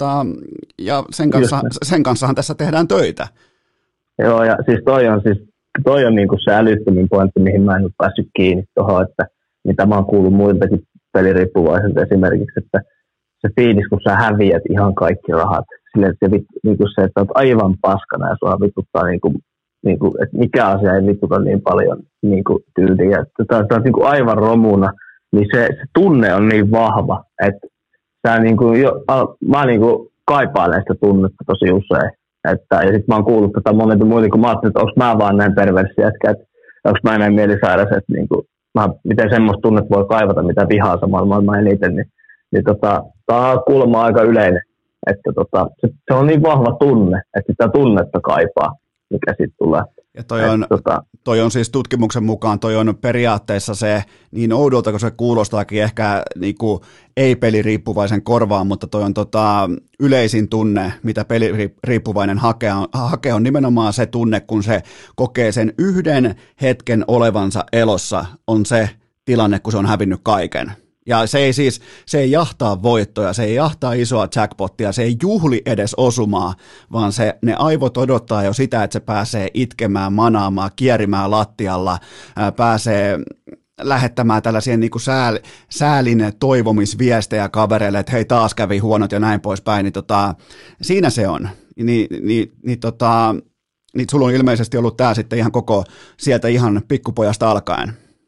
sen kanssahan tässä tehdään töitä. Joo, ja siis toi on niinku se älyttömin pointti, mihin mä en ole päässyt kiinni tuohon, että mitä mä oon kuullut muiltakin peliriippuvaisilta esimerkiksi, että se fiilis, kun sä häviät ihan kaikki rahat, silleen, että niinku se, että oot aivan paskana ja sua vituttaa, niinku, että mikä asia ei vituta niin paljon niinku, tyyliä, että sä oot niinku aivan romuna, niin se tunne on niin vahva, että sä niinku, mä niinku kaipailen sitä tunnetta tosi usein. Ja sitten mä oon kuullut tätä monilta muilta, kun mä ajattelin, että onko mä vaan näin perversi jätkä, että onko mä näin mielisairas, että niinku, miten semmoista tunnetta voi kaivata, mitä vihaa samalla maailman eniten, niin tämä on kuulemma aika yleinen, että se on niin vahva tunne, että sitä tunnetta kaipaa, mikä siitä tulee. Ja toi on siis tutkimuksen mukaan, toi on periaatteessa se, niin oudolta kun se kuulostaakin ehkä niinku ei-peliriippuvaisen korvaan, mutta toi on yleisin tunne, mitä peliriippuvainen hakee, on nimenomaan se tunne, kun se kokee sen yhden hetken olevansa elossa, on se tilanne, kun se on hävinnyt kaiken. Ja se ei jahtaa voittoja, se ei jahtaa isoa jackpottia, se ei juhli edes osumaa, vaan ne aivot odottaa jo sitä, että se pääsee itkemään, manaamaan, kierimään lattialla, pääsee lähettämään tällaisia niin kuin säälin toivomisviestejä kavereille, että hei taas kävi huonot ja näin poispäin, niin siinä se on. Niin sulla on ilmeisesti ollut tämä sitten ihan koko sieltä ihan pikkupojasta alkaen.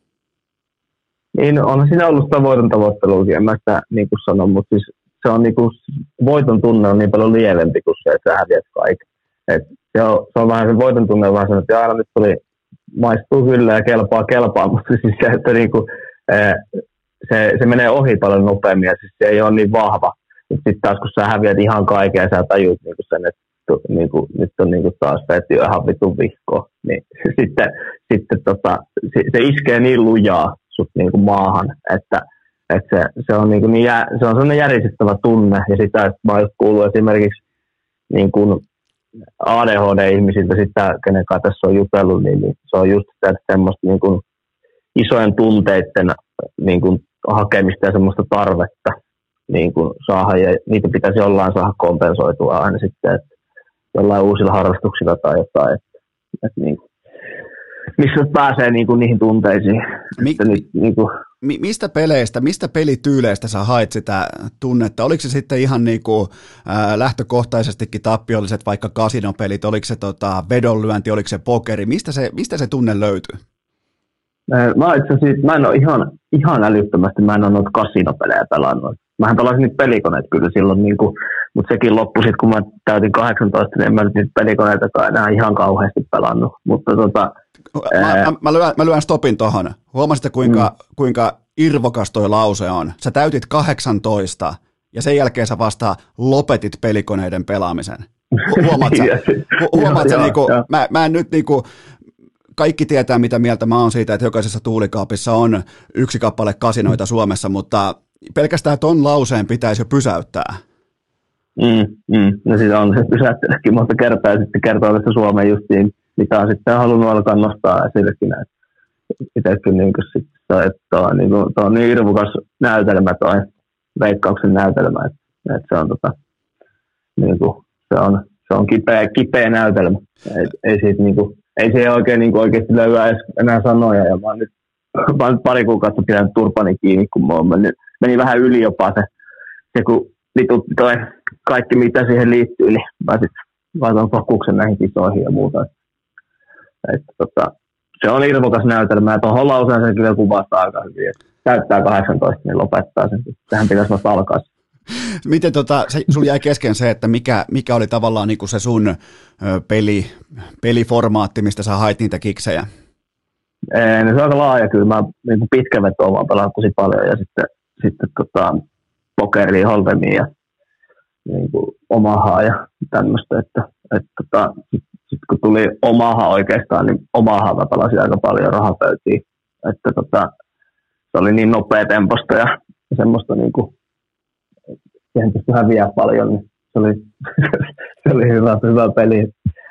Niin, on siinä ollut sitä voiton tavoitteluakin, en mä sitä niin kuin sano, mutta siis se on niin kuin, voiton tunne on niin paljon lievempi kuin se, että sä häviät kaiken. Se on vähän se voiton tunne, vaan se, että aina nyt maistuu kyllä ja kelpaa, mutta siis se, että niin kuin, se menee ohi paljon nopeammin ja siis se ei ole niin vahva. Sitten taas kun sä häviät ihan kaiken ja sä tajuut niin kuin sen, että niin kuin, nyt on niin kuin taas tehty ihan vitun vihkoa, niin sitten se iskee niin lujaa sut niin kuin maahan, että se on se on sellainen järisyttävä tunne, ja sitä, että mä oon kuullut esimerkiksi niin kuin ADHD-ihmisiltä sitä, kenen kanssa tässä on jutellut, niin se on just sitä, että semmoista niin kuin isojen tunteiden niin kuin hakemista ja semmoista tarvetta niin kuin saada, ja niitä pitäisi jollain saada kompensoitua aina sitten, että jollain uusilla harrastuksilla tai jotain, että niin kuin missä pääsee niinku niihin tunteisiin. Mistä pelityyleistä sä hait sitä tunnetta? Oliko se sitten ihan niinku, lähtökohtaisestikin tappiolliset vaikka kasinopelit, oliko se vedonlyönti, oliko se pokeri? Mistä se tunne löytyy? Mä en ole ihan älyttömästi, mä en ole noita kasinopelejä pelannut. Mähän pelasin niitä pelikoneita kyllä silloin, mutta sekin loppui sitten, kun mä täytin 18, niin en mä nyt niitä pelikoneitakaan enää ihan kauheasti pelannut. Mutta Mä lyön stopin tohon. Huomasitte, kuinka irvokas toi lause on? Sä täytit 18 ja sen jälkeen sä vasta lopetit pelikoneiden pelaamisen. Huomaat sä, niinku, mä en nyt niinku, kaikki tietää, mitä mieltä mä oon siitä, että jokaisessa tuulikaapissa on yksi kappale kasinoita Suomessa, mutta pelkästään ton lauseen pitäisi jo pysäyttää. No siis on se pysäyttänytkin monta kertaa ja sitten kertoo tästä Suomen justiin, mitä on sitten halunnut alkaa nostaa esillekin näitä. Itsekin niin että on niin irvokas näytelmä toi Veikkauksen näytelmä, että se on niin kuin, se on kipeä näytelmä. Ei siitä niin kuin, ei siihen oikein niin kuin oikeasti löyä enää sanoja, ja mä oon nyt pari kuukautta pitänyt turpani kiinni, kun meni vähän yli jopa se kun litutti toi kaikki mitä siihen liittyy, niin mä sitten laitan fokuksen näihin kisoihin ja muuta. Se on irvokas näytelmä, ja tuohon lauseen sen kyllä kuvastaa aika hyvin. Täyttää 18, niin lopettaa sen. Tähän pitäisi vasta alkaa. Miten sulla jäi kesken se, että mikä oli tavallaan niin kuin se sun peliformaatti, mistä sä hait niitä kiksejä? No se on aika laaja kyllä. Mä niin pitkä vetoa vaan pelaan tosi paljon ja sitten pokeria, holdemia ja niin Omahaa ja tämmöistä. Sitten kun tuli Omaha oikeastaan, niin Omahaa mä pelasin aika paljon rahapöytiin. Se oli niin nopea temposta ja semmoista niin kuin siihen pystyi häviää paljon, niin se oli hyvä peli.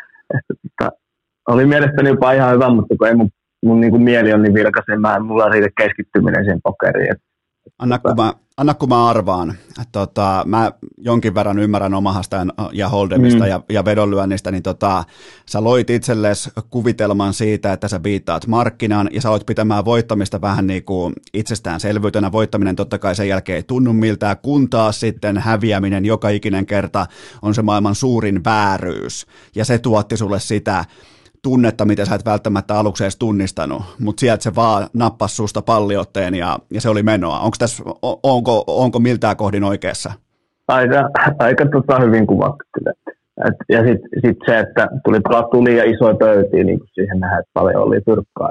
Oli mielestäni jopa ihan hyvä, mutta kun ei mun niin kuin mieli on niin vilkaisen, mulla riitä keskittyminen siihen pokeriin. Anna kun mä arvaan. Mä jonkin verran ymmärrän Omahasta ja holdemista ja vedonlyönnistä, niin sä loit itsellesi kuvitelman siitä, että sä viittaat markkinan ja sä oot pitämään voittamista vähän niin kuin itsestäänselvyytenä. Voittaminen totta kai sen jälkeen ei tunnu miltään, kun taas sitten häviäminen joka ikinen kerta on se maailman suurin vääryys. Ja se tuotti sulle sitä tunnetta, mitä sä et välttämättä aluksi edes tunnistanut, mutta sieltä se vaan nappasi susta palliotteen ja se oli menoa. Onko miltään kohdin oikeassa? Aika hyvin kuvattu kyllä. Ja sit se, että tuli pelattua liian isoja pöytiä, niin kuin siihen nähdään, että paljon oli tyrkkaa.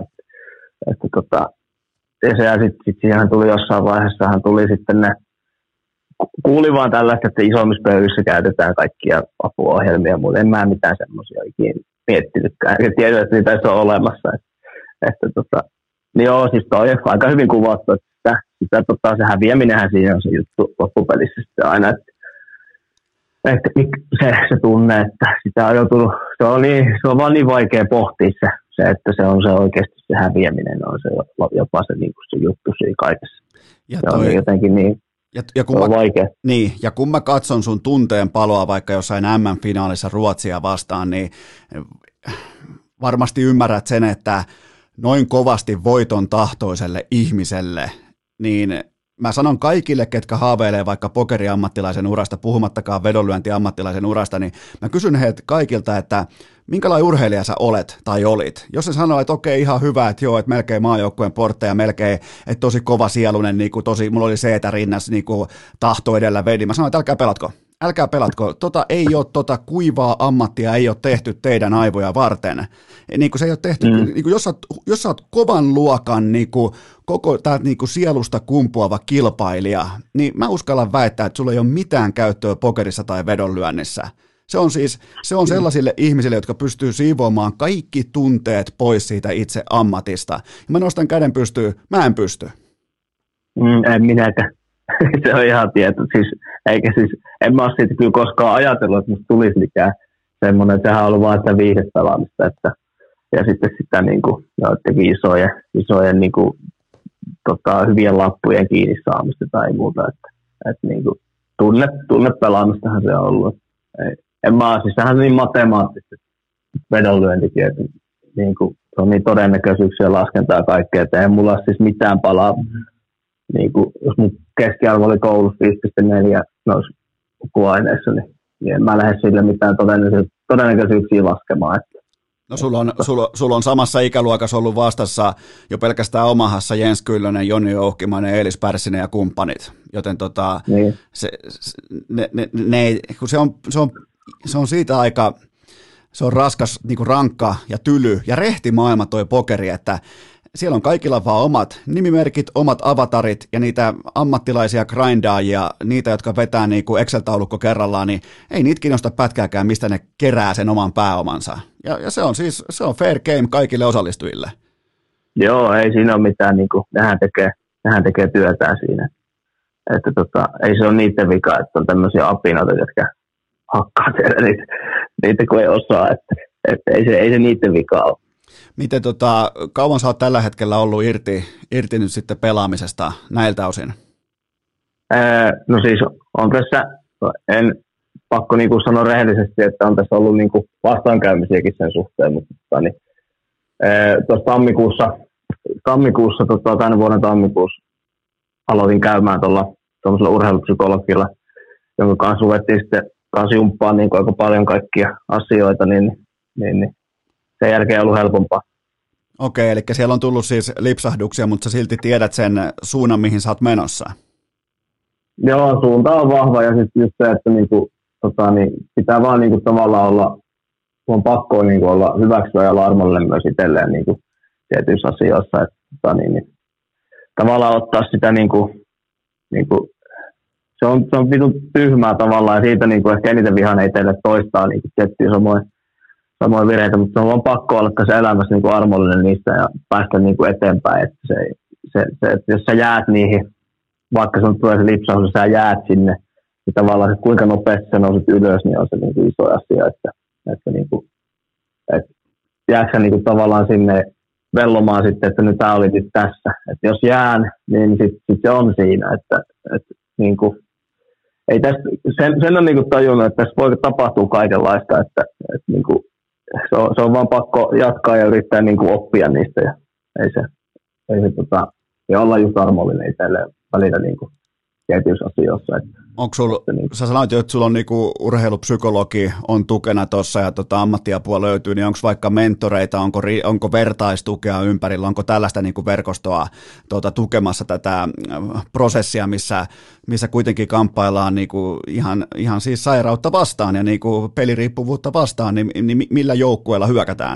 Ja sitten siihen tuli jossain vaiheessa, tuli sitten ne, kuuli vaan tällaista, että isommissa pöydissä käytetään kaikkia apuohjelmia, mutta en mä mitään semmoisia ikinä miettinytkään. Ja tiedän, että niitä ei ole olemassa. Niin joo, siis toi on aika hyvin kuvattu, että se häviäminenhän siinä on se juttu loppupelissä sitten aina, että se tunne, että sitä on joutunut, se on vaan niin vaikea pohtia se että se on se oikeasti se häviäminen, on se jopa se, niin kuin se juttu siinä kaikessa. Ja se on jotenkin niin. Ja kun mä katson sun tunteen paloa vaikka jossain MM-finaalissa Ruotsia vastaan, niin varmasti ymmärrät sen, että noin kovasti voiton tahtoiselle ihmiselle, niin mä sanon kaikille, ketkä haaveilee vaikka pokeriammattilaisen urasta, puhumattakaan vedonlyöntiammattilaisen urasta, niin mä kysyn heiltä kaikilta, että minkälainen urheilija sä olet tai olit? Jos se sanoo, että okei, ihan hyvä, että joo, että melkein maajoukkueen portteja, melkein, että tosi kova sielunen, niin kuin mulla oli seetä rinnassa, niin kuin tahto edellä vedi. Mä sanoin, että älkää pelatko, kuivaa ammattia ei ole tehty teidän aivoja varten. Niin kuin se ei ole tehty, niin kuin jos sä oot kovan luokan niin kuin koko tää niin kuin sielusta kumpuava kilpailija, niin mä uskallan väittää, että sulla ei ole mitään käyttöä pokerissa tai vedonlyönnissä. Se on sellaisille ihmisille, jotka pystyy siivoamaan kaikki tunteet pois siitä itse ammatista. Ja mä nostan käden pystyyn, mä en pysty. En minäkään. Se on ihan tieto. En mä ole siitä kyllä koskaan ajatellut, että musta tulisi mikään semmoinen, että sehän on ollut vaan sitä viihdepelaamista. Ja sitten sitä niin kuin, joidenkin isojen niin kuin, hyvien lappujen kiinni saamista tai muuta. Että niin kuin, tunnepelaamistahan se on ollut. Siis sehän on niin matemaattista vedonlyöntikin, että niin kuin, se on niin todennäköisyyksiä laskentaa ja kaikkea, että ei mulla siis mitään palaa. Niin kuin, jos mun keskiarvo oli koulussa 5,4 noissa lukuaineissa, niin en mä lähde sille mitään todennäköisyyksiä laskemaan. No sulla on samassa ikäluokassa ollut vastassa jo pelkästään Omahassa Jens Kyllönen, Joni Jouhkimainen, Eelis Pärssinen ja kumppanit, joten niin. Se on siitä aika, se on raskas, niin kuin rankka ja tyly ja rehti maailma toi pokeri, että siellä on kaikilla vaan omat nimimerkit, omat avatarit ja niitä ammattilaisia grindaajia, niitä, jotka vetää niin kuin Excel-taulukko kerrallaan, niin ei niitä kiinnosta pätkääkään, mistä ne kerää sen oman pääomansa. Ja se on fair game kaikille osallistujille. Joo, ei siinä ole mitään, niin kuin, nehän tekee työtään siinä. Että ei se ole niiden vika, että on tämmöisiä apinoita, jotka hakkaa tehdä niitä kun ei osaa, että ei se niiden vika ole. Miten kauan sä oot tällä hetkellä ollut irti nyt sitten pelaamisesta näiltä osin? No siis on tässä, en pakko niin kuin sanoa rehellisesti, että on tässä ollut niin kuin vastaankäymisiäkin sen suhteen, mutta tuossa tammikuussa tänä vuonna tammikuussa aloitin käymään tuollaisella urheilupsykologilla, jonka kanssa ruvettiin sitten kanssa jumppaan niin aika paljon kaikkia asioita, niin sen jälkeen on ollut helpompaa. Okei, eli siellä on tullut siis lipsahduksia, mutta sä silti tiedät sen suunnan, mihin sä oot menossa. Joo, suunta on vahva ja sitten just se, että niinku, pitää vaan niinku tavallaan olla, on pakko niinku olla hyväksyä ja olla armollinen myös itselleen niinku tietyissä asioissa. Että, tavallaan ottaa sitä niinku, se on vitun tyhmää tavallaan ja siitä niinku ehkä eniten vihan itselle toistaa niinku tiettyjä samoja virheitä, mutta se on vaan pakko olla se elämässä niinku armollinen niistä ja päästä niinku eteenpäin. Että että jos sä jäät niihin, vaikka sun tulee se lipsaus, sä jäät sinne, niin tavallaan se, kuinka nopeasti sä nouset ylös, niin on se niinku iso asia, että jääksä niinku tavallaan sinne vellomaan sitten, että nyt tää oli nyt tässä. Että jos jään, niin sit se on siinä, että niinku, ei tästä, sen on niinku tajunnut, että tässä voi tapahtua kaikenlaista, että niinku, se on vaan pakko jatkaa ja yrittää niinku oppia niistä ja ja olla just armollinen itselleen välillä niinku tietyissä asioissa. Onko sä sanoit jo, että sulla on niinku urheilupsykologi on tukena tuossa ja ammattiapua löytyy, niin onko vaikka mentoreita, onko vertaistukea ympärillä, onko tällaista niinku verkostoa tukemassa tätä prosessia, missä kuitenkin kamppaillaan niinku ihan siis sairautta vastaan ja niinku peliriippuvuutta vastaan, niin millä joukkueella hyökätään?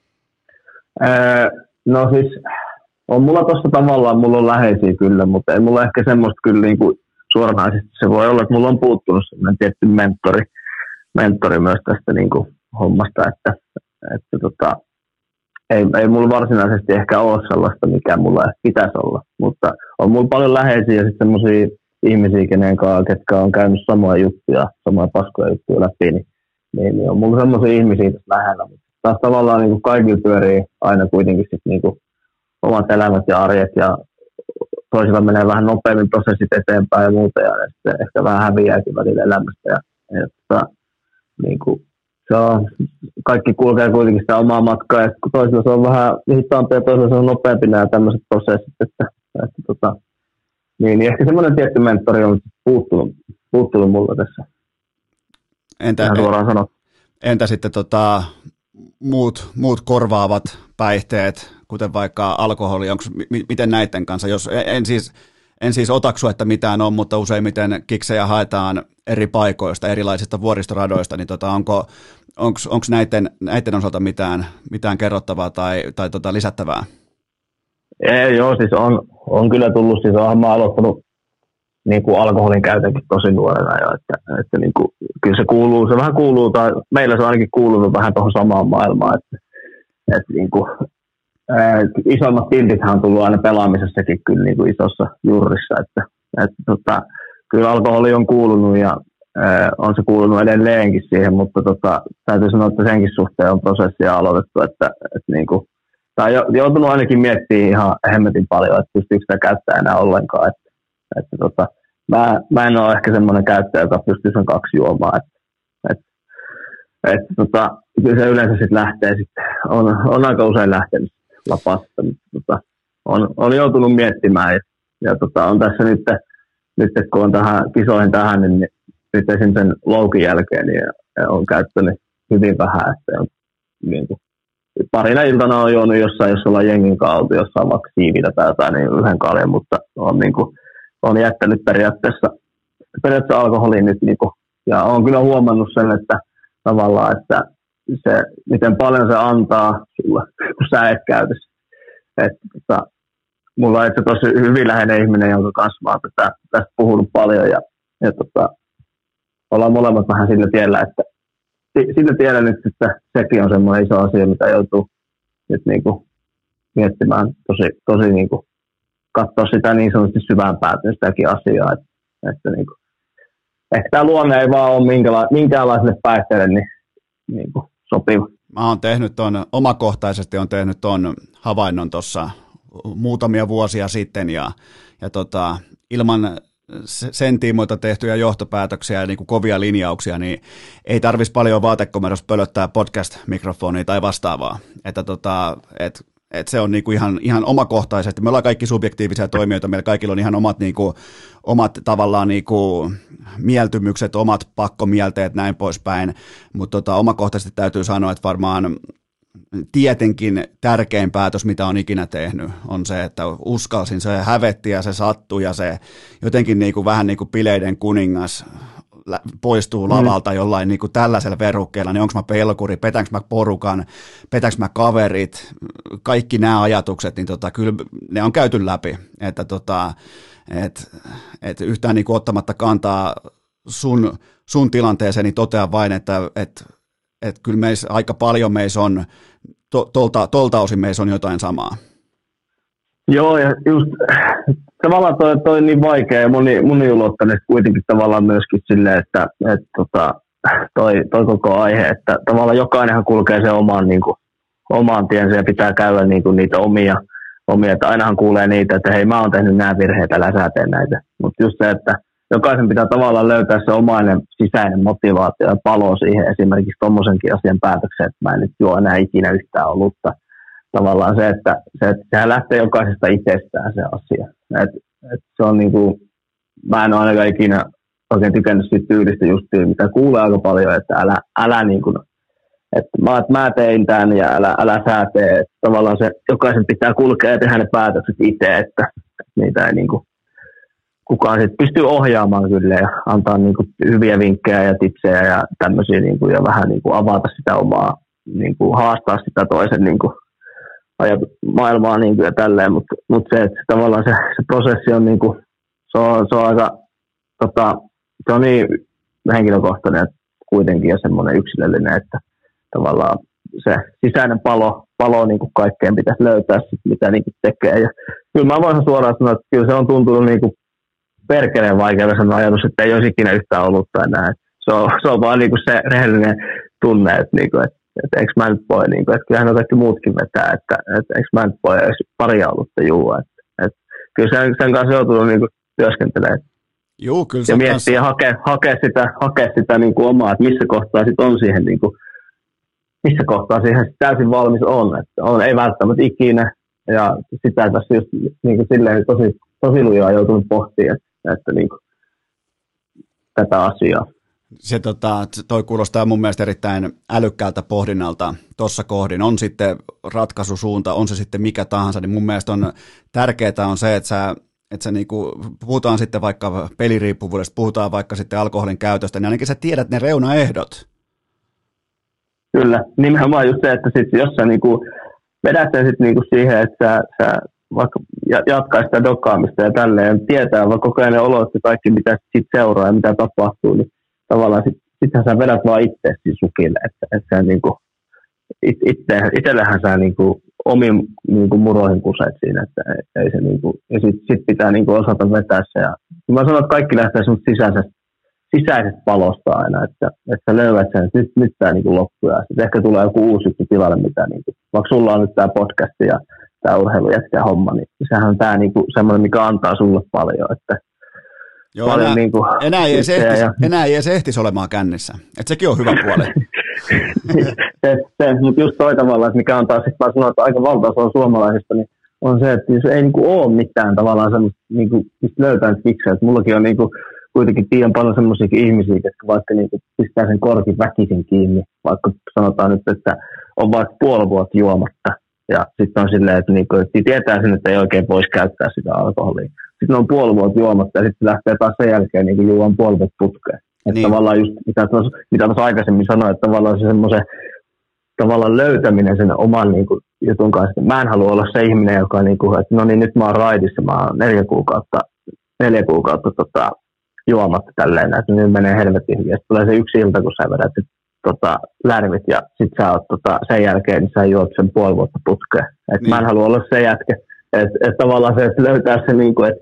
No siis on mulla tuossa tavallaan, mulla on läheisiä kyllä, mutta ei mulla ehkä semmoista kyllä niinku suoranaisesti. Se voi olla, että mulla on puuttunut semmoinen tietty mentori myös tästä niinku hommasta, että ei mulla varsinaisesti ehkä ole sellaista, mikä mulla pitäisi olla, mutta on mulla paljon läheisiä ja sitten semmoisia ihmisiä, ketkä on käynyt samoja juttuja, samoja paskoja juttuja läpi, niin on mulla semmoisia ihmisiä tässä lähellä, mutta taas tavallaan niinku kaikilla pyörii aina kuitenkin sit niinku omat elämät ja arjet ja toisilla menee vähän nopeammin prosessit eteenpäin ja muuta ja sitten ehkä vähän häviääkin välillä elämästä se on, kaikki kulkee kuitenkin sitä omaa matkaa ja toisilla se on vähän hitaampi ja toisilla se on nopeampi nämä tämmöiset prosessit, niin ehkä semmoinen tietty mentori on puuttunut mulla tässä. Entä sitten muut korvaavat päihteet, kuten vaikka alkoholi, miten näiden kanssa, jos en siis otaksu, että mitään on, mutta useimmiten kiksejä haetaan eri paikoista, erilaisista vuoristoradoista, niin onko näiden osalta mitään kerrottavaa tai lisättävää? Ei, joo, siis on kyllä tullut, siis oonhan mä aloittanut niin kuin alkoholin käytänkin tosi nuorena jo, että niin kuin, kyllä se vähän kuuluu, tai meillä se on ainakin kuulunut vähän tuohon samaan maailmaan, että niin kuin, isommat tiltithän on tullut aina pelaamisessakin kyllä niin kuin isossa jurrissa, että kyllä alkoholi on kuulunut ja on se kuulunut edelleenkin siihen, mutta täytyy sanoa, että senkin suhteen on prosessia aloitettu, että niin kuin, tai joutunut ainakin miettimään ihan hemmetin paljon, että pystyykö sitä käyttää enää ollenkaan, että mä en ole ehkä semmoinen käyttäjä, joka pystyy sen 2 juomaan, kyllä se yleensä sitten lähtee sitten, on aika usein lähtenyt lapasta, mutta on joutunut miettimään ja on tässä nyt kun on kisoihin tähän, niin nyt esim. Sen loukin jälkeen niin on käyttänyt hyvin vähän, että on, niin kuin, parina iltana on juonut jossain, jos ollaan jengin kanssa oltu jossain vaikka siivillä tai jotain, niin yhden kaljan, mutta on jättänyt periaatteessa alkoholiin nyt, niin kuin, ja olen kyllä huomannut sen, että tavallaan, että se, miten paljon se antaa sulle, kun sä et käytä sitä. Mulla on itse tosi hyvin läheinen ihminen, jonka kanssa mä oon tästä puhunut paljon, ja ollaan molemmat vähän sillä tiellä, että sillä tiellä nyt, että sekin on semmoinen iso asia, mitä joutuu nyt niinku miettimään tosi niinku katsoa sitä niin sanotusti syvään päätyyn sitäkin asiaa, että niinku, ehkä tämä luonne ei vaan ole minkäänlaiselle päihteelle niin sopiva. Mä oon omakohtaisesti tehnyt ton havainnon tuossa muutamia vuosia sitten ja ilman sen tiimoilta tehtyjä johtopäätöksiä ja niin kuin kovia linjauksia, niin ei tarvitsisi paljon vaatekomerossa pölöttää podcast-mikrofonia tai vastaavaa. Että se on niinku ihan omakohtaisesti. Me ollaan kaikki subjektiivisia toimijoita, meillä kaikilla on ihan omat tavallaan niinku mieltymykset, omat pakkomielteet, näin poispäin, mutta omakohtaisesti täytyy sanoa, että varmaan tietenkin tärkein päätös, mitä on ikinä tehnyt, on se, että uskalsin, se hävetti ja se sattui ja se jotenkin niin kuin, vähän niin kuin bileiden kuningas poistuu lavalta jollain niin kuin tällaisella verukkeella, niin onko mä pelkuri, petänkö mä porukan, petänkö mä kaverit, kaikki nämä ajatukset, niin kyllä ne on käyty läpi, että yhtään niin kuin ottamatta kantaa sun tilanteeseen, niin totean vain, että kyllä meissä aika paljon meissä on, tolta osin meissä on jotain samaa. Joo, ja just tavallaan toi on niin vaikea ja moniulotteinen kuitenkin tavallaan myöskin silleen, että toi koko aihe, että tavallaan jokainenhan kulkee sen omaan tiensä ja pitää käydä niin kuin niitä omia, että ainahan kuulee niitä, että hei mä oon tehnyt nämä virheet, älä sä tee näitä, mutta just se, että jokaisen pitää tavallaan löytää se omainen sisäinen motivaatio ja palo siihen esimerkiksi tommosenkin asian päätökseen, että mä en nyt juo enää ikinä yhtään olutta. Tavallaan se, että sehän lähtee jokaisesta itsestään se asia. Et se on niinku, mä en ole ainakaan ikinä oikein tykännyt siitä tyylistä justiin, mitä kuulee aika paljon, että älä niinku, että mä tein tämän ja älä sä tee. Että tavallaan se jokaisen pitää kulkea ja tehdä ne päätökset itse, että niitä ei niinku kukaan sitten pystyy ohjaamaan kyllä ja antaa niinku hyviä vinkkejä ja tipsejä ja tämmöisiä niinku, ja vähän niinku avata sitä omaa, niinku, haastaa sitä toisen niinku, maailmaa niinku, ja tälleen, mutta se, että tavallaan se prosessi on, niinku, se on aika se on niin henkilökohtainen että kuitenkin ja semmoinen yksilöllinen, että tavallaan se sisäinen palo niinku kaikkeen pitäisi löytää sit, mitä niinku tekee. Ja kyllä mä voisin suoraan sanoa, että kyllä se on tuntunut niinku perkeleen vaikealta sen ajatus, että ei olisi ikinä yhtään ollutta enää. Se on vaan niinku se rehellinen tunne, että niinku, eikö mä nyt voi, niinku, että kyllähän on kaikki muutkin vetää, että eikö mä nyt voi edes paria olutta juua. Että kyllä sen kanssa joutunut niinku työskentelemään. Juu, kyllä ja miettiä ja hakea sitä niinku omaa, että missä kohtaa sit on siihen niinku, missä kohtaa siihen täysin valmis on, että ei välttämättä ikinä, ja sitä tässä just niinku silleen tosi lujaa joutunut pohtimaan, että niinku, tätä asiaa. Toi kuulostaa mun mielestä erittäin älykkäältä pohdinnalta tuossa kohdin. On sitten ratkaisusuunta, on se sitten mikä tahansa, niin mun mielestä on tärkeää on se, että sä niinku, puhutaan sitten vaikka peliriippuvuudesta, puhutaan vaikka sitten alkoholin käytöstä, niin ainakin sä tiedät ne reunaehdot. Kyllä, nimenomaan just se, että sit, jos sä niinku vedät sen sit niinku siihen, että sä vaikka jatkaa sitä dokaamista ja tälleen, tietää vaikka koko ajan ne olot ja kaikki, mitä sit seuraa ja mitä tapahtuu, niin tavallaan sittenhän sä vedät vaan itseäsi sukille, että sä niinku, itsellähän sä niinku omiin niinku muroihin kuset siinä, että ei se niinku, ja sit pitää niinku osata vetää se, ja mä sanon, että kaikki lähtee semmoista sisäisestä palosta aina, että sä löydät sen, että nyt tää niinku loppuu, ja sitten ehkä tulee joku uusi juttu tilalle, mitä niinku, vaikka sulla on nyt tää podcast ja tää urheilujätkä homma, niin sehän on tää niinku semmoinen, mikä antaa sulle paljon, että joo, enää ei edes ehtisi olemaan kännissä. Että sekin on hyvä puoli. Mutta just toi tavalla, että mikä on taas, mä sanon, että aika valtaosa suomalaisista, niin on se, että jos ei niinku ole mitään tavallaan semmoista, niinku, mistä löytää nyt fiksejä. Mullakin on niinku, kuitenkin tiedän paljon semmoisiakin ihmisiä, jotka vaikka niinku, pistää sen korkin väkisin kiinni, vaikka sanotaan nyt, että on vaikka puoli vuotta juomatta. Ja sitten on silleen, että niinku, tietää sen, että ei oikein voisi käyttää sitä alkoholia. Sitten on puoli vuotta juomatta ja sitten lähtee taas sen jälkeen niin juomaan puoli vuotta putkeen. Että niin. Tavallaan just, mitä tuossa aikaisemmin sanoin, että tavallaan se semmoisen tavallaan löytäminen sen oman niin kuin, jutun kanssa. Mä en halua olla se ihminen, joka niin kuin, että no niin, nyt mä oon raidissa, mä oon 4 kuukautta juomatta tälleen, että nyt menee helvetin hyvin. Sitten tulee se yksi ilta, kun sä vedät lärvit ja sitten sä oot sen jälkeen, niin sä juot sen puoli vuotta putkeen. Että niin. Mä en halua olla se jätkä. Että tavallaan se, että löytää se,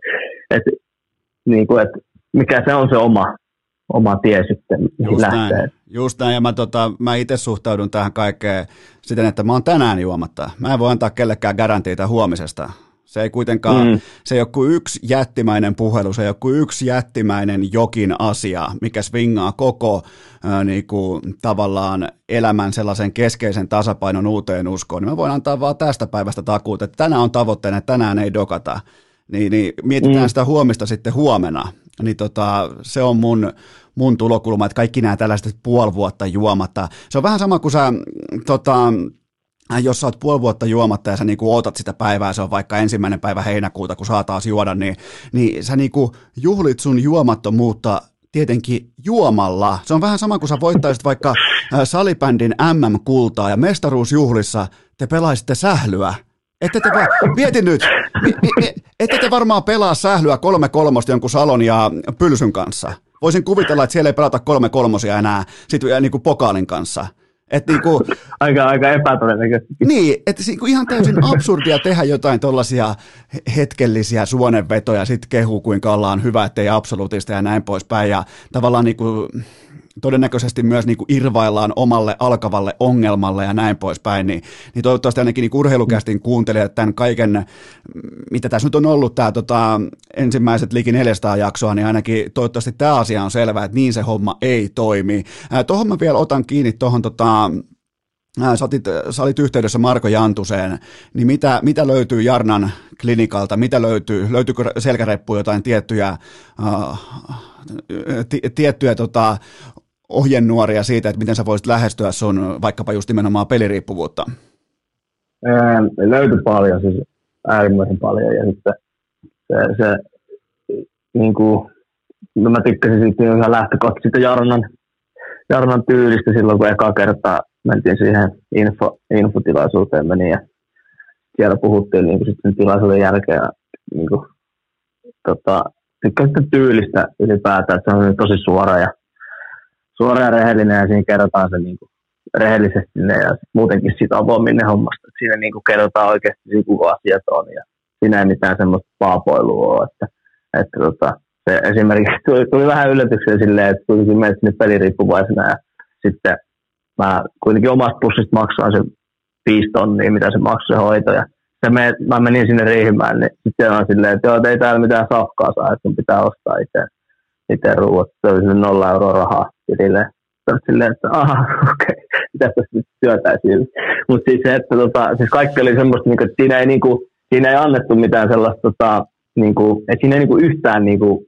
että mikä se on se oma tie sitten, mihin lähtee. Just näin, ja mä itse suhtaudun tähän kaikkeen siten, että mä oon tänään juomatta. Mä en voi antaa kellekään garantiita huomisesta. Se ei kuitenkaan, se ei ole kuin yksi jättimäinen puhelu, se ei ole kuin yksi jättimäinen jokin asia, mikä swingaa koko niinku, tavallaan elämän sellaisen keskeisen tasapainon uuteen uskoon. Niin mä voin antaa vaan tästä päivästä takuut, että tänään on tavoitteena, että tänään ei dokata. Niin mietitään sitä huomista sitten huomenna. Niin se on mun tulokulma, että kaikki nämä tällaiset puoli vuotta juomatta. Se on vähän sama kuin sä jos sä oot puoli vuotta juomatta ja sä niinku ootat sitä päivää, se on vaikka 1. päivä heinäkuuta, kun saa taas juoda, niin sä niinku juhlit sun juomattomuutta tietenkin juomalla. Se on vähän sama kuin sä voittaisit vaikka salibändin MM-kultaa ja mestaruusjuhlissa te pelaisitte sählyä. Ette te mieti nyt, ette te varmaan pelaa sählyä 3-3 jonkun Salon ja Pylsyn kanssa. Voisin kuvitella, että siellä ei pelata 3-3 enää sit niinku pokaalin kanssa. Niinku, aika epätodennäköisesti. Niin, että ihan täysin absurdia tehdä jotain tollaisia hetkellisiä suonenvetoja, sitten kehuu kuinka ollaan hyvä, ettei absoluutista ja näin poispäin. Ja tavallaan niinku, todennäköisesti myös niinku irvaillaan omalle alkavalle ongelmalle ja näin poispäin. Niin toivottavasti ainakin niinku urheilukästin kuuntelijat tämän kaiken, mitä tässä nyt on ollut, tämä ensimmäiset liki 400 jaksoa, niin ainakin toivottavasti tämä asia on selvä, että niin se homma ei toimi. Tuohon mä vielä otan kiinni tuohon sä olit yhteydessä Marko Jantuseen, niin mitä löytyy Jarnan klinikalta, löytyykö selkäreppuun jotain tiettyjä ohjenuoria siitä, että miten sä voisit lähestyä sun vaikkapa just nimenomaan peliriippuvuutta? Löytyi paljon, siis äärimmäisen paljon, ja sitten se niin kuin, no mä tykkäsin sitten ihan lähtökohtaisesti sitä Jarnan tyylistä silloin, kun eka kertaa mentiin siihen infotilaisuuteen meni ja siellä puhuttiin niin kuin sitten tilaisuuden jälkeen ja niin kuin, tykkäsin sitä tyylistä ylipäätään, että se on tosi suora ja rehellinen ja siinä kerrotaan se niin kuin rehellisesti ja muutenkin siitä avoimin ne hommasta. Siinä niin kuin kerrotaan oikeasti kuka asiat on ja siinä ei mitään semmoista paapoilua ole, että se esimerkiksi tuli vähän yllätyksiä silleen, että kuitenkin menet sinne peliriippuvaisena ja sitten mä kuitenkin omasta pussista maksoin sen 5 tonnia, mitä se maksoi se hoito. Ja mä menin sinne Riihimäelle, niin sitten on silleen, että joo, ei täällä mitään safkaa saa, että sun pitää ostaa itse ruuat. Se oli sinne 0 euroa rahaa silleen, että okei, mitä tässä nyt työtäisiin. Mutta siis se, että siis kaikki oli semmoista, että siinä ei annettu mitään sellaista, että siinä ei yhtään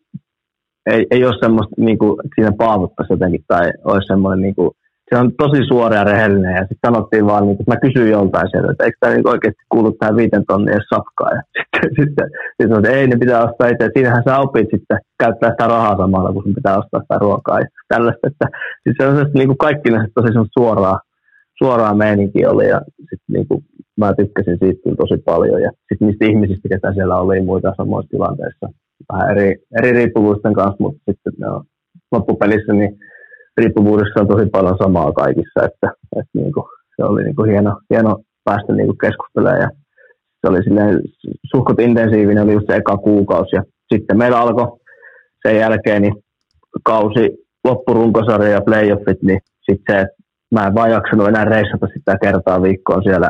ei ole semmoista, että siinä paavuttaisi jotenkin tai olisi semmoinen, se on tosi suora ja rehellinen ja sitten sanottiin vaan, että mä kysyin joltain sieltä, että eikö tämä oikeasti kuulu tähän 5 tonnia safkaa ja sitten että ei ne pitää ostaa itse, siinähän sä opit sitten käyttää sitä rahaa samalla, kun sun pitää ostaa sitä ruokaa ja tällaista, että siis se on kaikki näistä tosi suoraa meininkiä oli ja sitten mä tykkäsin siitä kyllä tosi paljon ja sitten niistä ihmisistä, ketä siellä oli muita samoissa tilanteissa, vähän eri riippuvuusten kanssa, mutta sitten ne on loppupelissä niin riippuvuudessa on tosi paljon samaa kaikissa, että se oli hieno päästä keskustelemaan ja se oli silleen suhkot intensiivinen, oli just se eka kuukausi ja sitten meillä alkoi sen jälkeen niin kausi loppurunkosarja ja playoffit, niin sitten se, mä en vaan jaksanut enää reissata sitä kertaa viikkoon siellä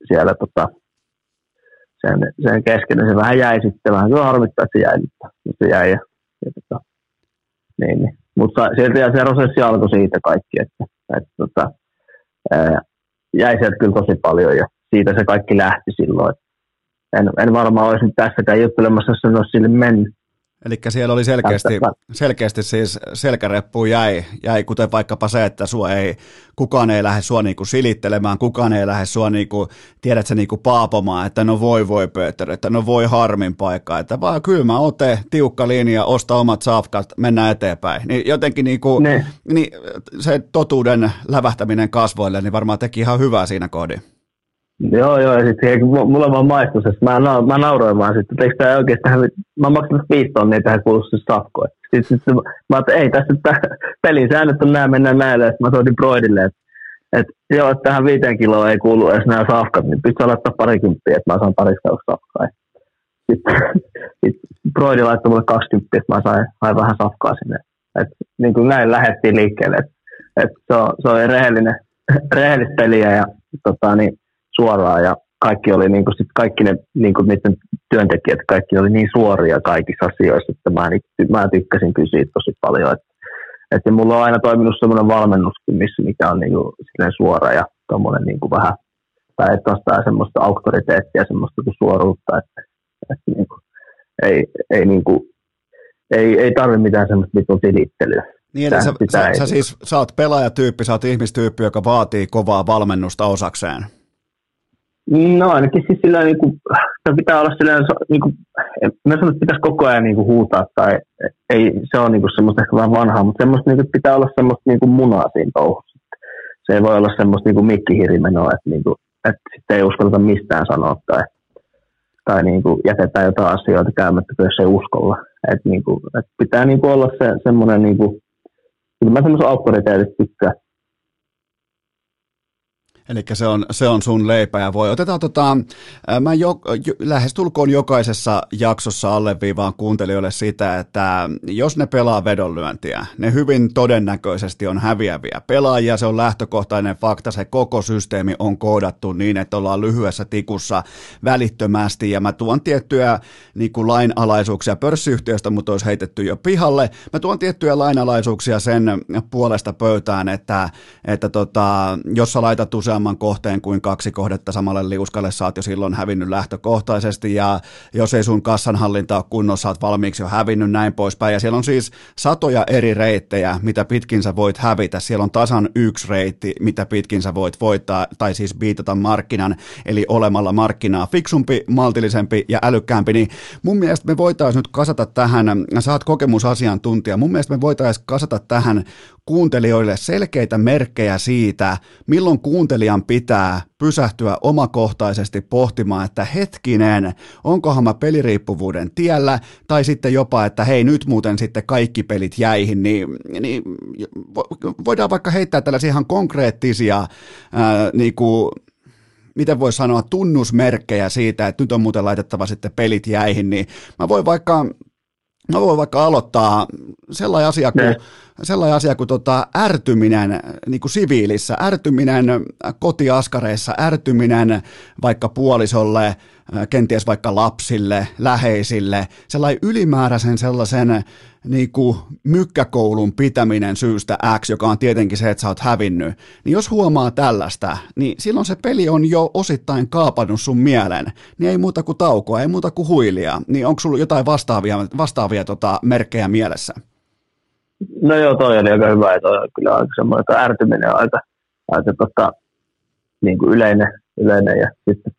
sen kesken, se vähän jäi sitten, vähän kyllä harmittaa, että se jäi, mutta se jäi niin. Mutta sieltä se prosessi alkoi siitä kaikki, että jäi sieltä kyllä tosi paljon ja siitä se kaikki lähti silloin. En varmaan olisi nyt tässäkään juttelemassa, jos en olisi sille mennyt. Eli siellä oli selkeästi siis selkäreppuun jäi, kuten vaikkapa se, että kukaan ei lähde sua niinku silittelemään, kukaan ei lähde sua niinku, tiedätkö, niinku paapomaan, että no voi Pöter, että no voi harmin paikka, että vaan kylmä ote, tiukka linja, osta omat safkat, mennään eteenpäin. Niin jotenkin niinku, niin se totuuden lävähtäminen kasvoille, niin varmaan teki ihan hyvää siinä kohdin. Joo, ja sitten mulla vaan maistus, että mä nauroin vaan sitten, että eikö tämä oikeasti tähän, mä maksan 5 tonnia tähän kuulussa safkoon. Sitten mä ajattelin, ei tässä pelin säännöt on nämä, mennään näille, että mä soitin Broidille, että joo, että tähän 5 kiloa ei kuulu edes nämä safkat, niin pystyy laittaa 20, että mä saan parissa safkaa. Sitten Broidi laittoi mulle 20, että mä sain vähän safkaa sinne. Että niin kuin näin lähdettiin liikkeelle, että se oli rehellistä peliä ja suoraan ja kaikki oli kaikki ne niiden työntekijät, kaikki oli niin suoria kaikissa asioissa, että mä tykkäsin kyllä siitä tosi paljon. Että mulla on aina toiminut semmoinen valmennuskin, mikä on suora ja tommoinen vähän tai tuosta semmoista auktoriteettia, semmoista suoruutta, että ei tarvitse mitään semmoista vitun silittelyä. Niin, eli sä oot pelaajatyyppi, sä oot ihmistyyppi, joka vaatii kovaa valmennusta osakseen. No ainakin siis sillä pitää olla sillä mä sanon, että pitäisi koko ajan huutaa tai ei, se on semmoista ehkä vähän vanhaa, mutta semmoista pitää olla semmoista munaa siinä touhussa. Se ei voi olla semmoista mikkihirimenoa, että sitten ei uskalleta mistään sanoa tai jätetään jotain asioita käymättä, jos ei uskolla. Että pitää olla semmoinen, kyllä mä semmoisen auktoriteetista tykkään. Eli se on sun leipä ja voi. Otetaan mä lähestulkoon jokaisessa jaksossa alleviivaan kuuntelijoille sitä, että jos ne pelaa vedonlyöntiä, ne hyvin todennäköisesti on häviäviä pelaajia, se on lähtökohtainen fakta, se koko systeemi on koodattu niin, että ollaan lyhyessä tikussa välittömästi ja mä tuon tiettyjä lainalaisuuksia pörssiyhtiöstä, mutta olisi heitetty jo pihalle. Mä tuon tiettyjä lainalaisuuksia sen puolesta pöytään, että jos sä laitat useamman kohteen kuin 2 kohdetta samalle liuskalle, sä oot jo silloin hävinnyt lähtökohtaisesti ja jos ei sun kassanhallinta ole kunnossa, sä oot valmiiksi jo hävinnyt näin poispäin ja siellä on siis satoja eri reittejä, mitä pitkin sä voit hävitä, siellä on tasan 1 reitti, mitä pitkin sä voit voittaa tai siis biitata markkinan, eli olemalla markkinaa fiksumpi, maltillisempi ja älykkäämpi, niin mun mielestä me voitaisiin nyt kasata tähän, sä oot kokemusasiantuntija, mun mielestä me voitaisiin kasata tähän kuuntelijoille selkeitä merkkejä siitä, milloin kuuntelijan pitää pysähtyä omakohtaisesti pohtimaan, että hetkinen, onkohan mä peliriippuvuuden tiellä, tai sitten jopa, että hei nyt muuten sitten kaikki pelit jäihin, niin voidaan vaikka heittää tällaisia ihan konkreettisia miten voi sanoa, tunnusmerkkejä siitä, että nyt on muuten laitettava sitten pelit jäihin, niin mä voin vaikka aloittaa sellainen asia kuin ärtyminen niin kuin siviilissä, ärtyminen kotiaskareissa, ärtyminen vaikka puolisolle, kenties vaikka lapsille, läheisille, sellainen ylimääräisen sellaisen niin kuin mykkäkoulun pitäminen syystä X, joka on tietenkin se, että sä oot hävinnyt, niin jos huomaa tällaista, niin silloin se peli on jo osittain kaapannut sun mielen, niin ei muuta kuin taukoa, ei muuta kuin huilia, niin onko sulla jotain vastaavia merkkejä mielessä? No joo, toi oli aika hyvä, ja toi on kyllä aika semmoinen, että ärtyminen on aika niin kuin yleinen, ja sitten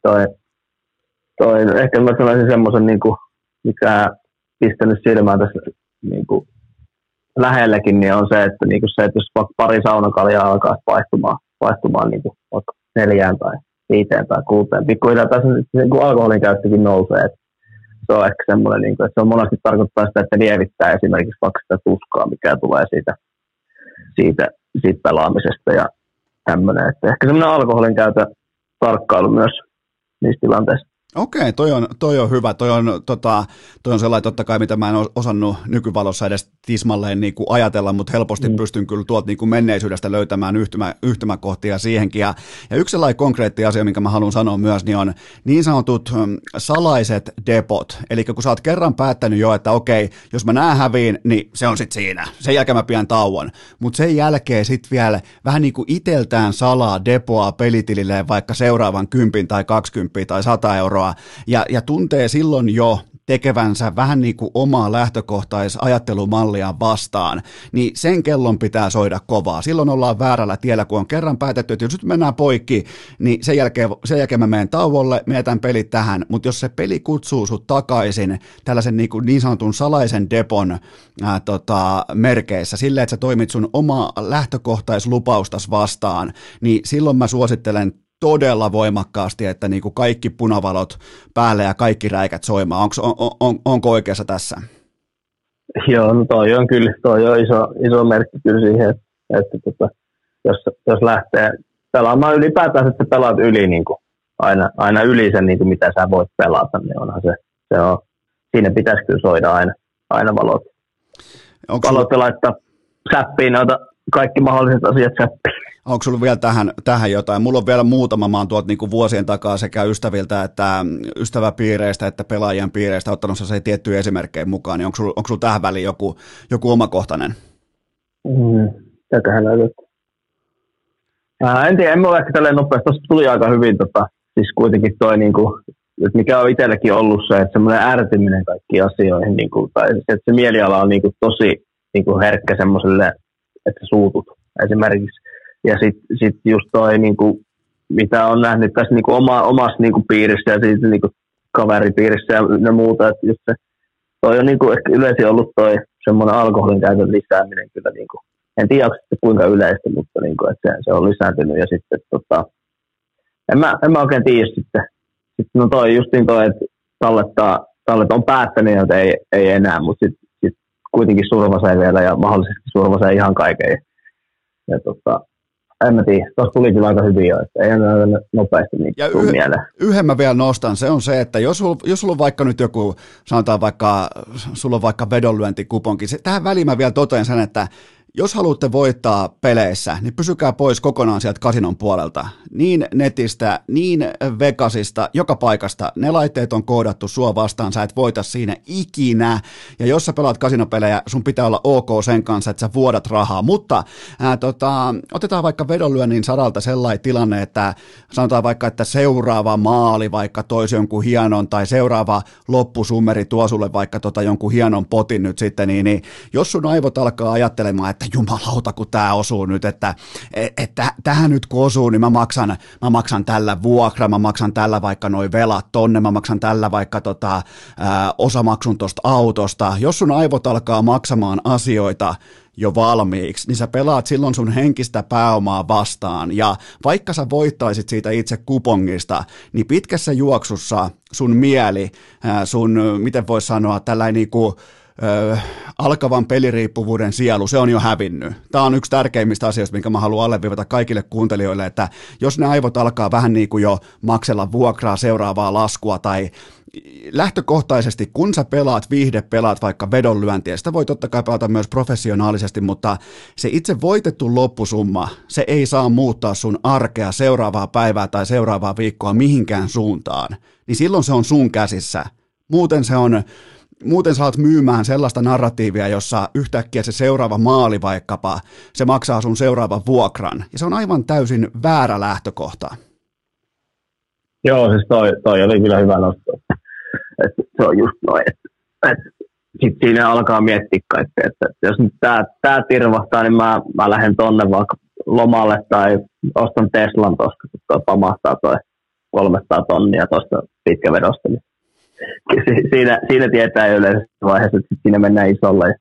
toi ehkä mä sanoisin semmoisen, niin kuin, mikä pistänyt silmään tässä niin kuin lähelläkin, niin on se, että jos pari saunakaljaa alkaa vaihtumaan niin kuin 4 tai 5 tai 6, pikkuhiljaa tässä niin kuin alkoholin käyttökin nousee, että se on ehkä semmoinen, niin kuin, että se on monesti tarkoittaa sitä, että lievittää esimerkiksi vaikka sitä tuskaa, mikä tulee siitä pelaamisesta ja tämmöinen, että ehkä semmoinen alkoholin käytön tarkkailu myös niissä tilanteissa. Okei, toi on hyvä. Toi on sellainen totta kai, mitä mä en osannut nykyvalossa edes tismalleen niin kuin ajatella, mutta helposti pystyn kyllä tuolta niin kuin menneisyydestä löytämään yhtymäkohtia siihenkin. Ja yksi sellainen konkreetti asia, minkä mä haluan sanoa myös, niin on niin sanotut salaiset depot. Eli kun sä oot kerran päättänyt jo, että okei, jos mä nää häviin, niin se on sit siinä. Sen jälkeen mä pidän tauon. Mutta sen jälkeen sit vielä vähän niin kuin iteltään salaa depoa pelitililleen vaikka seuraavan 10 tai 20 tai 100 euroa. Ja tuntee silloin jo tekevänsä vähän niin kuin omaa lähtökohtaisajattelumallia vastaan, niin sen kellon pitää soida kovaa. Silloin ollaan väärällä tiellä, kun on kerran päätetty, että jos nyt mennään poikki, niin sen jälkeen mä menen tauolle, mä jätän pelit tähän, mutta jos se peli kutsuu sut takaisin tällaisen niin sanotun salaisen depon merkeissä, silleen, että sä toimit sun omaa lähtökohtaislupaustas vastaan, niin silloin mä suosittelen todella voimakkaasti, että niin kuin kaikki punavalot päälle ja kaikki räikät soimaan. Onko oikeassa tässä? Joo, no toi on iso merkki kyllä siihen, että jos lähtee pelaamaan ylipäätään, että pelaat yli niin kuin aina yli sen, niin kuin mitä sä voit pelata, niin onhan se on, siinä pitäisi kyllä soida aina valot. Valot laittaa säppiin noita kaikki mahdolliset asiat säppiin. Onko sulla vielä tähän jotain? Mulla on vielä muutama, mä oon tuolta niinku vuosien takaa sekä ystäviltä että ystäväpiireistä että pelaajien piireistä ottanut se tiettyjä esimerkkejä mukaan, niin onko sulla tähän väliin joku omakohtainen? Tätähän löytyy. En tiedä, en ole ehkä tälleen nopeasti. Tuosta tuli aika hyvin, siis kuitenkin toi, niinku, mikä on itselläkin ollut se, että semmoinen ärtyminen kaikkiin asioihin, niinku, tai että se mieliala on niinku, tosi niinku, herkkä semmoiselle, että suutut esimerkiksi. Ja sit just toi niinku, mitä on nähnyt tässä niin kuin omassa niin kuin piirissä ja siitä niin kuin kaveripiirissä ja muuta, että just se, toi on niin kuin ehkä yleisin ollut toi semmoinen alkoholin käytön lisääminen kyllä, niin kuin, en tiedä kuinka yleistä, mutta niin kuin, että se on lisääntynyt ja sitten en mä oikein tiedä sitten no toi justiin toi, että tallet on päättänyt, että ei enää, mutta sit kuitenkin survasee vielä ja mahdollisesti survasee ihan kaiken. Ja en mä tiedä, tuossa tuli kyllä aika hyvin jo, että ei enää nopeasti niin tuu mieleen. Yhden mä vielä nostan, se on se, että jos sulla on vaikka nyt joku, sanotaan vaikka, sulla on vaikka vedonlyöntikuponki, tähän väliin mä vielä totean sen, että jos haluatte voittaa peleissä, niin pysykää pois kokonaan sieltä kasinon puolelta. Niin netistä, niin Vegasista, joka paikasta. Ne laitteet on koodattu sua vastaan, sä et voita siinä ikinä. Ja jos sä pelaat kasinopelejä, sun pitää olla ok sen kanssa, että sä vuodat rahaa. Mutta otetaan vaikka vedonlyönnin saralta sellainen tilanne, että sanotaan vaikka, että seuraava maali vaikka toisi jonkun hienon, tai seuraava loppusummeri tuo sulle vaikka jonkun hienon potin nyt sitten, niin jos sun aivot alkaa ajattelemaan, että jumalauta, kun tämä osuu nyt, että tähän nyt kun osuu, niin mä maksan tällä vuokra, mä maksan tällä vaikka noi velat tonne, mä maksan tällä vaikka osamaksun tosta autosta. Jos sun aivot alkaa maksamaan asioita jo valmiiksi, niin sä pelaat silloin sun henkistä pääomaa vastaan, ja vaikka sä voittaisit siitä itse kupongista, niin pitkässä juoksussa sun mieli, miten vois sanoa, tällainen niinku alkavan peliriippuvuuden sielu, se on jo hävinnyt. Tämä on yksi tärkeimmistä asioista, minkä mä haluan alleviivata kaikille kuuntelijoille, että jos ne aivot alkaa vähän niin kuin jo maksella vuokraa, seuraavaa laskua tai lähtökohtaisesti, kun sä pelaat vaikka vedonlyöntiä, sitä voi totta kai pelata myös professionaalisesti, mutta se itse voitettu loppusumma, se ei saa muuttaa sun arkea seuraavaa päivää tai seuraavaa viikkoa mihinkään suuntaan, niin silloin se on sun käsissä. Muuten sä alat myymään sellaista narratiivia, jossa yhtäkkiä se seuraava maali vaikkapa, se maksaa sun seuraavan vuokran. Ja se on aivan täysin väärä lähtökohta. Joo, siis toi oli kyllä hyvä nosto. Se on just noin, että sitten siinä alkaa miettiä kaikkea, että jos nyt tää tirvahtaa, niin mä lähden tonne vaikka lomalle tai ostan Teslan tuosta, kun toi pamahtaa toi 300 tonnia tuosta pitkävedosta. Niin siinä tietää yleensä vaiheessa, että siinä mennään isolla.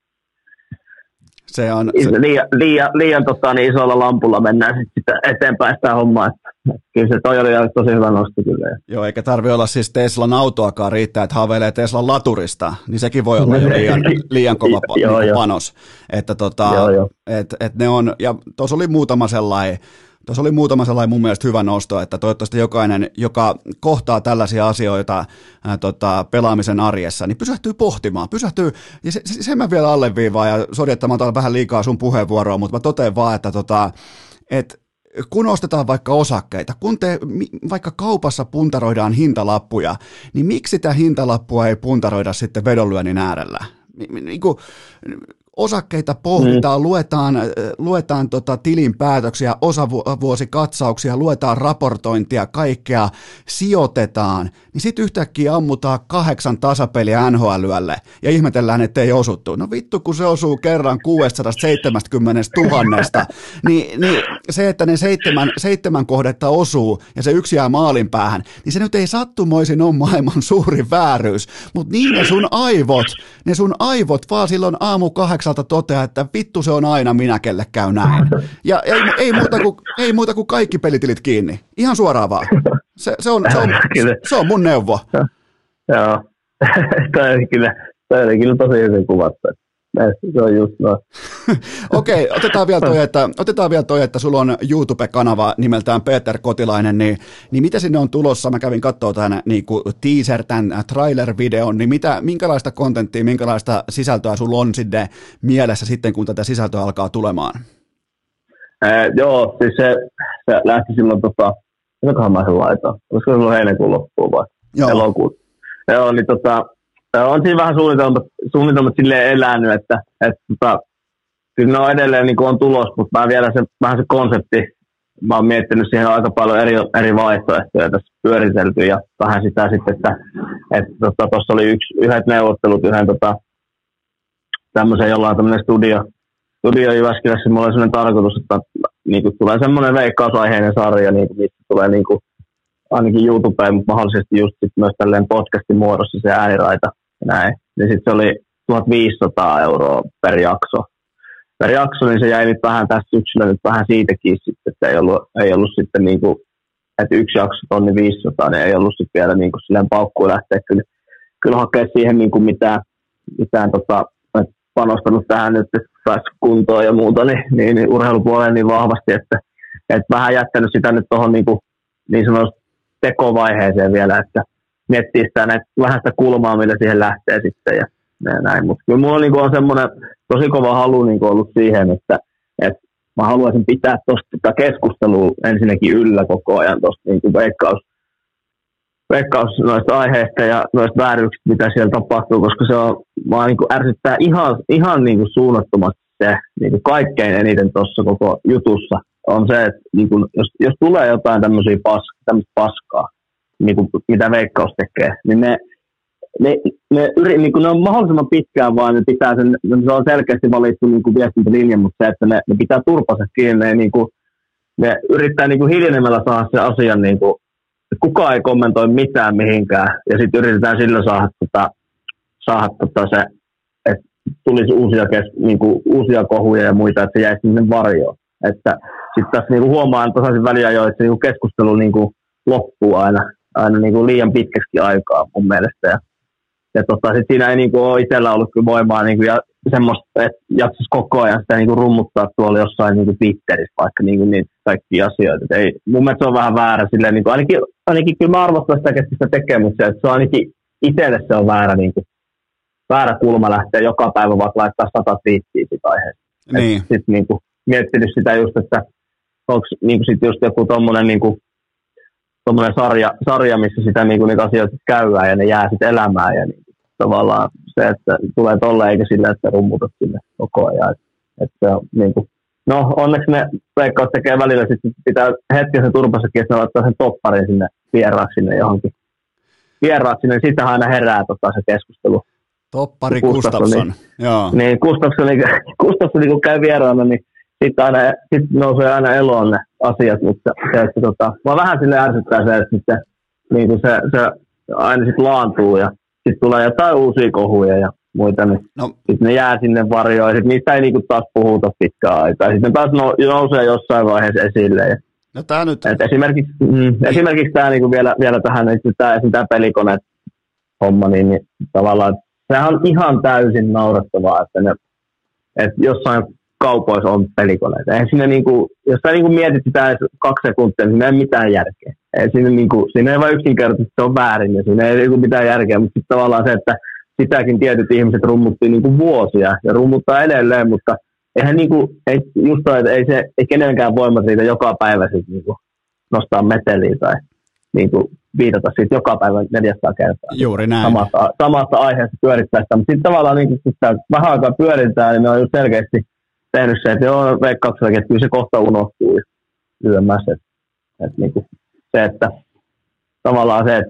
Se on, liian niin isolla lampulla mennään sitten eteenpäin sitä hommaa. Että kyllä se toi oli tosi hyvä nosto kyllä. Joo, eikä tarvitse olla siis Teslan autoakaan riittää, että haaveilee Teslan laturista, niin sekin voi olla jo liian kova panos. Että ne on, ja tuossa oli muutama sellainen mun mielestä hyvä nosto, että toivottavasti jokainen, joka kohtaa tällaisia asioita pelaamisen arjessa, niin pysähtyy pohtimaan, ja sen mä vielä alleviivaan, ja sori, että mä otan vähän liikaa sun puheenvuoroa, mutta mä totean vaan, että kun ostetaan vaikka osakkeita, kun vaikka kaupassa puntaroidaan hintalappuja, niin miksi sitä hintalappua ei puntaroida sitten vedonlyönnin äärellä? Osakkeita pohditaan, luetaan tilinpäätöksiä, osavuosikatsauksia, luetaan raportointia, kaikkea, sijoitetaan, niin sitten yhtäkkiä ammutaan 8 tasapeliä NHL:lle ja ihmetellään, että ei osuttu. No vittu, kun se osuu kerran 670 000, niin se, että ne 7 kohdetta osuu ja se yksi jää maalin päähän, niin se nyt ei sattumoisin ole maailman suurin vääryys, mutta niin ne sun aivot vaan silloin aamu 8 toteaa, että vittu se on aina minä, kelle käy näin. Ja ei muuta kuin kaikki pelitilit kiinni. Ihan suoraan vaan. Se on mun neuvo. Joo. Toi oli kyllä tosi hyvin kuvattu. Se on just noin. Okei, otetaan vielä toi, että sulla on YouTube-kanava nimeltään Peter Kotilainen, niin mitä sinne on tulossa? Mä kävin katsoa tämän niin teaser, tämän trailer-videon, niin minkälaista kontenttia, minkälaista sisältöä sulla on sinne mielessä sitten, kun tätä sisältöä alkaa tulemaan? Joo, siis se lähti silloin, mitäköhän mä sen laitan? Olisiko silloin heinäkuun loppuun vai? Elokuun. Joo, niin on siinä vähän suunnitelmat silleen elänyt, että kyllä ne on edelleen niin kuin on tulos, mutta vähän se konsepti, mä oon miettinyt siihen aika paljon eri vaihtoehtoja tässä pyöritelty ja vähän sitä sitten, että tuossa oli yhdet neuvottelut yhden tämmöisen, jolla on tämmöinen studio Jyväskylässä, mulla oli sellainen tarkoitus, että niin kuin tulee semmoinen veikkausaiheinen sarja, niin kuin, mistä tulee niin kuin, ainakin YouTubeen, mutta mahdollisesti just sit myös tälleen podcastin muodossa se ääniraita ja näin. Niin sitten se oli 1 500 € per jakso. Per jakso, niin se jäi nyt vähän tässä syksyllä nyt vähän siitäkin sitten, että ei ollut sitten niin kuin, että yksi jakso 1 500, niin ei ollut sitten vielä niin kuin silleen paukkuun lähteä kyllä hakea siihen niin kuin mitään panostanut tähän nyt, että päässyt kuntoon ja muuta, niin urheilupuoleen niin vahvasti, että vähän jättänyt sitä nyt tuohon niin sanotusti tekovaiheeseen vielä, että miettii sitä vähän sitä kulmaa, millä siihen lähtee sitten ja näin. Mutta kyllä mulla on semmoinen tosi kova halu ollut siihen, että mä haluaisin pitää tuosta keskustelua ensinnäkin yllä koko ajan tuosta veikkaus noista aiheista ja noista vääryyksistä, mitä siellä tapahtuu, koska se on vaan ärsyttää ihan suunnattomasti se kaikkein eniten tuossa koko jutussa on se, että jos tulee jotain tämmöistä paskaa, mitä Veikkaus tekee, niin ne on mahdollisimman pitkään vaan, ne pitää se on selkeästi valittu viestintälinja, mutta se, että ne pitää turpansa kiinni, ne yrittää hiljenemällä saada se asian, kukaan ei kommentoi mitään mihinkään, ja sitten yritetään sillä saada se, että tulisi uusia kohuja ja muita, että se jäisi sinne varjoon. Että sitten tässä huomaan tasaisin väliajoin, että se keskustelu loppuu aina liian pitkäksi aikaa mun mielestä. Ja sitten siinä ei ole itsellä ollut kyllä voimaa ja semmoista, että jaksaisi koko ajan sitä rummuttaa tuolla jossain Twitterissä vaikka niitä kaikkia asioita. Et ei, mun mielestä se on vähän väärä silleen, ainakin kyllä mä arvostan sitä, että sitä tekee, mutta se on ainakin itselle se on väärä kulma lähteä joka päivä vaikka laittaa 100 twiittiä siitä aiheesta. Niin. Sitten miettinyt sitä just, että onko sitten just joku tommonen sarja, missä sitä niitä asioita käydään ja ne jää sitten elämään ja tavallaan se, että tulee tolle eikä sillä, että rummutat sinne koko ajan. Että no onneksi ne Veikkaus tekee välillä sitten pitää hetken sen turpassakin, että ne laittaa sen topparin sinne vieraaksi sinne johonkin. Vieraaksi, niin sitähän aina herää se keskustelu. Toppari Gustafsson, joo. Niin, Gustafsson kun käy vieraana, niin sitten nousee aina eloon ne asiat, mutta mä vähän sille ärsyttää se, että sitten se aina sitten laantuu ja sitten tulee jotain uusia kohuja ja muita, niin sitten ne jää sinne varjoon ja sitten niistä ei taas puhuta pitkään aikaa. Sitten taas nousee jossain vaiheessa esille. Ja, no tää nyt... Esimerkiksi tämä vielä tähän, tämä pelikoneet homma, niin tavallaan sehän on ihan täysin naurettavaa, että jossain kaupoissa on pelikoneita. Eihän siinä jos sä mietit sitä 2 sekuntia, niin siinä ei mitään järkeä. Siinä ei vain yksinkertaisesti, se on väärin ja siinä ei mitään järkeä, mutta sitten tavallaan se, että sitäkin tietyt ihmiset rummuttiin vuosia ja rummuttaa edelleen, mutta eihän just toi, että ei kenenkään voimat riitä joka päivä nostaa meteliä tai viitata siitä joka päivä 400 kertaa. Juuri näin. Samasta aiheesta pyörittää sitä, mutta sitten tavallaan kun sitä vähän aikaa pyöritetään, niin ne on just selkeästi tehnyt se, että joo, Veikkauksella, että kyllä se kohta unohtuu yömmässä. Se, että tavallaan se,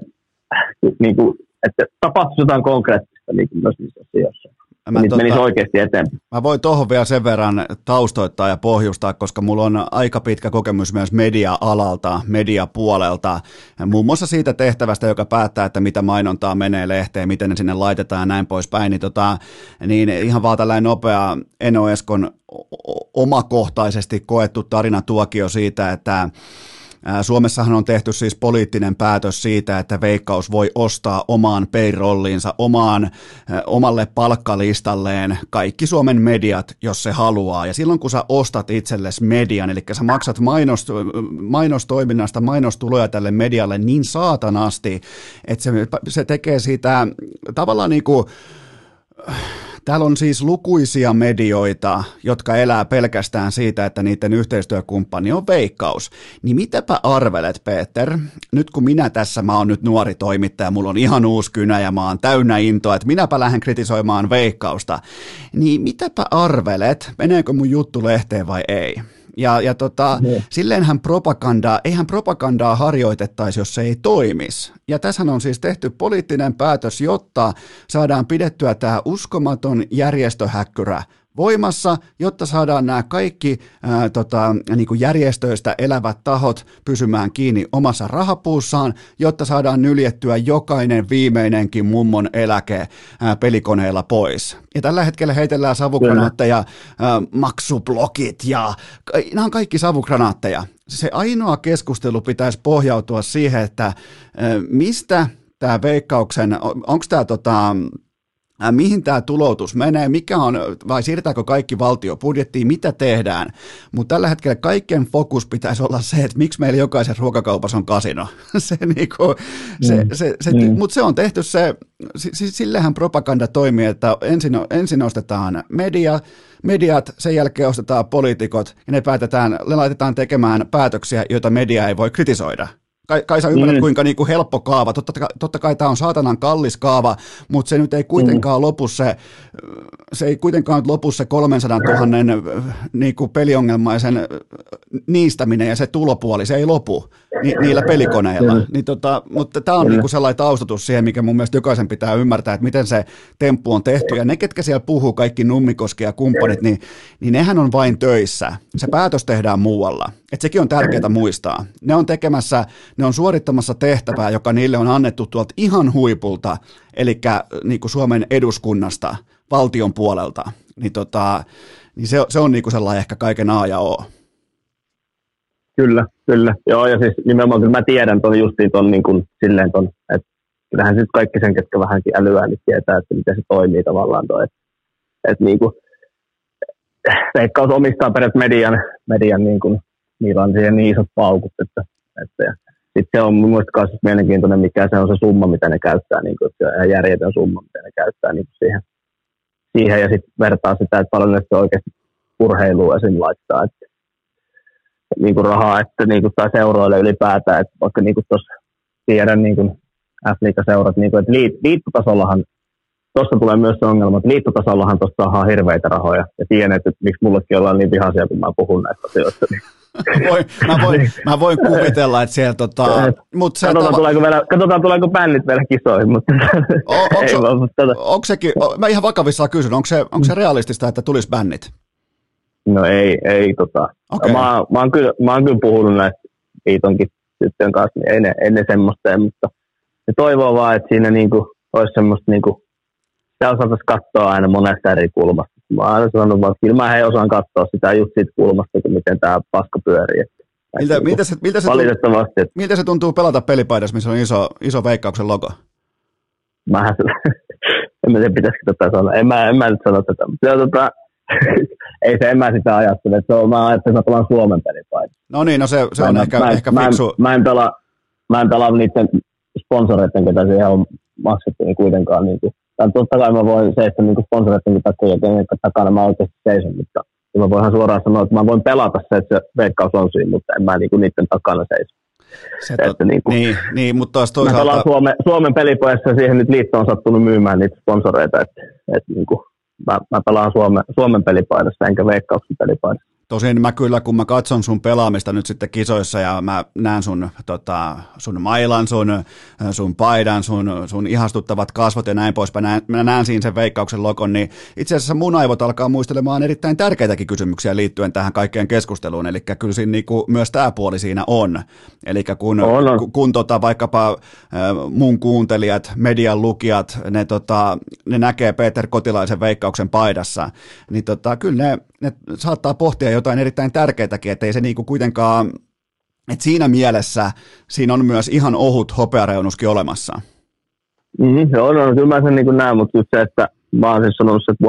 että tapahtuisi jotain konkreettista myös niissä asioissa. Niitä menisi oikeasti eteenpäin. Mä voin tuohon vielä sen verran taustoittaa ja pohjustaa, koska mulla on aika pitkä kokemus myös media-alalta, mediapuolelta, muun muassa siitä tehtävästä, joka päättää, että mitä mainontaa menee lehteen, miten ne sinne laitetaan ja näin poispäin, niin ihan vaan tällainen nopea Eno Eskon omakohtaisesti koettu tarinatuokio siitä, että Suomessahan on tehty siis poliittinen päätös siitä, että Veikkaus voi ostaa omaan payrolliinsa, omalle palkkalistalleen kaikki Suomen mediat, jos se haluaa. Ja silloin kun sä ostat itsellesi median, eli sä maksat mainostoiminnasta mainostuloja tälle medialle niin saatanasti, että se tekee siitä tavallaan täällä on siis lukuisia medioita, jotka elää pelkästään siitä, että niiden yhteistyökumppani on Veikkaus. Niin mitäpä arvelet, Peter, nyt kun mä oon nyt nuori toimittaja, mulla on ihan uusi kynä ja mä oon täynnä intoa, että minäpä lähden kritisoimaan Veikkausta, niin mitäpä arvelet, meneekö mun juttu lehteen vai ei? Ja silleenhän eihän propagandaa harjoitettaisi, jos se ei toimisi. Ja tässähän on siis tehty poliittinen päätös, jotta saadaan pidettyä tämä uskomaton järjestöhäkkyrä voimassa, jotta saadaan nämä kaikki niin kuin järjestöistä elävät tahot pysymään kiinni omassa rahapuussaan, jotta saadaan nyljettyä jokainen viimeinenkin mummon eläke pelikoneella pois. Ja tällä hetkellä heitellään savukranaatteja, maksublokit ja nämä on kaikki savukranaatteja. Se ainoa keskustelu pitäisi pohjautua siihen, että mistä tämä Veikkauksen, onko tämä mihin tämä tuloutus menee, mikä on, vai siirretäänkö kaikki valtiobudjettiin, mitä tehdään. Mutta tällä hetkellä kaiken fokus pitäisi olla se, että miksi meillä jokaisen ruokakaupassa on kasino. Mutta se on tehty sillehän propaganda toimii, että ensin ostetaan mediat, sen jälkeen ostetaan poliitikot, ja ne laitetaan tekemään päätöksiä, joita media ei voi kritisoida. Kai sä ymmärrät, kuinka niinku helppo kaava. Totta kai tämä on saatanan kallis kaava, mutta se nyt ei kuitenkaan lopu se ei kuitenkaan lopu se 300 000 niinku peliongelmaisen niistäminen ja se tulopuoli, se ei lopu niillä pelikoneilla. Mutta tämä on niinku sellainen taustatus siihen, mikä mun mielestä jokaisen pitää ymmärtää, että miten se temppu on tehty. Ja ne, ketkä siellä puhuu, kaikki Nummikoski ja kumppanit, niin nehän on vain töissä. Se päätös tehdään muualla. Et sekin on tärkeää muistaa. Ne on suorittamassa tehtävää, joka niille on annettu tuolta ihan huipulta, eli niin kuin Suomen eduskunnasta, valtion puolelta. Niin se on niin kuin sellainen ehkä kaiken A ja O. Kyllä. Joo, ja siis nimenomaan kyllä mä tiedän ton justiin ton niin kuin silleen ton, että kyllähän sitten kaikki sen, ketkä vähänkin älyää, niin tietää, että miten se toimii tavallaan toi. Että niin kuin Veikkaus omistaa periaatteessa median niin kuin, niillä on siihen niin isot paukut, että sitten se on mun mielestä myös mielenkiintoinen, mikä se on se summa, mitä ne käyttää, niin kuin, se on ihan järjetön summa, mitä ne käyttää niin kuin siihen, ja sitten vertaa sitä, että paljon ne oikeasti urheilua esim. Laittaa, että niin kuin rahaa, että niin kuin, tai seuroille ylipäätään, että vaikka niin kuin tuossa tiedän niin kuin F-liigaseurat, niin kuin, että liittotasollahan, tuossa tulee myös se ongelma, että liittotasollahan tuossa saadaan hirveitä rahoja, ja tiedän, että miksi mullekin ollaan niin vihaisia, kun mä puhun näistä asioista. Mä voin kuvitella, että siellä katsotaan tuleeko bändit vielä kisoihin, mutta onko sekin, mä ihan vakavissaan kysyn, onko se realistista, että tulisi bändit? No ei okay. Mä oon kyllä puhunut näistä Iitonkin tyttöjen kanssa, niin ei ne semmoista, mutta ne toivoo vaan, että siinä niinku olisi semmoista niinku, sitä osattaisiin katsoa aina monesta eri kulmasta. Mä oon aina sanonut vaan, että kyllä mä osaan katsoa sitä just siitä kulmasta, miltä tämä paska pyörii. Miltä se tuntuu pelata pelipaidassa, missä on iso Veikkauksen logo? En mä tiedä, pitäisikö tätä sanoa. En mä nyt sano tätä. Mutta en mä sitä ajattele. Mä ajattelin, että mä pelaan Suomen pelipaidassa. No niin, se on ehkä fiksu. Mä en pelaa niiden sponsoreiden, ketä siihen on maksettu, niin kuitenkaan. Niin kuin, totta kai mä voin seistä niin sponsoreiden takia, ja takana mä oikeasti seison, mutta mä voinhan suoraan sanoa, että mä voin pelata se, että se Veikkaus on siinä, mutta en mä niin kuin niiden takana seiso. Niin, mutta taas toisaalta... Mä pelaan Suomen pelipojassa ja siihen nyt liitto on sattunut myymään niitä sponsoreita, että niin kuin, mä pelaan Suomen pelipaidassa enkä Veikkauksen pelipaidassa. Tosin mä kyllä, kun mä katson sun pelaamista nyt sitten kisoissa ja mä näen sun mailan, sun paidan, sun ihastuttavat kasvot ja näin poispäin, mä näen siinä sen Veikkauksen logon, niin itse asiassa mun aivot alkaa muistelemaan erittäin tärkeitäkin kysymyksiä liittyen tähän kaikkeen keskusteluun, eli kyllä siinä niinku myös tämä puoli siinä on. Eli kun vaikkapa mun kuuntelijat, median lukijat, ne näkee Peter Kotilaisen Veikkauksen paidassa, niin kyllä ne saattaa pohtia jotain erittäin tärkeitäkin, ettei se niinku kuitenkaan, että siinä mielessä siinä on myös ihan ohut hopeareunuskin olemassa. Kyllä mä sen niin näen, mutta just se, että mä oon siis sanonut, että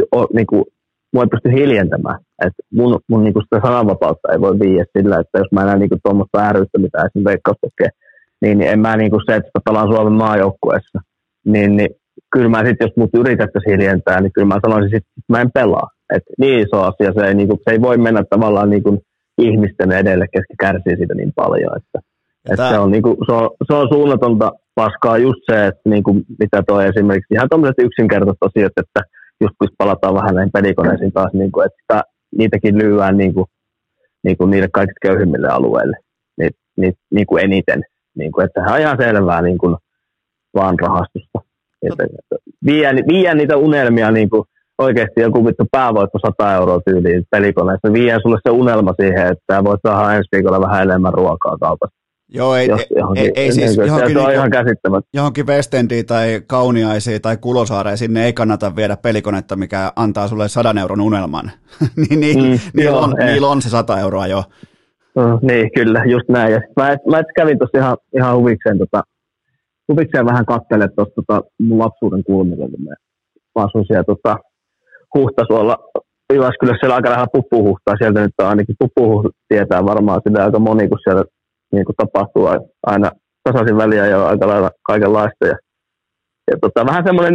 mua ei pysty hiljentämään. Että mun niinku sitä sananvapautta ei voi viiä sillä, että jos mä enää niinku tuommoista ääryyttä, mitä esimerkiksi Veikkaus tekee, niin en mä niinku se, että pelaan Suomen maajoukkueessa, niin kyllä mä sitten, jos mut yritettäisiin hiljentää, niin kyllä mä sanoisin sitten, että mä en pelaa. Että niin iso asia, se ei voi mennä tavallaan niinku ihmisten edelle, ketkä kärsii siitä niin paljon. Että se on, niinku, se on suunnatonta paskaa just se, että niinku, mitä toi esimerkiksi ihan tommoiset yksinkertaiset asiat, että just kun palataan vähän näihin pelikoneisiin taas, niinku, että niitäkin lyödään niinku niille kaikista köyhimmille alueille niinku eniten. Niinku, että se on ihan selvää niinku, vaan rahastusta. Vie niitä unelmia niinku, oikeasti joku vittu päävoitto 100 euroa tyyliin pelikoneessa. Vie sulle se unelma siihen, että voit saada ensi viikolla vähän enemmän ruokaa kaupasta. Joo, ei siis se on ihan käsittämättä. Johonkin Westendiin tai Kauniaisiin tai Kulosaareen sinne ei kannata viedä pelikonetta, mikä antaa sulle 100 euron unelman. Niillä on se 100 euroa jo. Niin, kyllä, just näin. Ja mä kävin tuossa ihan huvikseen vähän katselemaan tuosta mun lapsuuden kulmille, kun mä asun siellä Huhtasuolla Jyväskylässä, siellä aika lähellä Puppuhuhtaa. Sieltä nyt on ainakin Puppuhuhta tietää varmaan sitä aika moni, kun siellä niin kuin tapahtuu aina tasaisin väliä ja aika lailla kaikenlaista. Ja vähän semmoinen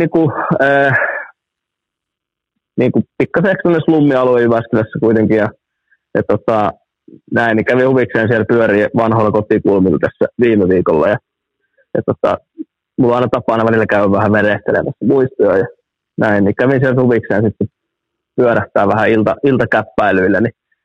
niin kuin pikkasen slummialue Jyväskylässä kuitenkin. Ja näin, niin kävin huvikseen siellä pyörii vanhoilla kotikulmilla tässä viime viikolla. Ja mulla on aina tapana välillä käydä vähän verehtelemässä muistoja ja näin, niin kävin siellä huvikseen sitten pyörähtää vähän iltakäppäilyillä,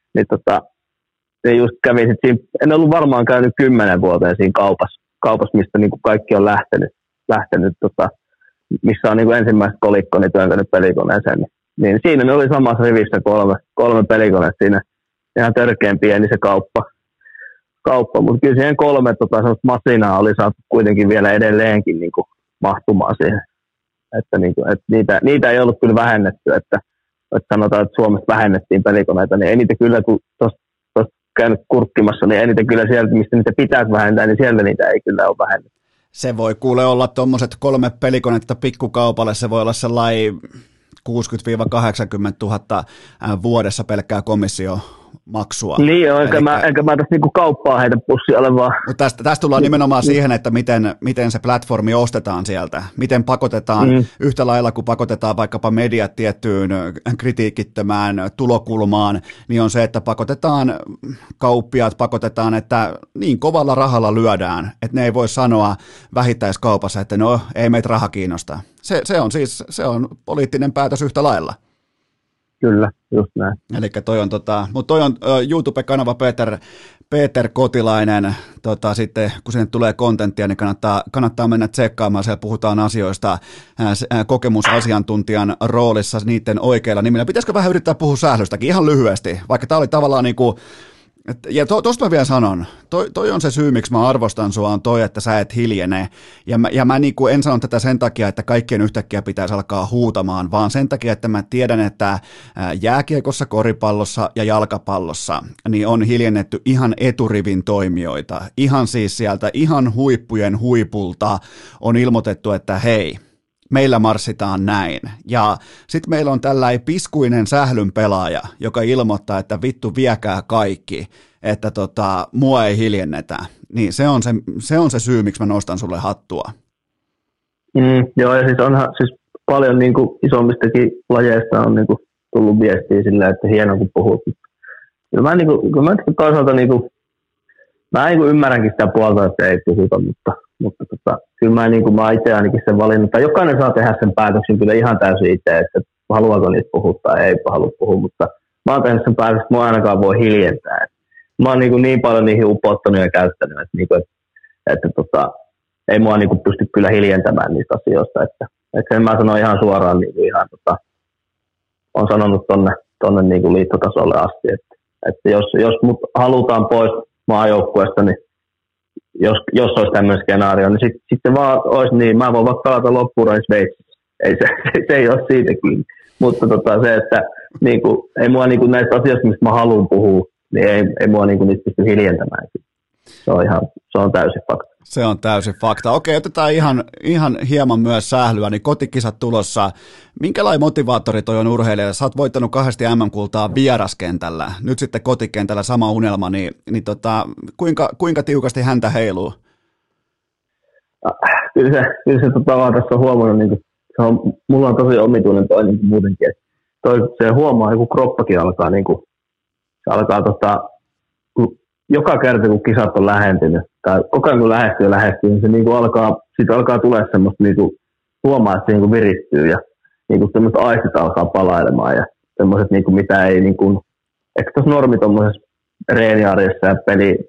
niin just kävin sitten siinä, en ollut varmaan käynyt 10 vuoteen siinä kaupassa mistä niin kuin kaikki on lähtenyt missä on niin kuin ensimmäiset kolikkoni työntänyt pelikoneeseen, niin siinä ne oli samassa rivissä kolme pelikoneet siinä, ihan törkeän pieni se kauppa, mutta kyllä siihen 3 masinaa oli saatu kuitenkin vielä edelleenkin niin kuin mahtumaan siihen, että niitä ei ollut kyllä vähennetty, että sanotaan, että Suomessa vähennettiin pelikoneita, niin ei niitä kyllä, kun tuossa käynyt kurkkimassa, niin ei niitä kyllä sieltä, mistä niitä pitäisi vähentää, niin sieltä niitä ei kyllä ole vähennetty. Se voi kuule olla tuommoiset 3 pelikonetta pikkukaupalle, se voi olla sellainen 60 000–80 000 vuodessa pelkkää komissiomaksua. Niin on, enkä mä tässä niinku kauppaa heitä pussialle vaan. Mutta tästä tullaan nimenomaan siihen, että miten se platformi ostetaan sieltä, miten pakotetaan yhtä lailla kuin pakotetaan vaikkapa mediat tiettyyn kritiikittömään tulokulmaan, niin on se, että pakotetaan, että niin kovalla rahalla lyödään, että ne ei voi sanoa vähittäiskaupassa, että no ei meitä raha kiinnosta. Se on poliittinen päätös yhtä lailla. Kyllä, just näin. Eli mutta toi on YouTube-kanava Peter Kotilainen, sitten kun sinne tulee kontenttia, niin kannattaa mennä tsekkaamaan, siellä puhutaan asioista kokemusasiantuntijan roolissa niiden oikeilla nimillä. Pitäisikö vähän yrittää puhua sählystäkin ihan lyhyesti, vaikka tämä oli tavallaan niin kuin, ja tosta mä vielä sanon, toi on se syy, miksi mä arvostan sua, on toi, että sä et hiljene. Ja mä niinku en sano tätä sen takia, että kaikkien yhtäkkiä pitäisi alkaa huutamaan, vaan sen takia, että mä tiedän, että jääkiekossa, koripallossa ja jalkapallossa niin on hiljennetty ihan eturivin toimijoita. Ihan siis sieltä ihan huippujen huipulta on ilmoitettu, että hei, meillä marssitaan näin. Ja sitten meillä on tällainen piskuinen sählyn pelaaja, joka ilmoittaa, että vittu viekää kaikki, että mua ei hiljennetä. Niin se on se syy, miksi mä nostan sulle hattua. Joo, ja siis onhan siis paljon niin kuin isommistakin lajeista on niin kuin tullut viestiä sillä, että hienoa kun puhut. Ja mä toisaalta mä ymmärränkin sitä puolta, että ei puhuta, mutta kyllä mä itse ainakin sen valinnut, tai jokainen saa tehdä sen päätöksen kyllä ihan täysin itse, että haluaako niitä puhua tai ei halua puhua, mutta mä oon tehnyt sen päätöksen, että mä ainakaan voi hiljentää. Mä oon niin paljon niihin upottanut ja käyttänyt, että ei mua pysty kyllä hiljentämään niistä asioista, että sen mä sanon ihan suoraan, on sanonut tonne liittotasolle asti, että jos mut halutaan pois maajoukkueesta, niin jos olisi tämmöinen skenaario, niin sitten vaan olisi niin, mä voin vaikka pelata loppuun Sveitsissä. Se ei ole siitäkin. Mutta se, että ei mua näistä asioista, mistä mä haluan puhua, niin ei mua niistä pysty hiljentämään. Se on täysin fakta. Se on täysin fakta. Okei, otetaan ihan hieman myös sählyä, niin kotikisat tulossa. Minkälainen motivaattori toi on urheilijalle? Sä oot voittanut 2 MM-kultaa vieraskentällä, nyt sitten kotikentällä sama unelma, niin kuinka tiukasti häntä heiluu? Kyllä se vaan tässä on huomannut, mulla on tosi omituinen toi muutenkin, että se huomaa, kun kroppakin alkaa, se alkaa joka kerta, kun kisat on lähentynyt, tai koko ajan kun lähestyy, niin se alkaa tulla semmoista, huomaa, että se virittyy, ja semmoista aistit alkaa palailemaan, ja semmoiset, mitä ei, ehkä tuossa normi tuommoisessa reeniarjessa ja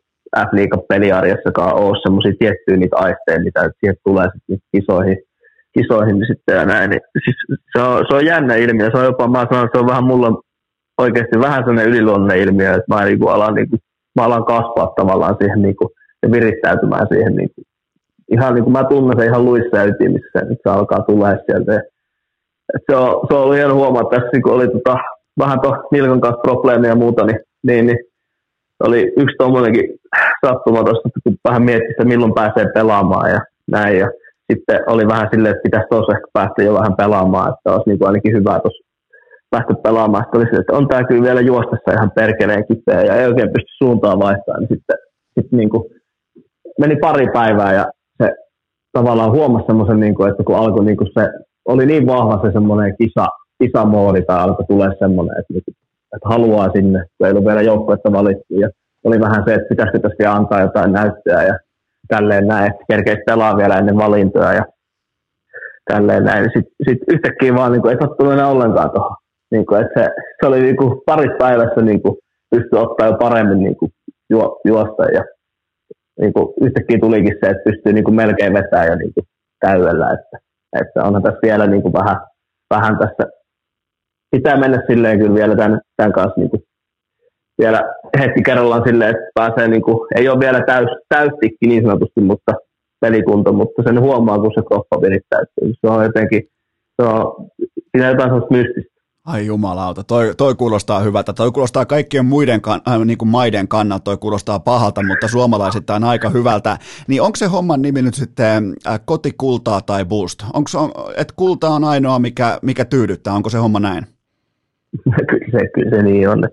F-liigan peliarjessakaan ole semmoisia tiettyjä niitä aisteja, mitä siihen tulee sitten kisoihin kisoihin sitten ja näin. Niin, siis se on jännä ilmiö. Se on jopa, mä sanon, se on vähän mulla oikeasti vähän sellainen yliluonnollinen ilmiö, että mä alan kasvaa tavallaan siihen niinku, ja virittäytymään siihen. Niinku. Ihan niin kuin mä tunnen sen ihan luissa ja ytimissä, että se alkaa tulla sieltä. Se on ollut hieno huomaa tässä, kun oli vähän nilkan kanssa probleemia ja muuta, niin oli yksi tommonenkin sattuma tuossa, kun vähän mietti sitä, milloin pääsee pelaamaan ja näin. Ja sitten oli vähän silleen, että pitäisi tuossa ehkä päästä jo vähän pelaamaan, että olisi niin kuin ainakin hyvä tuossa päästä pelaamaan. Sitten oli silleen, että on tää kyllä vielä juostessa ihan perkeleen kipeä ja ei oikein pysty suuntaan vaihtamaan. Niin sitten niin kuin meni pari päivää ja se tavallaan huomasi semmoisen, niin kuin, että kun alkoi niin kuin se, oli niin vahva se semmoinen kisamoodi tai alkoi tulee semmoinen, että haluaa sinne, kun ei ollut vielä joukkuetta valittu. Ja oli vähän se, että pitäisikö tässä vielä antaa jotain näyttöä ja tälleen näin, että kerkeisi pelaa vielä ennen valintoja ja tälleen näin. Sitten yhtäkkiä vaan niin kuin, ei sattunut enää ollenkaan tuohon. Niin kuin, että se oli niin kuin, parissa päivässä niin kuin, pystyi ottaa jo paremmin niin kuin, juosta ja niin kuin, yhtäkkiä tulikin se, että pystyy niin kuin, melkein vetämään jo niin kuin, täydellä. Että onhan tässä vielä niin kuin, vähän tässä pitää mennä silleen kyllä vielä tämän kanssa niin kuin, vielä hetki kerrallaan silleen, että pääsee niin kuin, ei ole vielä täystikki niin sanotusti, mutta pelikunto, mutta sen huomaa, kun se kroppa virittäytyy. Se on jotenkin, siinä on jotain sellaista mystistä. Ai jumalauta, toi kuulostaa hyvältä. Toi kuulostaa kaikkien muiden niin kuin maiden kannalta, toi kuulostaa pahalta, mutta suomalaisittain aika hyvältä. Niin onko se homman nimi nyt sitten kotikultaa tai boost? Että kulta on ainoa, mikä tyydyttää? Onko se homma näin? Kyllä se niin on.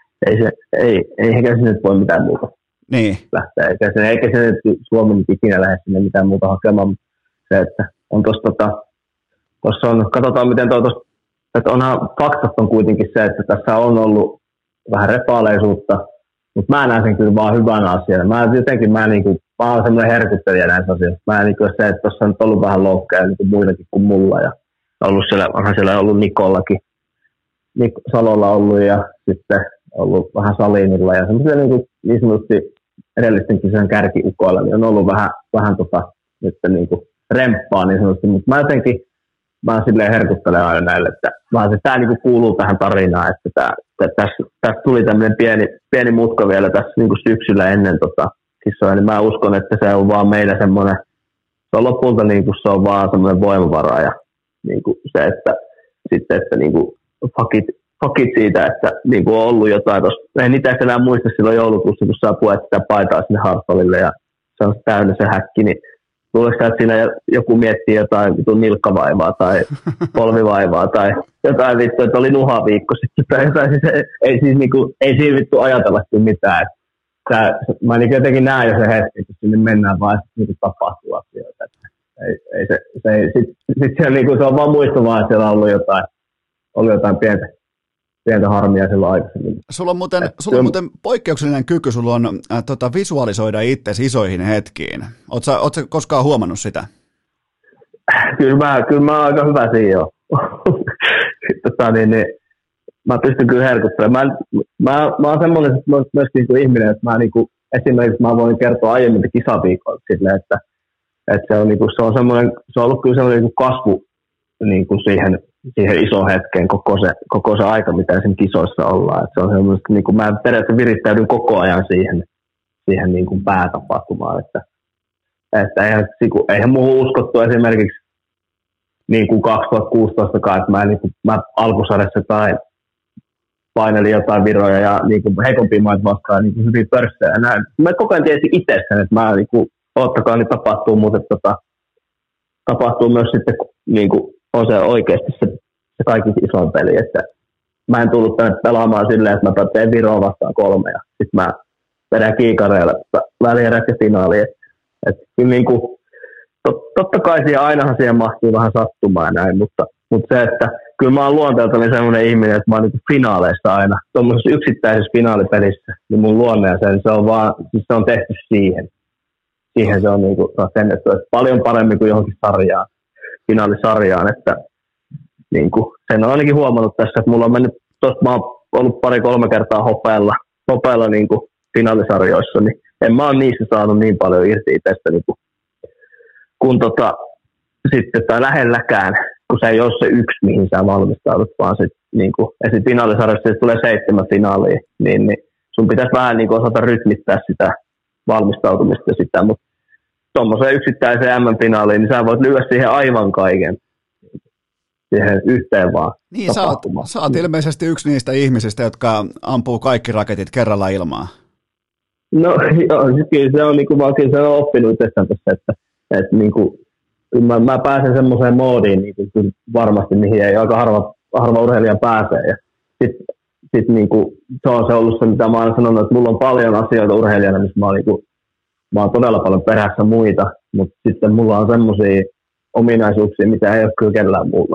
Eikä se nyt voi mitään muuta lähteä. Eikä se nyt Suomi nyt ikinä lähde sinne mitään muuta hakemaan. Se, että on tuossa on, katsotaan miten tuossa, että onhan faktat on kuitenkin se, että tässä on ollut vähän repaaleisuutta, mutta mä näen sen kyllä vaan hyvänä asiana. Mä oon semmoinen herkuttelija näissä asioissa. Mä niin se, että tuossa on ollut vähän loukkeja niin muillakin kuin mulla ja onhan siellä ollut Nikollakin. Salolla ollut ja sitten ollut vähän Salinilla ja semmoisia niin sanotusti edellisten kisojen kärkiukoilla, niin on ollut vähän nyt niin kuin remppaa niin sanotusti, mutta mä silleen herkuttelen aina näille, että tämä niin kuin kuuluu tähän tarinaan, että tässä tuli tämmöinen pieni mutka vielä tässä niin kuin syksyllä ennen kisoja, niin mä uskon, että se on vaan meillä semmoinen, se on lopulta niin kuin se on vaan semmoinen voimavara ja niin kuin se, että sitten, että niin kuin fakit siitä, että niin kuin on ollut jotain tuossa. En itse enää muista silloin joulukuussa, kun sä puet sitä paitaa sinne Hartwallille ja se on täynnä se häkki, niin luuletko, että siinä joku miettii jotain nilkkavaivaa tai polvivaivaa tai jotain vittu, että oli nuhaviikko sitten tai jotain. Siis ei siinä vittu ajatella mitään. Mä niin jotenkin näen jo se hetki, että sinne mennään vaan niin tapahtuu asioita. Se on vaan muistavaa, että siellä on ollut jotain pientä harmia silloin aikaisemmin. Sulla on muuten poikkeuksellinen kyky, sulla on visualisoida itsesi isoihin hetkiin. Ootko koskaan huomannut sitä? Kyllä mä oon aika hyvä siinä jo. Mä pystyn kyllä herkuttelemaan. Mä oon semmoinen myöskin kuin ihminen, että mä esimerkiksi mä voin kertoa aiemmin kisaviikolla silleen, että se on ollut kyllä semmoinen kasvu siihen isoon hetkeen koko se aika, mitä sen kisoissa ollaan. Et se on semmoista, niin kuin mä periaatteessa virittäydyn koko ajan siihen niin kuin päätapahtumaan. Että eihän muuhun uskottu esimerkiksi niin kuin 2016, että mä alkusarjassa tai painelin jotain viroja ja niin kuin heikompia maita vastaan niin kuin hyvin pörssejä. Mä koko ajan tiesin itsessäni, että mä niin kuin, ottakaa niin tapahtuu, mutta tapahtuu myös sitten niin kuin on se oikeasti se kaikki isoin peli, että mä en tullut tänne pelaamaan silleen, että mä teen Viroa vastaan 3 ja sit mä vedän kiikareilla välierät ja finaaliin. Että kyllä niin kuin, totta kai ainahan siihen mahtuu vähän sattumaan ja näin, mutta se, että kyllä mä oon luonteeltani sellainen ihminen, että mä oon niin finaaleissa aina, tuollaisessa yksittäisessä finaalipelissä, niin mun luonne ja se on vaan, siis se on tehty siihen. Siihen se on niin kuin rakennettu, että paljon paremmin kuin johonkin finaalisarjaan, että niin kuin, sen on ainakin huomannut tässä, että mulla on mennyt, mä oon ollut 2-3 kertaa hopealla niin kuin finaalisarjoissa, niin en mä ole niissä saanut niin paljon irti itsestä niin kun sitten tai lähelläkään, kun se ei ole se yksi, mihin sä valmistaudut, vaan sitten niinku, ja sitten finaalisarjassa tulee 7 finaalia, niin sun pitäisi vähän niinku osata rytmittää sitä valmistautumista sitä, mutta tuommoiseen yksittäiseen M-finaaliin, niin sä voit lyödä siihen aivan kaiken. Siihen yhteen vaan. Niin, sä oot ilmeisesti yksi niistä ihmisistä, jotka ampuu kaikki raketit kerralla ilmaan. No joo, kyllä se on, niin kuin, se on oppinut itsestään tässä, että niin kuin, mä pääsen semmoiseen moodiin niin kuin, varmasti, mihin ei aika harva urheilija pääsee. Ja sit, niin kuin, se on se ollut se, mitä mä oon sanonut, että mulla on paljon asioita urheilijana, missä mä oon todella paljon perässä muita, mutta sitten mulla on semmoisia ominaisuuksia, mitä ei ole kyllä kellään muulla.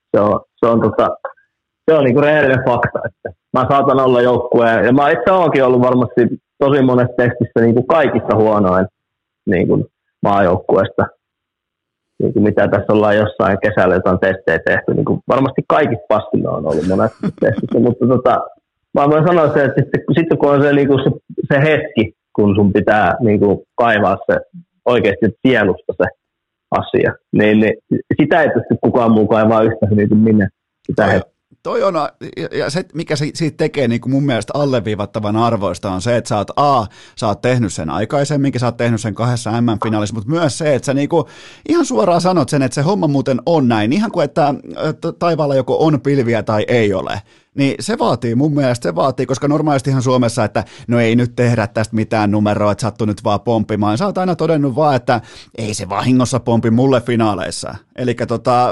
Se on niin kuin rehellinen fakta, että mä saatan olla joukkueen, ja mä itse olenkin ollut varmasti tosi monessa testissä niin kuin kaikista huonoin niin kuin maajoukkueesta, niin kuin mitä tässä ollaan jossain kesällä jotain testejä tehty, niin kuin varmasti kaikista paskilla on ollut monessa testissä, mutta mä voin sanoa se, että sitten kun on se, niin kuin se hetki, kun sun pitää niin kuin kaivaa se oikeasti sielusta se asia, niin sitä ei pysty kukaan muu kaivaa yhtä hyvin kuin minä sitä hetkeä. Toi on, ja se, mikä siitä tekee niin kuin mun mielestä alleviivattavan arvoista on se, että sä oot tehnyt sen aikaisemminkin, sä oot tehnyt sen 2 MM-finaalissa, mutta myös se, että sä niin kuin ihan suoraan sanot sen, että se homma muuten on näin, ihan kuin että taivaalla joko on pilviä tai ei ole. Niin se vaatii, mun mielestä se vaatii, koska normaalistihan Suomessa, että no ei nyt tehdä tästä mitään numeroa, että sattuu nyt vaan pomppimaan. Sä oot aina todennut vaan, että ei se vahingossa pompi mulle finaaleissa. Elikkä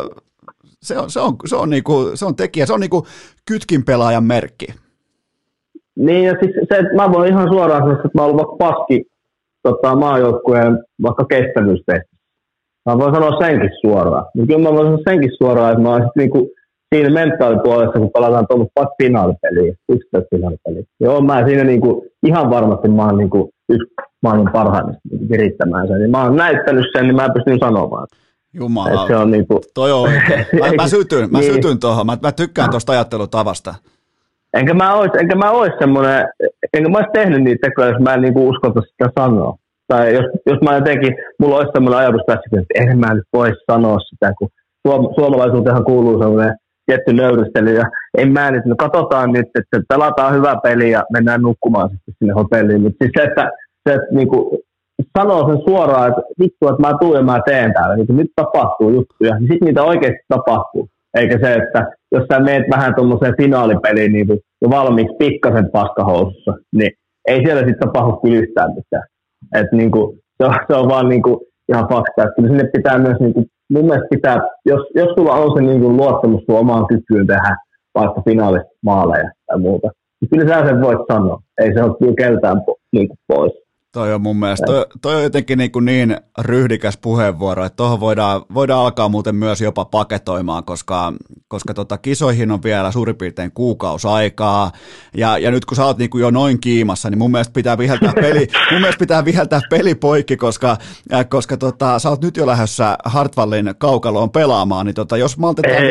se on tekijä, se on niinku kytkin pelaajan merkki. Niin ja siis se, että mä voin ihan suoraan sanoa, että mä oon vaikka paski maajoukkueen vaikka kestävyystehtävissä. Mä voin sanoa senkin suoraan. Niin kyllä mä voin sanoa senkin suoraan, että mä oon niinku siinä mentaalipuolessa, kun palataan tuommoista finaalipeliä, 11 finaalipeliä. Joo, mä siinä niinku, ihan varmasti mä oon niinku, yksi maailman parhaimmista niinku, virittämään sen. Niin mä oon näyttänyt sen, niin mä pystyn sanomaan. Jumala, se on niinku... toi on oikein. Mä sytyn tuohon, mä tykkään tuosta ajattelutavasta. Enkä mä ois semmoinen, enkä mä ois tehnyt niitä tekoja, jos mä en niinku uskalta sitä sanoa. Tai jos mä jotenkin, mulla olisi semmoinen ajatus tässäkin, että en mä nyt voi sanoa sitä, kun suomalaisuutenhan kuuluu semmoinen tietty nöyristely, ja en mä nyt, no katsotaan nyt, että pelataan hyvä peli ja mennään nukkumaan sitten sinne hotelliin. Mutta siis se, että niinku, sanoo sen suoraan, että vittu, että mä tuun ja mä teen täällä, niin nyt tapahtuu juttuja, niin sitten niitä oikeasti tapahtuu. Eikä se, että jos sä meet vähän tuommoiseen finaalipeliin niin jo valmiiksi pikkasen paskahousussa, niin ei siellä sitten tapahdu kyllä yhtään mitään. Että niinku, se on vaan niinku ihan fakta, että sinne pitää myös, niinku, mun mielestä pitää, jos sulla on se niinku luottamus sun omaan kykyyn tehdä vaikka finaalista maaleja tai muuta, niin kyllä sä sen voit sanoa. Ei se ole kyllä keltään niinku pois. Toi on mun mielestä, toi on jotenkin niin ryhdikäs puheenvuoro, että tuohon voidaan alkaa muuten myös jopa paketoimaan, koska kisoihin on vielä suurin piirtein kuukausi aikaa, ja nyt kun sä oot niin kuin jo noin kiimassa, niin mun mielestä pitää viheltää peli poikki, koska sä oot nyt jo lähdössä Hartwallin kaukaloon pelaamaan, niin jos maltetaan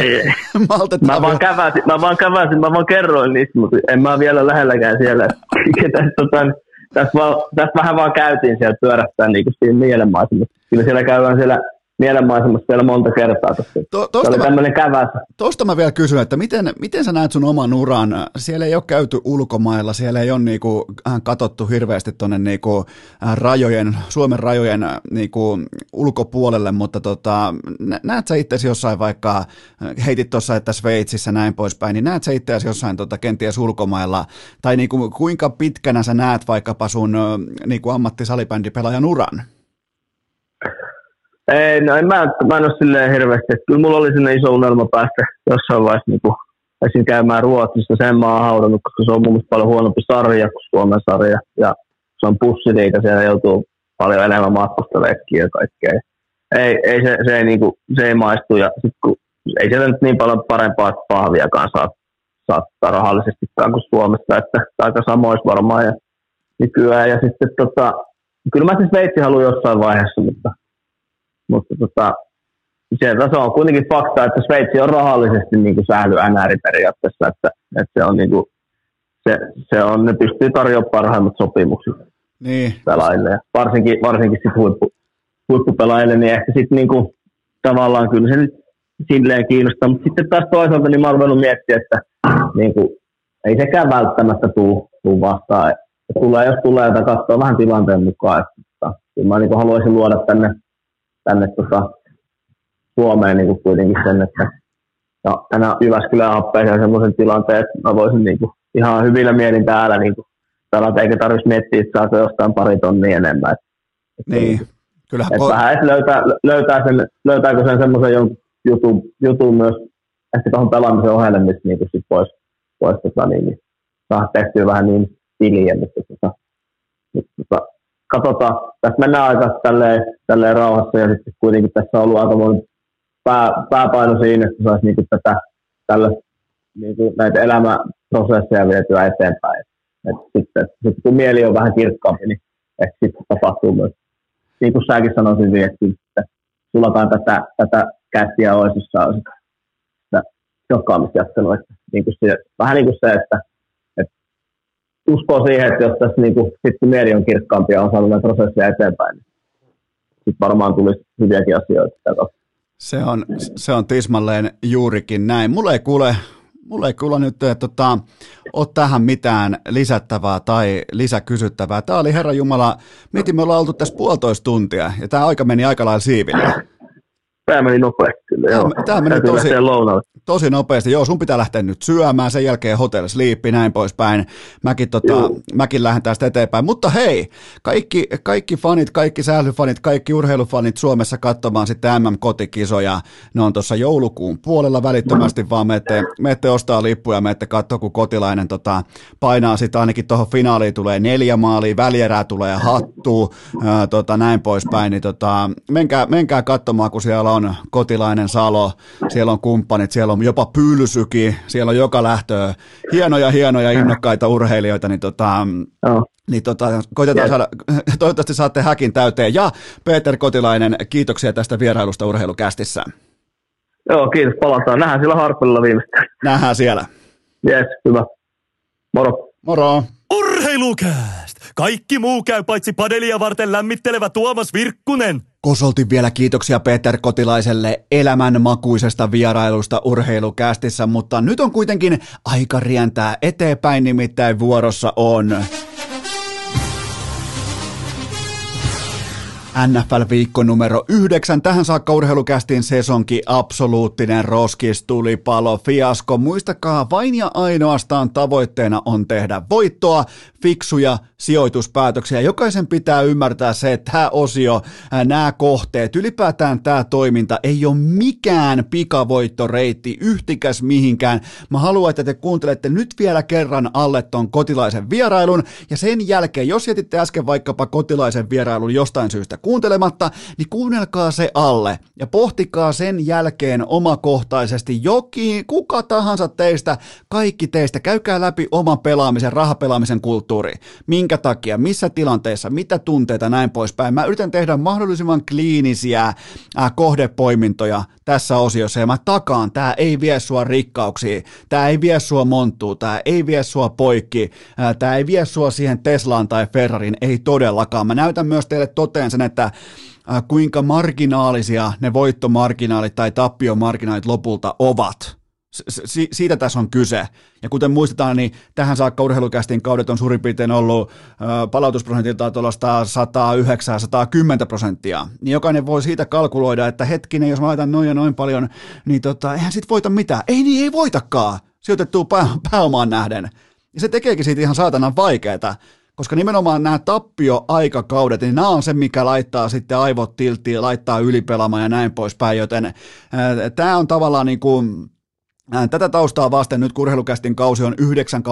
Mä vaan kerroin niistä, mutta en mä vielä lähelläkään siellä, Tässä vähän vaan käytiin siellä pyörähtää niin kuin siinä mielenmaisemassa. Kyllä siellä käydään siellä mielenmaisemassa vielä monta kertaa. Se oli tämmöinen käväs. Tuosta mä vielä kysyn, että miten sä näet sun oman uran? Siellä ei ole käyty ulkomailla, siellä ei ole niinku katsottu hirveästi tuonne niinku Suomen rajojen niinku ulkopuolelle, mutta näet sä itseäsi jossain vaikka, heitit tuossa, että Sveitsissä näin poispäin, niin näet sä itseäsi jossain kenties ulkomailla, tai niinku, kuinka pitkänä sä näet vaikkapa sun niinku ammattisalibändipelaajan uran? Ei, no mä en ole silleen hirveästi. Kyllä mulla oli sinne iso unelma päästä jossain vaiheessa niin esim. Käymään Ruotsissa. Sen mä oon haudannut, koska se on mun mielestä paljon huonompi sarja kuin Suomen sarja. Ja se on bussiliiga, siellä joutuu paljon enemmän matkustaveekkiä ja kaikkea. Se ei maistu. Ja sit, kun, ei siellä nyt niin paljon parempaa pahviakaan saa rahallisestikaan kuin Suomessa. Että aika samoissa varmaan ja nykyään. Ja sitten kyllä mä siis Sveitsi haluan jossain vaiheessa, mutta se on kuitenkin fakta, että Sveitsi on rahallisesti niin kuin sähly NR periaatteessa, että se on niin kuin, ne pystyy tarjoamaan parhaimmat sopimukset niin. pelaajille. Ja varsinkin sit huippupelaajille, niin ehkä sitten niin kuin, tavallaan kyllä se nyt silleen kiinnostaa, mutta sitten taas toisaalta niin mä oon ruvennut miettiä, että niin kuin, ei sekään välttämättä tule vastaan. Että tulee, jos tulee, että katsoo vähän tilanteen mukaan. Että mä niin kuin haluaisin luoda tänne Suomeen niin kuin kuitenkin sen, että tänä Jyväskylän happeeseen semmoisen tilanteen, että mä voisin niin kuin ihan hyvillä mielin täällä niin kuin pelata, eikä tarvitsisi miettiä, että saako jostain pari tonnia enemmän. Niin, kyllähän. Että vähän edes löytääkö sen semmoisen jutun myös ehkä tuohon pelaamisen ohelle, missä niin sit voisi niin saada tehtyä vähän niin tiliä, mutta katsotaan. Tässä mennään aika tälleen rauhassa ja sitten kuitenkin tässä on ollut aika moni pääpaino siinä, että saisi niin niin näitä elämäprosesseja vietyä eteenpäin. Sitten kun mieli on vähän kirkkaampi, niin ehkä sitten tapahtuu myös. Niin kuin säkin sanoisin, että sulataan tätä käsiä oisissa on sitä jokkaamisjattelua. Niin vähän niin kuin se, että uskoo siihen, että jos tässä niin kuin, sitten mieli on kirkkaampi ja on saanut näitä prosesseja eteenpäin, niin sitten varmaan tulisi hyviäkin asioita. Se on tismalleen juurikin näin. Mulla ei kuule nyt ole tähän mitään lisättävää tai lisäkysyttävää. Tämä oli Herra Jumala, mietin, me ollaan oltu tässä 1,5 tuntia ja tämä aika meni aika lailla siivillä. Tämä meni nopeasti kyllä, joo. Tämä meni tosi nopeasti. Joo, sun pitää lähteä nyt syömään, sen jälkeen hotel sleepi, näin poispäin. Mäkin lähden tästä eteenpäin. Mutta hei, kaikki fanit, kaikki sählyfanit, kaikki urheilufanit Suomessa katsomaan sitten MM-kotikisoja. Ne on tuossa joulukuun puolella välittömästi, vaan menette ostaa lippuja, menette katsoa, kun Kotilainen painaa sitten ainakin tuohon finaaliin tulee 4 maalia, välierää tulee hattua, näin poispäin. Niin menkää katsomaan, kun siellä on Kotilainen, Salo, siellä on kumppanit, siellä on jopa Pylsyki, siellä on joka lähtöä hienoja innokkaita urheilijoita, niin koitetaan saada, toivottavasti saatte häkin täyteen. Ja Peter Kotilainen, kiitoksia tästä vierailusta Urheilukästissä. Joo, kiitos, palataan. Nähdään siellä Harpelilla viimeistään. Nähdään siellä. Jes, hyvä. Moro. Moro. Urheilukääst! Kaikki muu käy paitsi padelia varten lämmittelevä Tuomas Virkkunen. Kosolti vielä kiitoksia Peter Kotilaiselle elämänmakuisesta vierailusta Urheilukästissä, mutta nyt on kuitenkin aika rientää eteenpäin, nimittäin vuorossa on NFL-viikko numero 9. Tähän saakka Urheilukästin sesonki absoluuttinen roskistulipalo fiasko. Muistakaa, vain ja ainoastaan tavoitteena on tehdä voittoa, fiksuja sijoituspäätöksiä. Jokaisen pitää ymmärtää se, että tämä osio, nämä kohteet, ylipäätään tämä toiminta ei ole mikään pikavoittoreitti yhtikäs mihinkään. Mä haluan, että te kuuntelette nyt vielä kerran alle ton Kotilaisen vierailun ja sen jälkeen, jos jätitte äsken vaikkapa Kotilaisen vierailun jostain syystä kuuntelematta, niin kuunnelkaa se alle ja pohtikaa sen jälkeen omakohtaisesti kuka tahansa teistä, kaikki teistä, käykää läpi oman pelaamisen, rahapelaamisen kulttuuri. Minkä takia, missä tilanteessa, mitä tunteita, näin poispäin. Mä yritän tehdä mahdollisimman kliinisiä kohdepoimintoja tässä osiossa ja mä takaan, tää ei vie sua rikkauksiin, tää ei vie sua monttuun, tää ei vie sua poikki, tää ei vie sua siihen Teslaan tai Ferrarin, ei todellakaan. Mä näytän myös teille toteen sen, että kuinka marginaalisia ne voittomarginaalit tai tappiomarginaalit lopulta ovat. Siitä tässä on kyse. Ja kuten muistetaan, niin tähän saakka Urheilukästin kaudet on suurin piirtein ollut palautusprosentilta tuollaista 109-110%. Niin jokainen voi siitä kalkuloida, että hetkinen, jos mä laitan noin ja noin paljon, niin eihän sit voita mitään. Ei voitakaan sijoitettua pääomaan nähden. Ja se tekeekin siitä ihan saatanan vaikeaa. Koska nimenomaan nämä tappioaikakaudet, niin nämä on se, mikä laittaa sitten aivot tilttiin, laittaa ylipelaamaan ja näin poispäin, joten tämä on tavallaan niin kuin tätä taustaa vasten nyt Urheilukästin kausi on 9/23,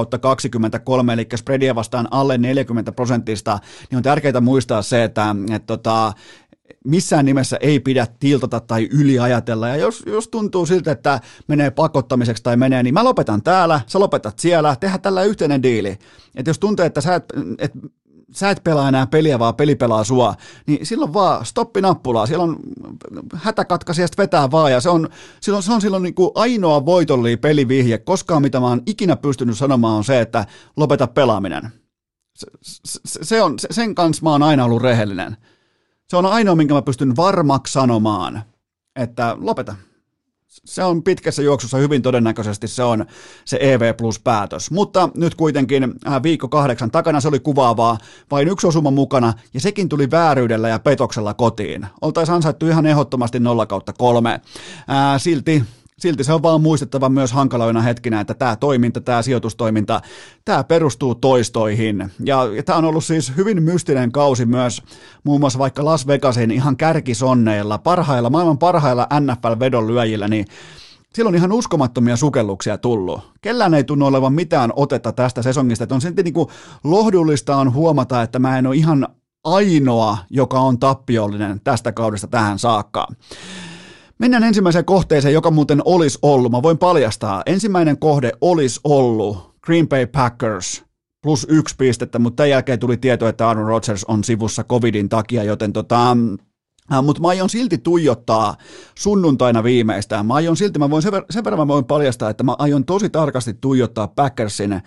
eli spreadia vastaan alle 40%, niin on tärkeää muistaa se, että missään nimessä ei pidä tiltata tai yliajatella, ja jos tuntuu siltä, että menee pakottamiseksi tai menee, niin mä lopetan täällä, sä lopetat siellä, tehdään tällä yhteinen diili. Että jos tuntee, että sä et pelaa enää peliä, vaan peli pelaa sua, niin silloin vaan stoppinappulaa, siellä on hätäkatkaisijasta vetää vaan, ja se on silloin niin kuin ainoa voitollinen pelivihje, koskaan mitä mä oon ikinä pystynyt sanomaan on se, että lopeta pelaaminen. Sen kanssa mä oon aina ollut rehellinen. Se on ainoa, minkä mä pystyn varmaksi sanomaan. että lopeta. Se on pitkässä juoksussa hyvin todennäköisesti se on se EV plus päätös, mutta nyt kuitenkin viikko 8 takana se oli kuvaavaa, vain 1 osuma mukana ja sekin tuli vääryydellä ja petoksella kotiin. Oltaisiin ansaittu ihan ehdottomasti 0/3. Silti se on vaan muistettava myös hankaloina hetkinä, että tämä toiminta, tämä sijoitustoiminta, tämä perustuu toistoihin. Ja tämä on ollut siis hyvin mystinen kausi myös muun muassa vaikka Las Vegasin ihan kärkisonneilla, maailman parhailla NFL-vedonlyöjillä, niin silloin on ihan uskomattomia sukelluksia tullut. Kellään ei tunnu olevan mitään otetta tästä sesongista. Että on silti niin kuin lohdullista on huomata, että mä en ole ihan ainoa, joka on tappiollinen tästä kaudesta tähän saakka. Mennään ensimmäiseen kohteeseen, joka muuten olisi ollut. Mä voin paljastaa. Ensimmäinen kohde olisi ollut Green Bay Packers plus 1 pistettä, mutta tämän jälkeen tuli tieto, että Aaron Rodgers on sivussa covidin takia, joten mutta mä aion silti tuijottaa sunnuntaina viimeistään. Mä voin sen verran mä voin paljastaa, että mä aion tosi tarkasti tuijottaa Packersin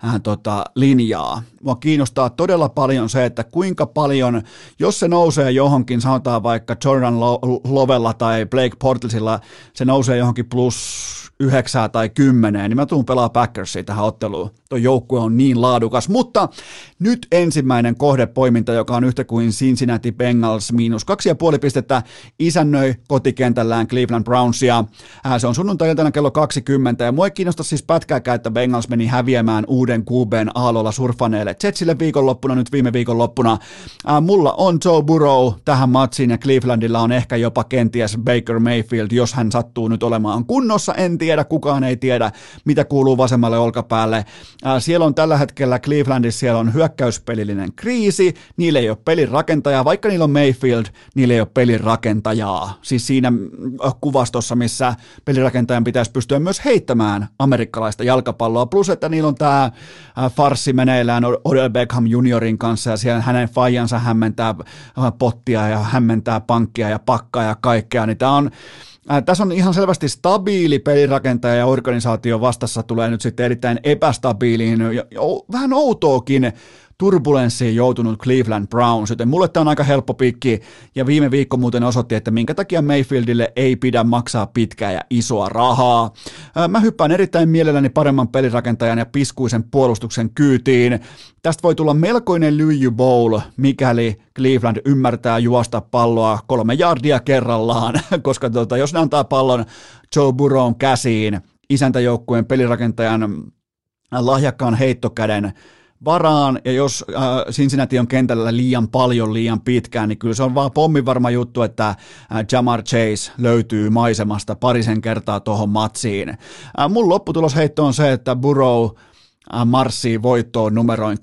linjaa. Mua kiinnostaa todella paljon se, että kuinka paljon, jos se nousee johonkin, sanotaan vaikka Jordan Lovella tai Blake Bortlesilla, se nousee johonkin plus 9 tai 10, niin mä tuun pelaa Packersia tähän otteluun. Tuo joukkue on niin laadukas, mutta nyt ensimmäinen kohdepoiminta, joka on yhtä kuin Cincinnati Bengals miinus 2,5 pistettä, isännöi kotikentällään Cleveland Brownsia. Se on sunnuntai-iltana kello 20, ja mua ei kiinnosta siis pätkääkään, että Bengals meni häviämään uuden QB:n aallolla surfaneelle Jetsille viikonloppuna, nyt viime viikonloppuna. Mulla on Joe Burrow tähän matsiin, ja Clevelandilla on ehkä jopa kenties Baker Mayfield, jos hän sattuu nyt olemaan kunnossa, en tiedä, kukaan ei tiedä, mitä kuuluu vasemmalle olkapäälle. Siellä on tällä hetkellä Clevelandissa, siellä on hyökkäyspelillinen kriisi, niillä ei ole pelirakentajaa, vaikka niillä on Mayfield, niillä ei ole pelirakentajaa. Siis siinä kuvastossa, missä pelirakentajan pitäisi pystyä myös heittämään amerikkalaista jalkapalloa, plus että niillä on tämä farssi meneillään Odell Beckham juniorin kanssa, ja siellä hänen faijansa hämmentää pottia ja hämmentää pankkia ja pakkaa ja kaikkea, niin tässä on ihan selvästi stabiili pelirakentaja ja organisaatio vastassa tulee nyt sitten erittäin epästabiiliin, vähän outoakin turbulenssiin joutunut Cleveland Browns, joten mulle tämä on aika helppo pikki, ja viime viikko muuten osoitti, että minkä takia Mayfieldille ei pidä maksaa pitkää ja isoa rahaa. Mä hyppään erittäin mielelläni paremman pelirakentajan ja piskuisen puolustuksen kyytiin. Tästä voi tulla melkoinen lyijy bowl, mikäli Cleveland ymmärtää juosta palloa 3 yardia kerrallaan, koska jos ne antaa pallon Joe Burrown käsiin, isäntäjoukkueen pelirakentajan lahjakkaan heittokäden varaan, ja jos Cincinnati on kentällä liian paljon, liian pitkään, niin kyllä se on vaan pomminvarma juttu, että Jamar Chase löytyy maisemasta parisen kertaa tuohon matsiin. Mun lopputulosheitto on se, että Burrow marssii voittoon numeroin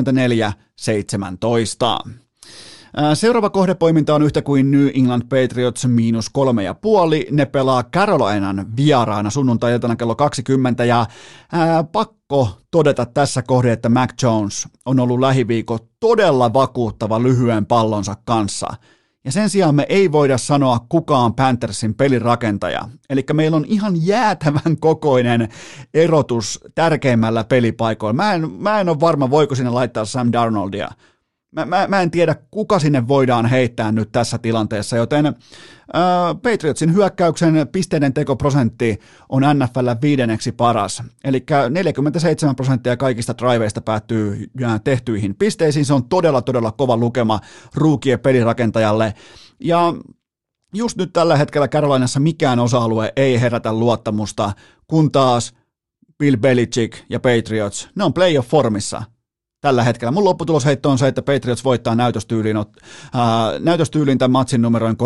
24-17. Seuraava kohdepoiminta on yhtä kuin New England Patriots miinus 3,5. Ne pelaa Carolinan vieraana sunnuntai-iltana kello 20, ja pakko todeta tässä kohde, että Mac Jones on ollut lähiviikot todella vakuuttava lyhyen pallonsa kanssa. Ja sen sijaan me ei voida sanoa kukaan Panthersin pelirakentaja. Eli meillä on ihan jäätävän kokoinen erotus tärkeimmällä pelipaikoilla. Mä en ole varma, voiko sinne laittaa Sam Darnoldia. Mä en tiedä, kuka sinne voidaan heittää nyt tässä tilanteessa, joten Patriotsin hyökkäyksen pisteiden tekoprosentti on NFL:n 5. paras, eli 47% kaikista driveista päättyy tehtyihin pisteisiin, se on todella kova lukema rookien pelirakentajalle, ja just nyt tällä hetkellä Carolinassa mikään osa-alue ei herätä luottamusta, kun taas Bill Belichick ja Patriots, ne on playoff-formissa. Tällä hetkellä. Mun lopputulosheitto on se, että Patriots voittaa näytöstyyliin tämän matsin numeroin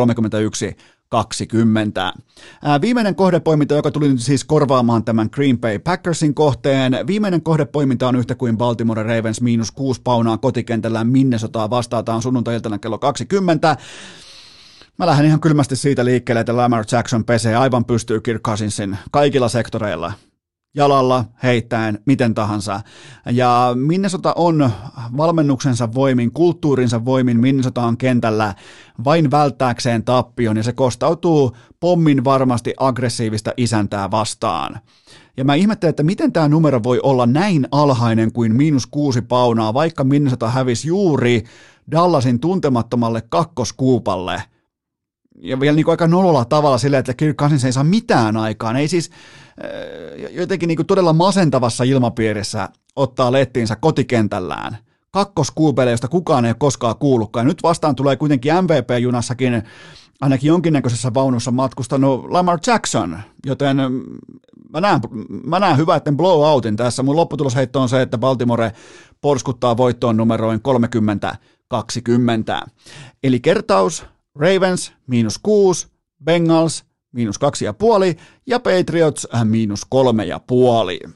31-20. Viimeinen kohdepoiminta, joka tuli nyt siis korvaamaan tämän Green Bay Packersin kohteen. Viimeinen kohdepoiminta on yhtä kuin Baltimore Ravens miinus 6 paunaa kotikentällään Minnesotaa vastaataan sunnuntai-iltana kello 20. Mä lähden ihan kylmästi siitä liikkeelle, että Lamar Jackson pesee aivan pystyy Kirk Cousinsin kaikilla sektoreilla. Jalalla, heittäen, miten tahansa. Ja Minnesota on valmennuksensa voimin, kulttuurinsa voimin, Minnesota on kentällä vain välttääkseen tappion, ja se kostautuu pommin varmasti aggressiivista isäntää vastaan. Ja mä ihmettelen, että miten tämä numero voi olla näin alhainen kuin miinus 6 paunaa, vaikka Minnesota hävisi juuri Dallasin tuntemattomalle kakkoskuupalle. ja vielä niin kuin aika nololla tavalla silleen, että Kirk Cousins ei saa mitään aikaan. Ei siis jotenkin niin kuin todella masentavassa ilmapiirissä ottaa lettiinsä kotikentällään. Kakkoskuupeille, josta kukaan ei ole koskaan kuullutkaan. Nyt vastaan tulee kuitenkin MVP-junassakin ainakin jonkinnäköisessä vaunussa matkustanut Lamar Jackson, joten mä näen hyvätten blowoutin tässä. Mun lopputulosheitto on se, että Baltimore porskuttaa voittoon numeroin 30-20. Eli kertaus Ravens -6, Bengals -2,5 ja Patriots -3,5.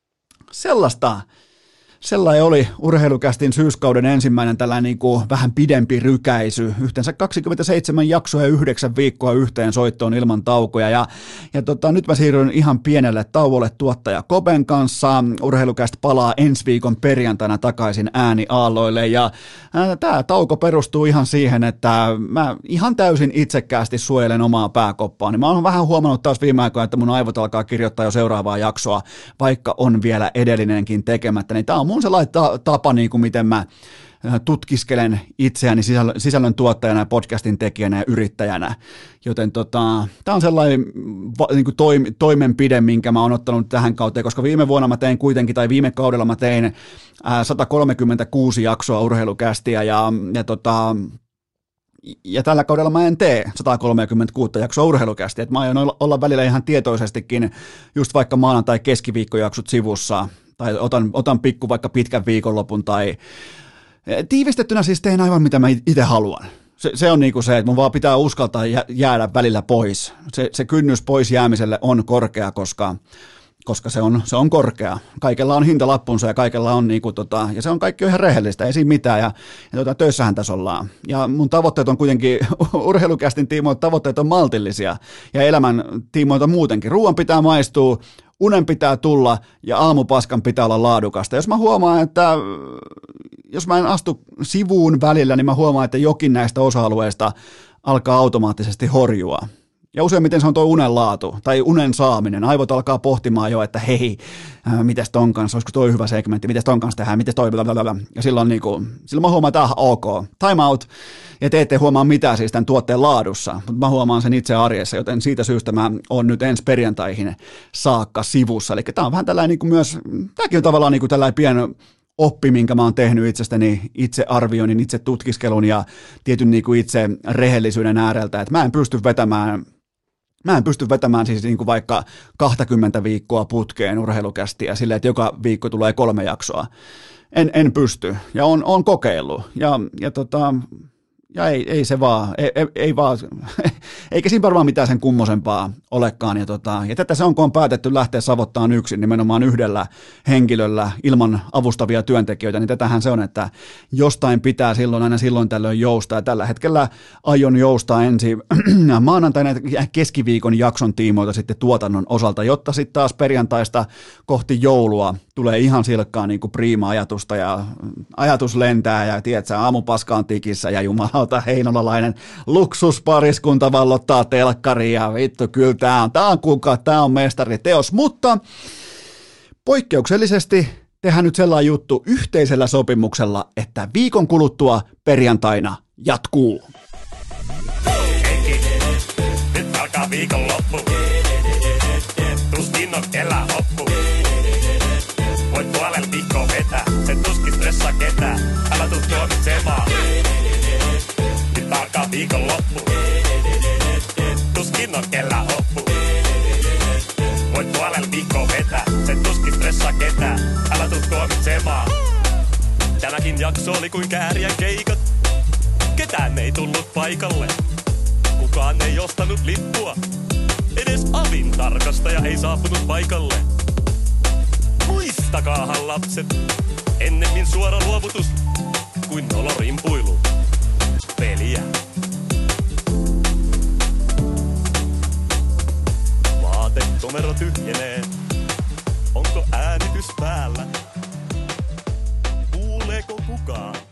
Sellainen oli Urheilukästin syyskauden ensimmäinen tällainen niin kuin vähän pidempi rykäisy. Yhteensä 27 jaksoa ja 9 viikkoa yhteen soittoon ilman taukoja. Ja nyt mä siirryn ihan pienelle tauolle tuottaja Koben kanssa. Urheilukäst palaa ensi viikon perjantaina takaisin ääniaalloille. Ja tämä tauko perustuu ihan siihen, että mä ihan täysin itsekkäästi suojelen omaa pääkoppaani. Mä oon vähän huomannut taas viime aikoina, että mun aivot alkaa kirjoittaa jo seuraavaa jaksoa, vaikka on vielä edellinenkin tekemättä. Niin tää on mun sellainen tapa, niin kuin miten mä tutkiskelen itseäni sisällön tuottajana ja podcastin tekijänä ja yrittäjänä. Joten tämä on sellainen niin kuin toimenpide, minkä mä oon ottanut tähän kauteen, koska viime vuonna mä tein kuitenkin, tai viime kaudella mä tein 136 jaksoa Urheilukästiä ja tällä kaudella mä en tee 136 jaksoa Urheilukästiä. Mä aion olla välillä ihan tietoisestikin just vaikka maanantai- keskiviikkojaksot sivussa, tai otan pikku vaikka pitkän viikonlopun, tai tiivistettynä siis teen aivan mitä mä itse haluan. Se on niinku se, että mun vaan pitää uskaltaa jäädä välillä pois. Se kynnys pois jäämiselle on korkea, koska se on korkea. Kaikella on hintalappunsa ja kaikella on niinku ja se on kaikki ihan rehellistä, ei siinä mitään ja töissähän tässä ollaan. Ja mun tavoitteet on kuitenkin, Urheilukästin tiimoilta tavoitteet on maltillisia ja elämän tiimoilta muutenkin. Ruoan pitää maistua, unen pitää tulla ja aamupaskan pitää olla laadukasta. Jos mä huomaan, että jos mä en astu sivuun välillä, niin mä huomaan, että jokin näistä osa-alueista alkaa automaattisesti horjua. Ja useimmiten se on tuo unen laatu tai unen saaminen. Aivot alkaa pohtimaan jo, että hei, mitäs ton kanssa, olisiko toi hyvä segmentti, mitäs ton kanssa tehdään, mitäs toi blablabla. Ja silloin mä huomaan, että ok, time out. Ja te ette huomaa mitään siis tämän tuotteen laadussa, mutta mä huomaan sen itse arjessa, joten siitä syystä mä oon nyt ensi perjantaihin saakka sivussa. Eli tää on vähän tällainen niin kuin myös, tääkin on tavallaan niin kuin tällainen pieni oppi, minkä mä oon tehnyt itsestäni, itse arvioinnin, itse tutkiskelun ja tietyn niin kuin itse rehellisyyden ääreltä, että mä en pysty vetämään siis niin kuin vaikka 20 viikkoa putkeen Urheilukästiä silleen, että joka viikko tulee 3 jaksoa. En pysty ja on kokeillut ja ei se vaan, ei vaan, eikä siinä varmaan mitään sen kummosempaa olekaan. Ja tätä se on, kun on päätetty lähteä savottaan yksin nimenomaan yhdellä henkilöllä ilman avustavia työntekijöitä, niin tätähän se on, että jostain pitää aina silloin tällöin joustaa. Ja tällä hetkellä aion joustaa ensi maanantaina keskiviikon jakson tiimoilta sitten tuotannon osalta, jotta sitten taas perjantaista kohti joulua tulee ihan silkkaan niin kuin priima-ajatusta ja ajatus lentää ja tiedätkö, aamupaska on tikissä ja jumalauta heinolalainen luksuspariskunta vallottaa telkkaria ja vittu kyllä tämä on mestariteos, mutta poikkeuksellisesti tehdään nyt sellainen juttu yhteisellä sopimuksella, että viikon kuluttua perjantaina jatkuu. Nyt alkaa viikonloppu. Tuskin on elää hoppu. Voit puolella viikkoa vetää, se tuskin stressaa ketään. Älä tuu tuomitsemaan. Nyt alkaa viikonloppu. Tuskin on kellään hoppu. Voit puolella viikkoa vetää, se tuskin stressaa ketään. Älä tuu tuomitsemaan. Tämäkin jakso oli kuin Kääriän keikat. Ketään ei tullut paikalle. Kukaan ei ostanut lippua. Edes avin tarkastaja ei saapunut paikalle. Muistakaahan lapset, ennemmin suora luovutus kuin nolorimpuilu. Peliä. Vaatekomero tyhjenee. Onko äänitys päällä? Kuuleeko kukaan?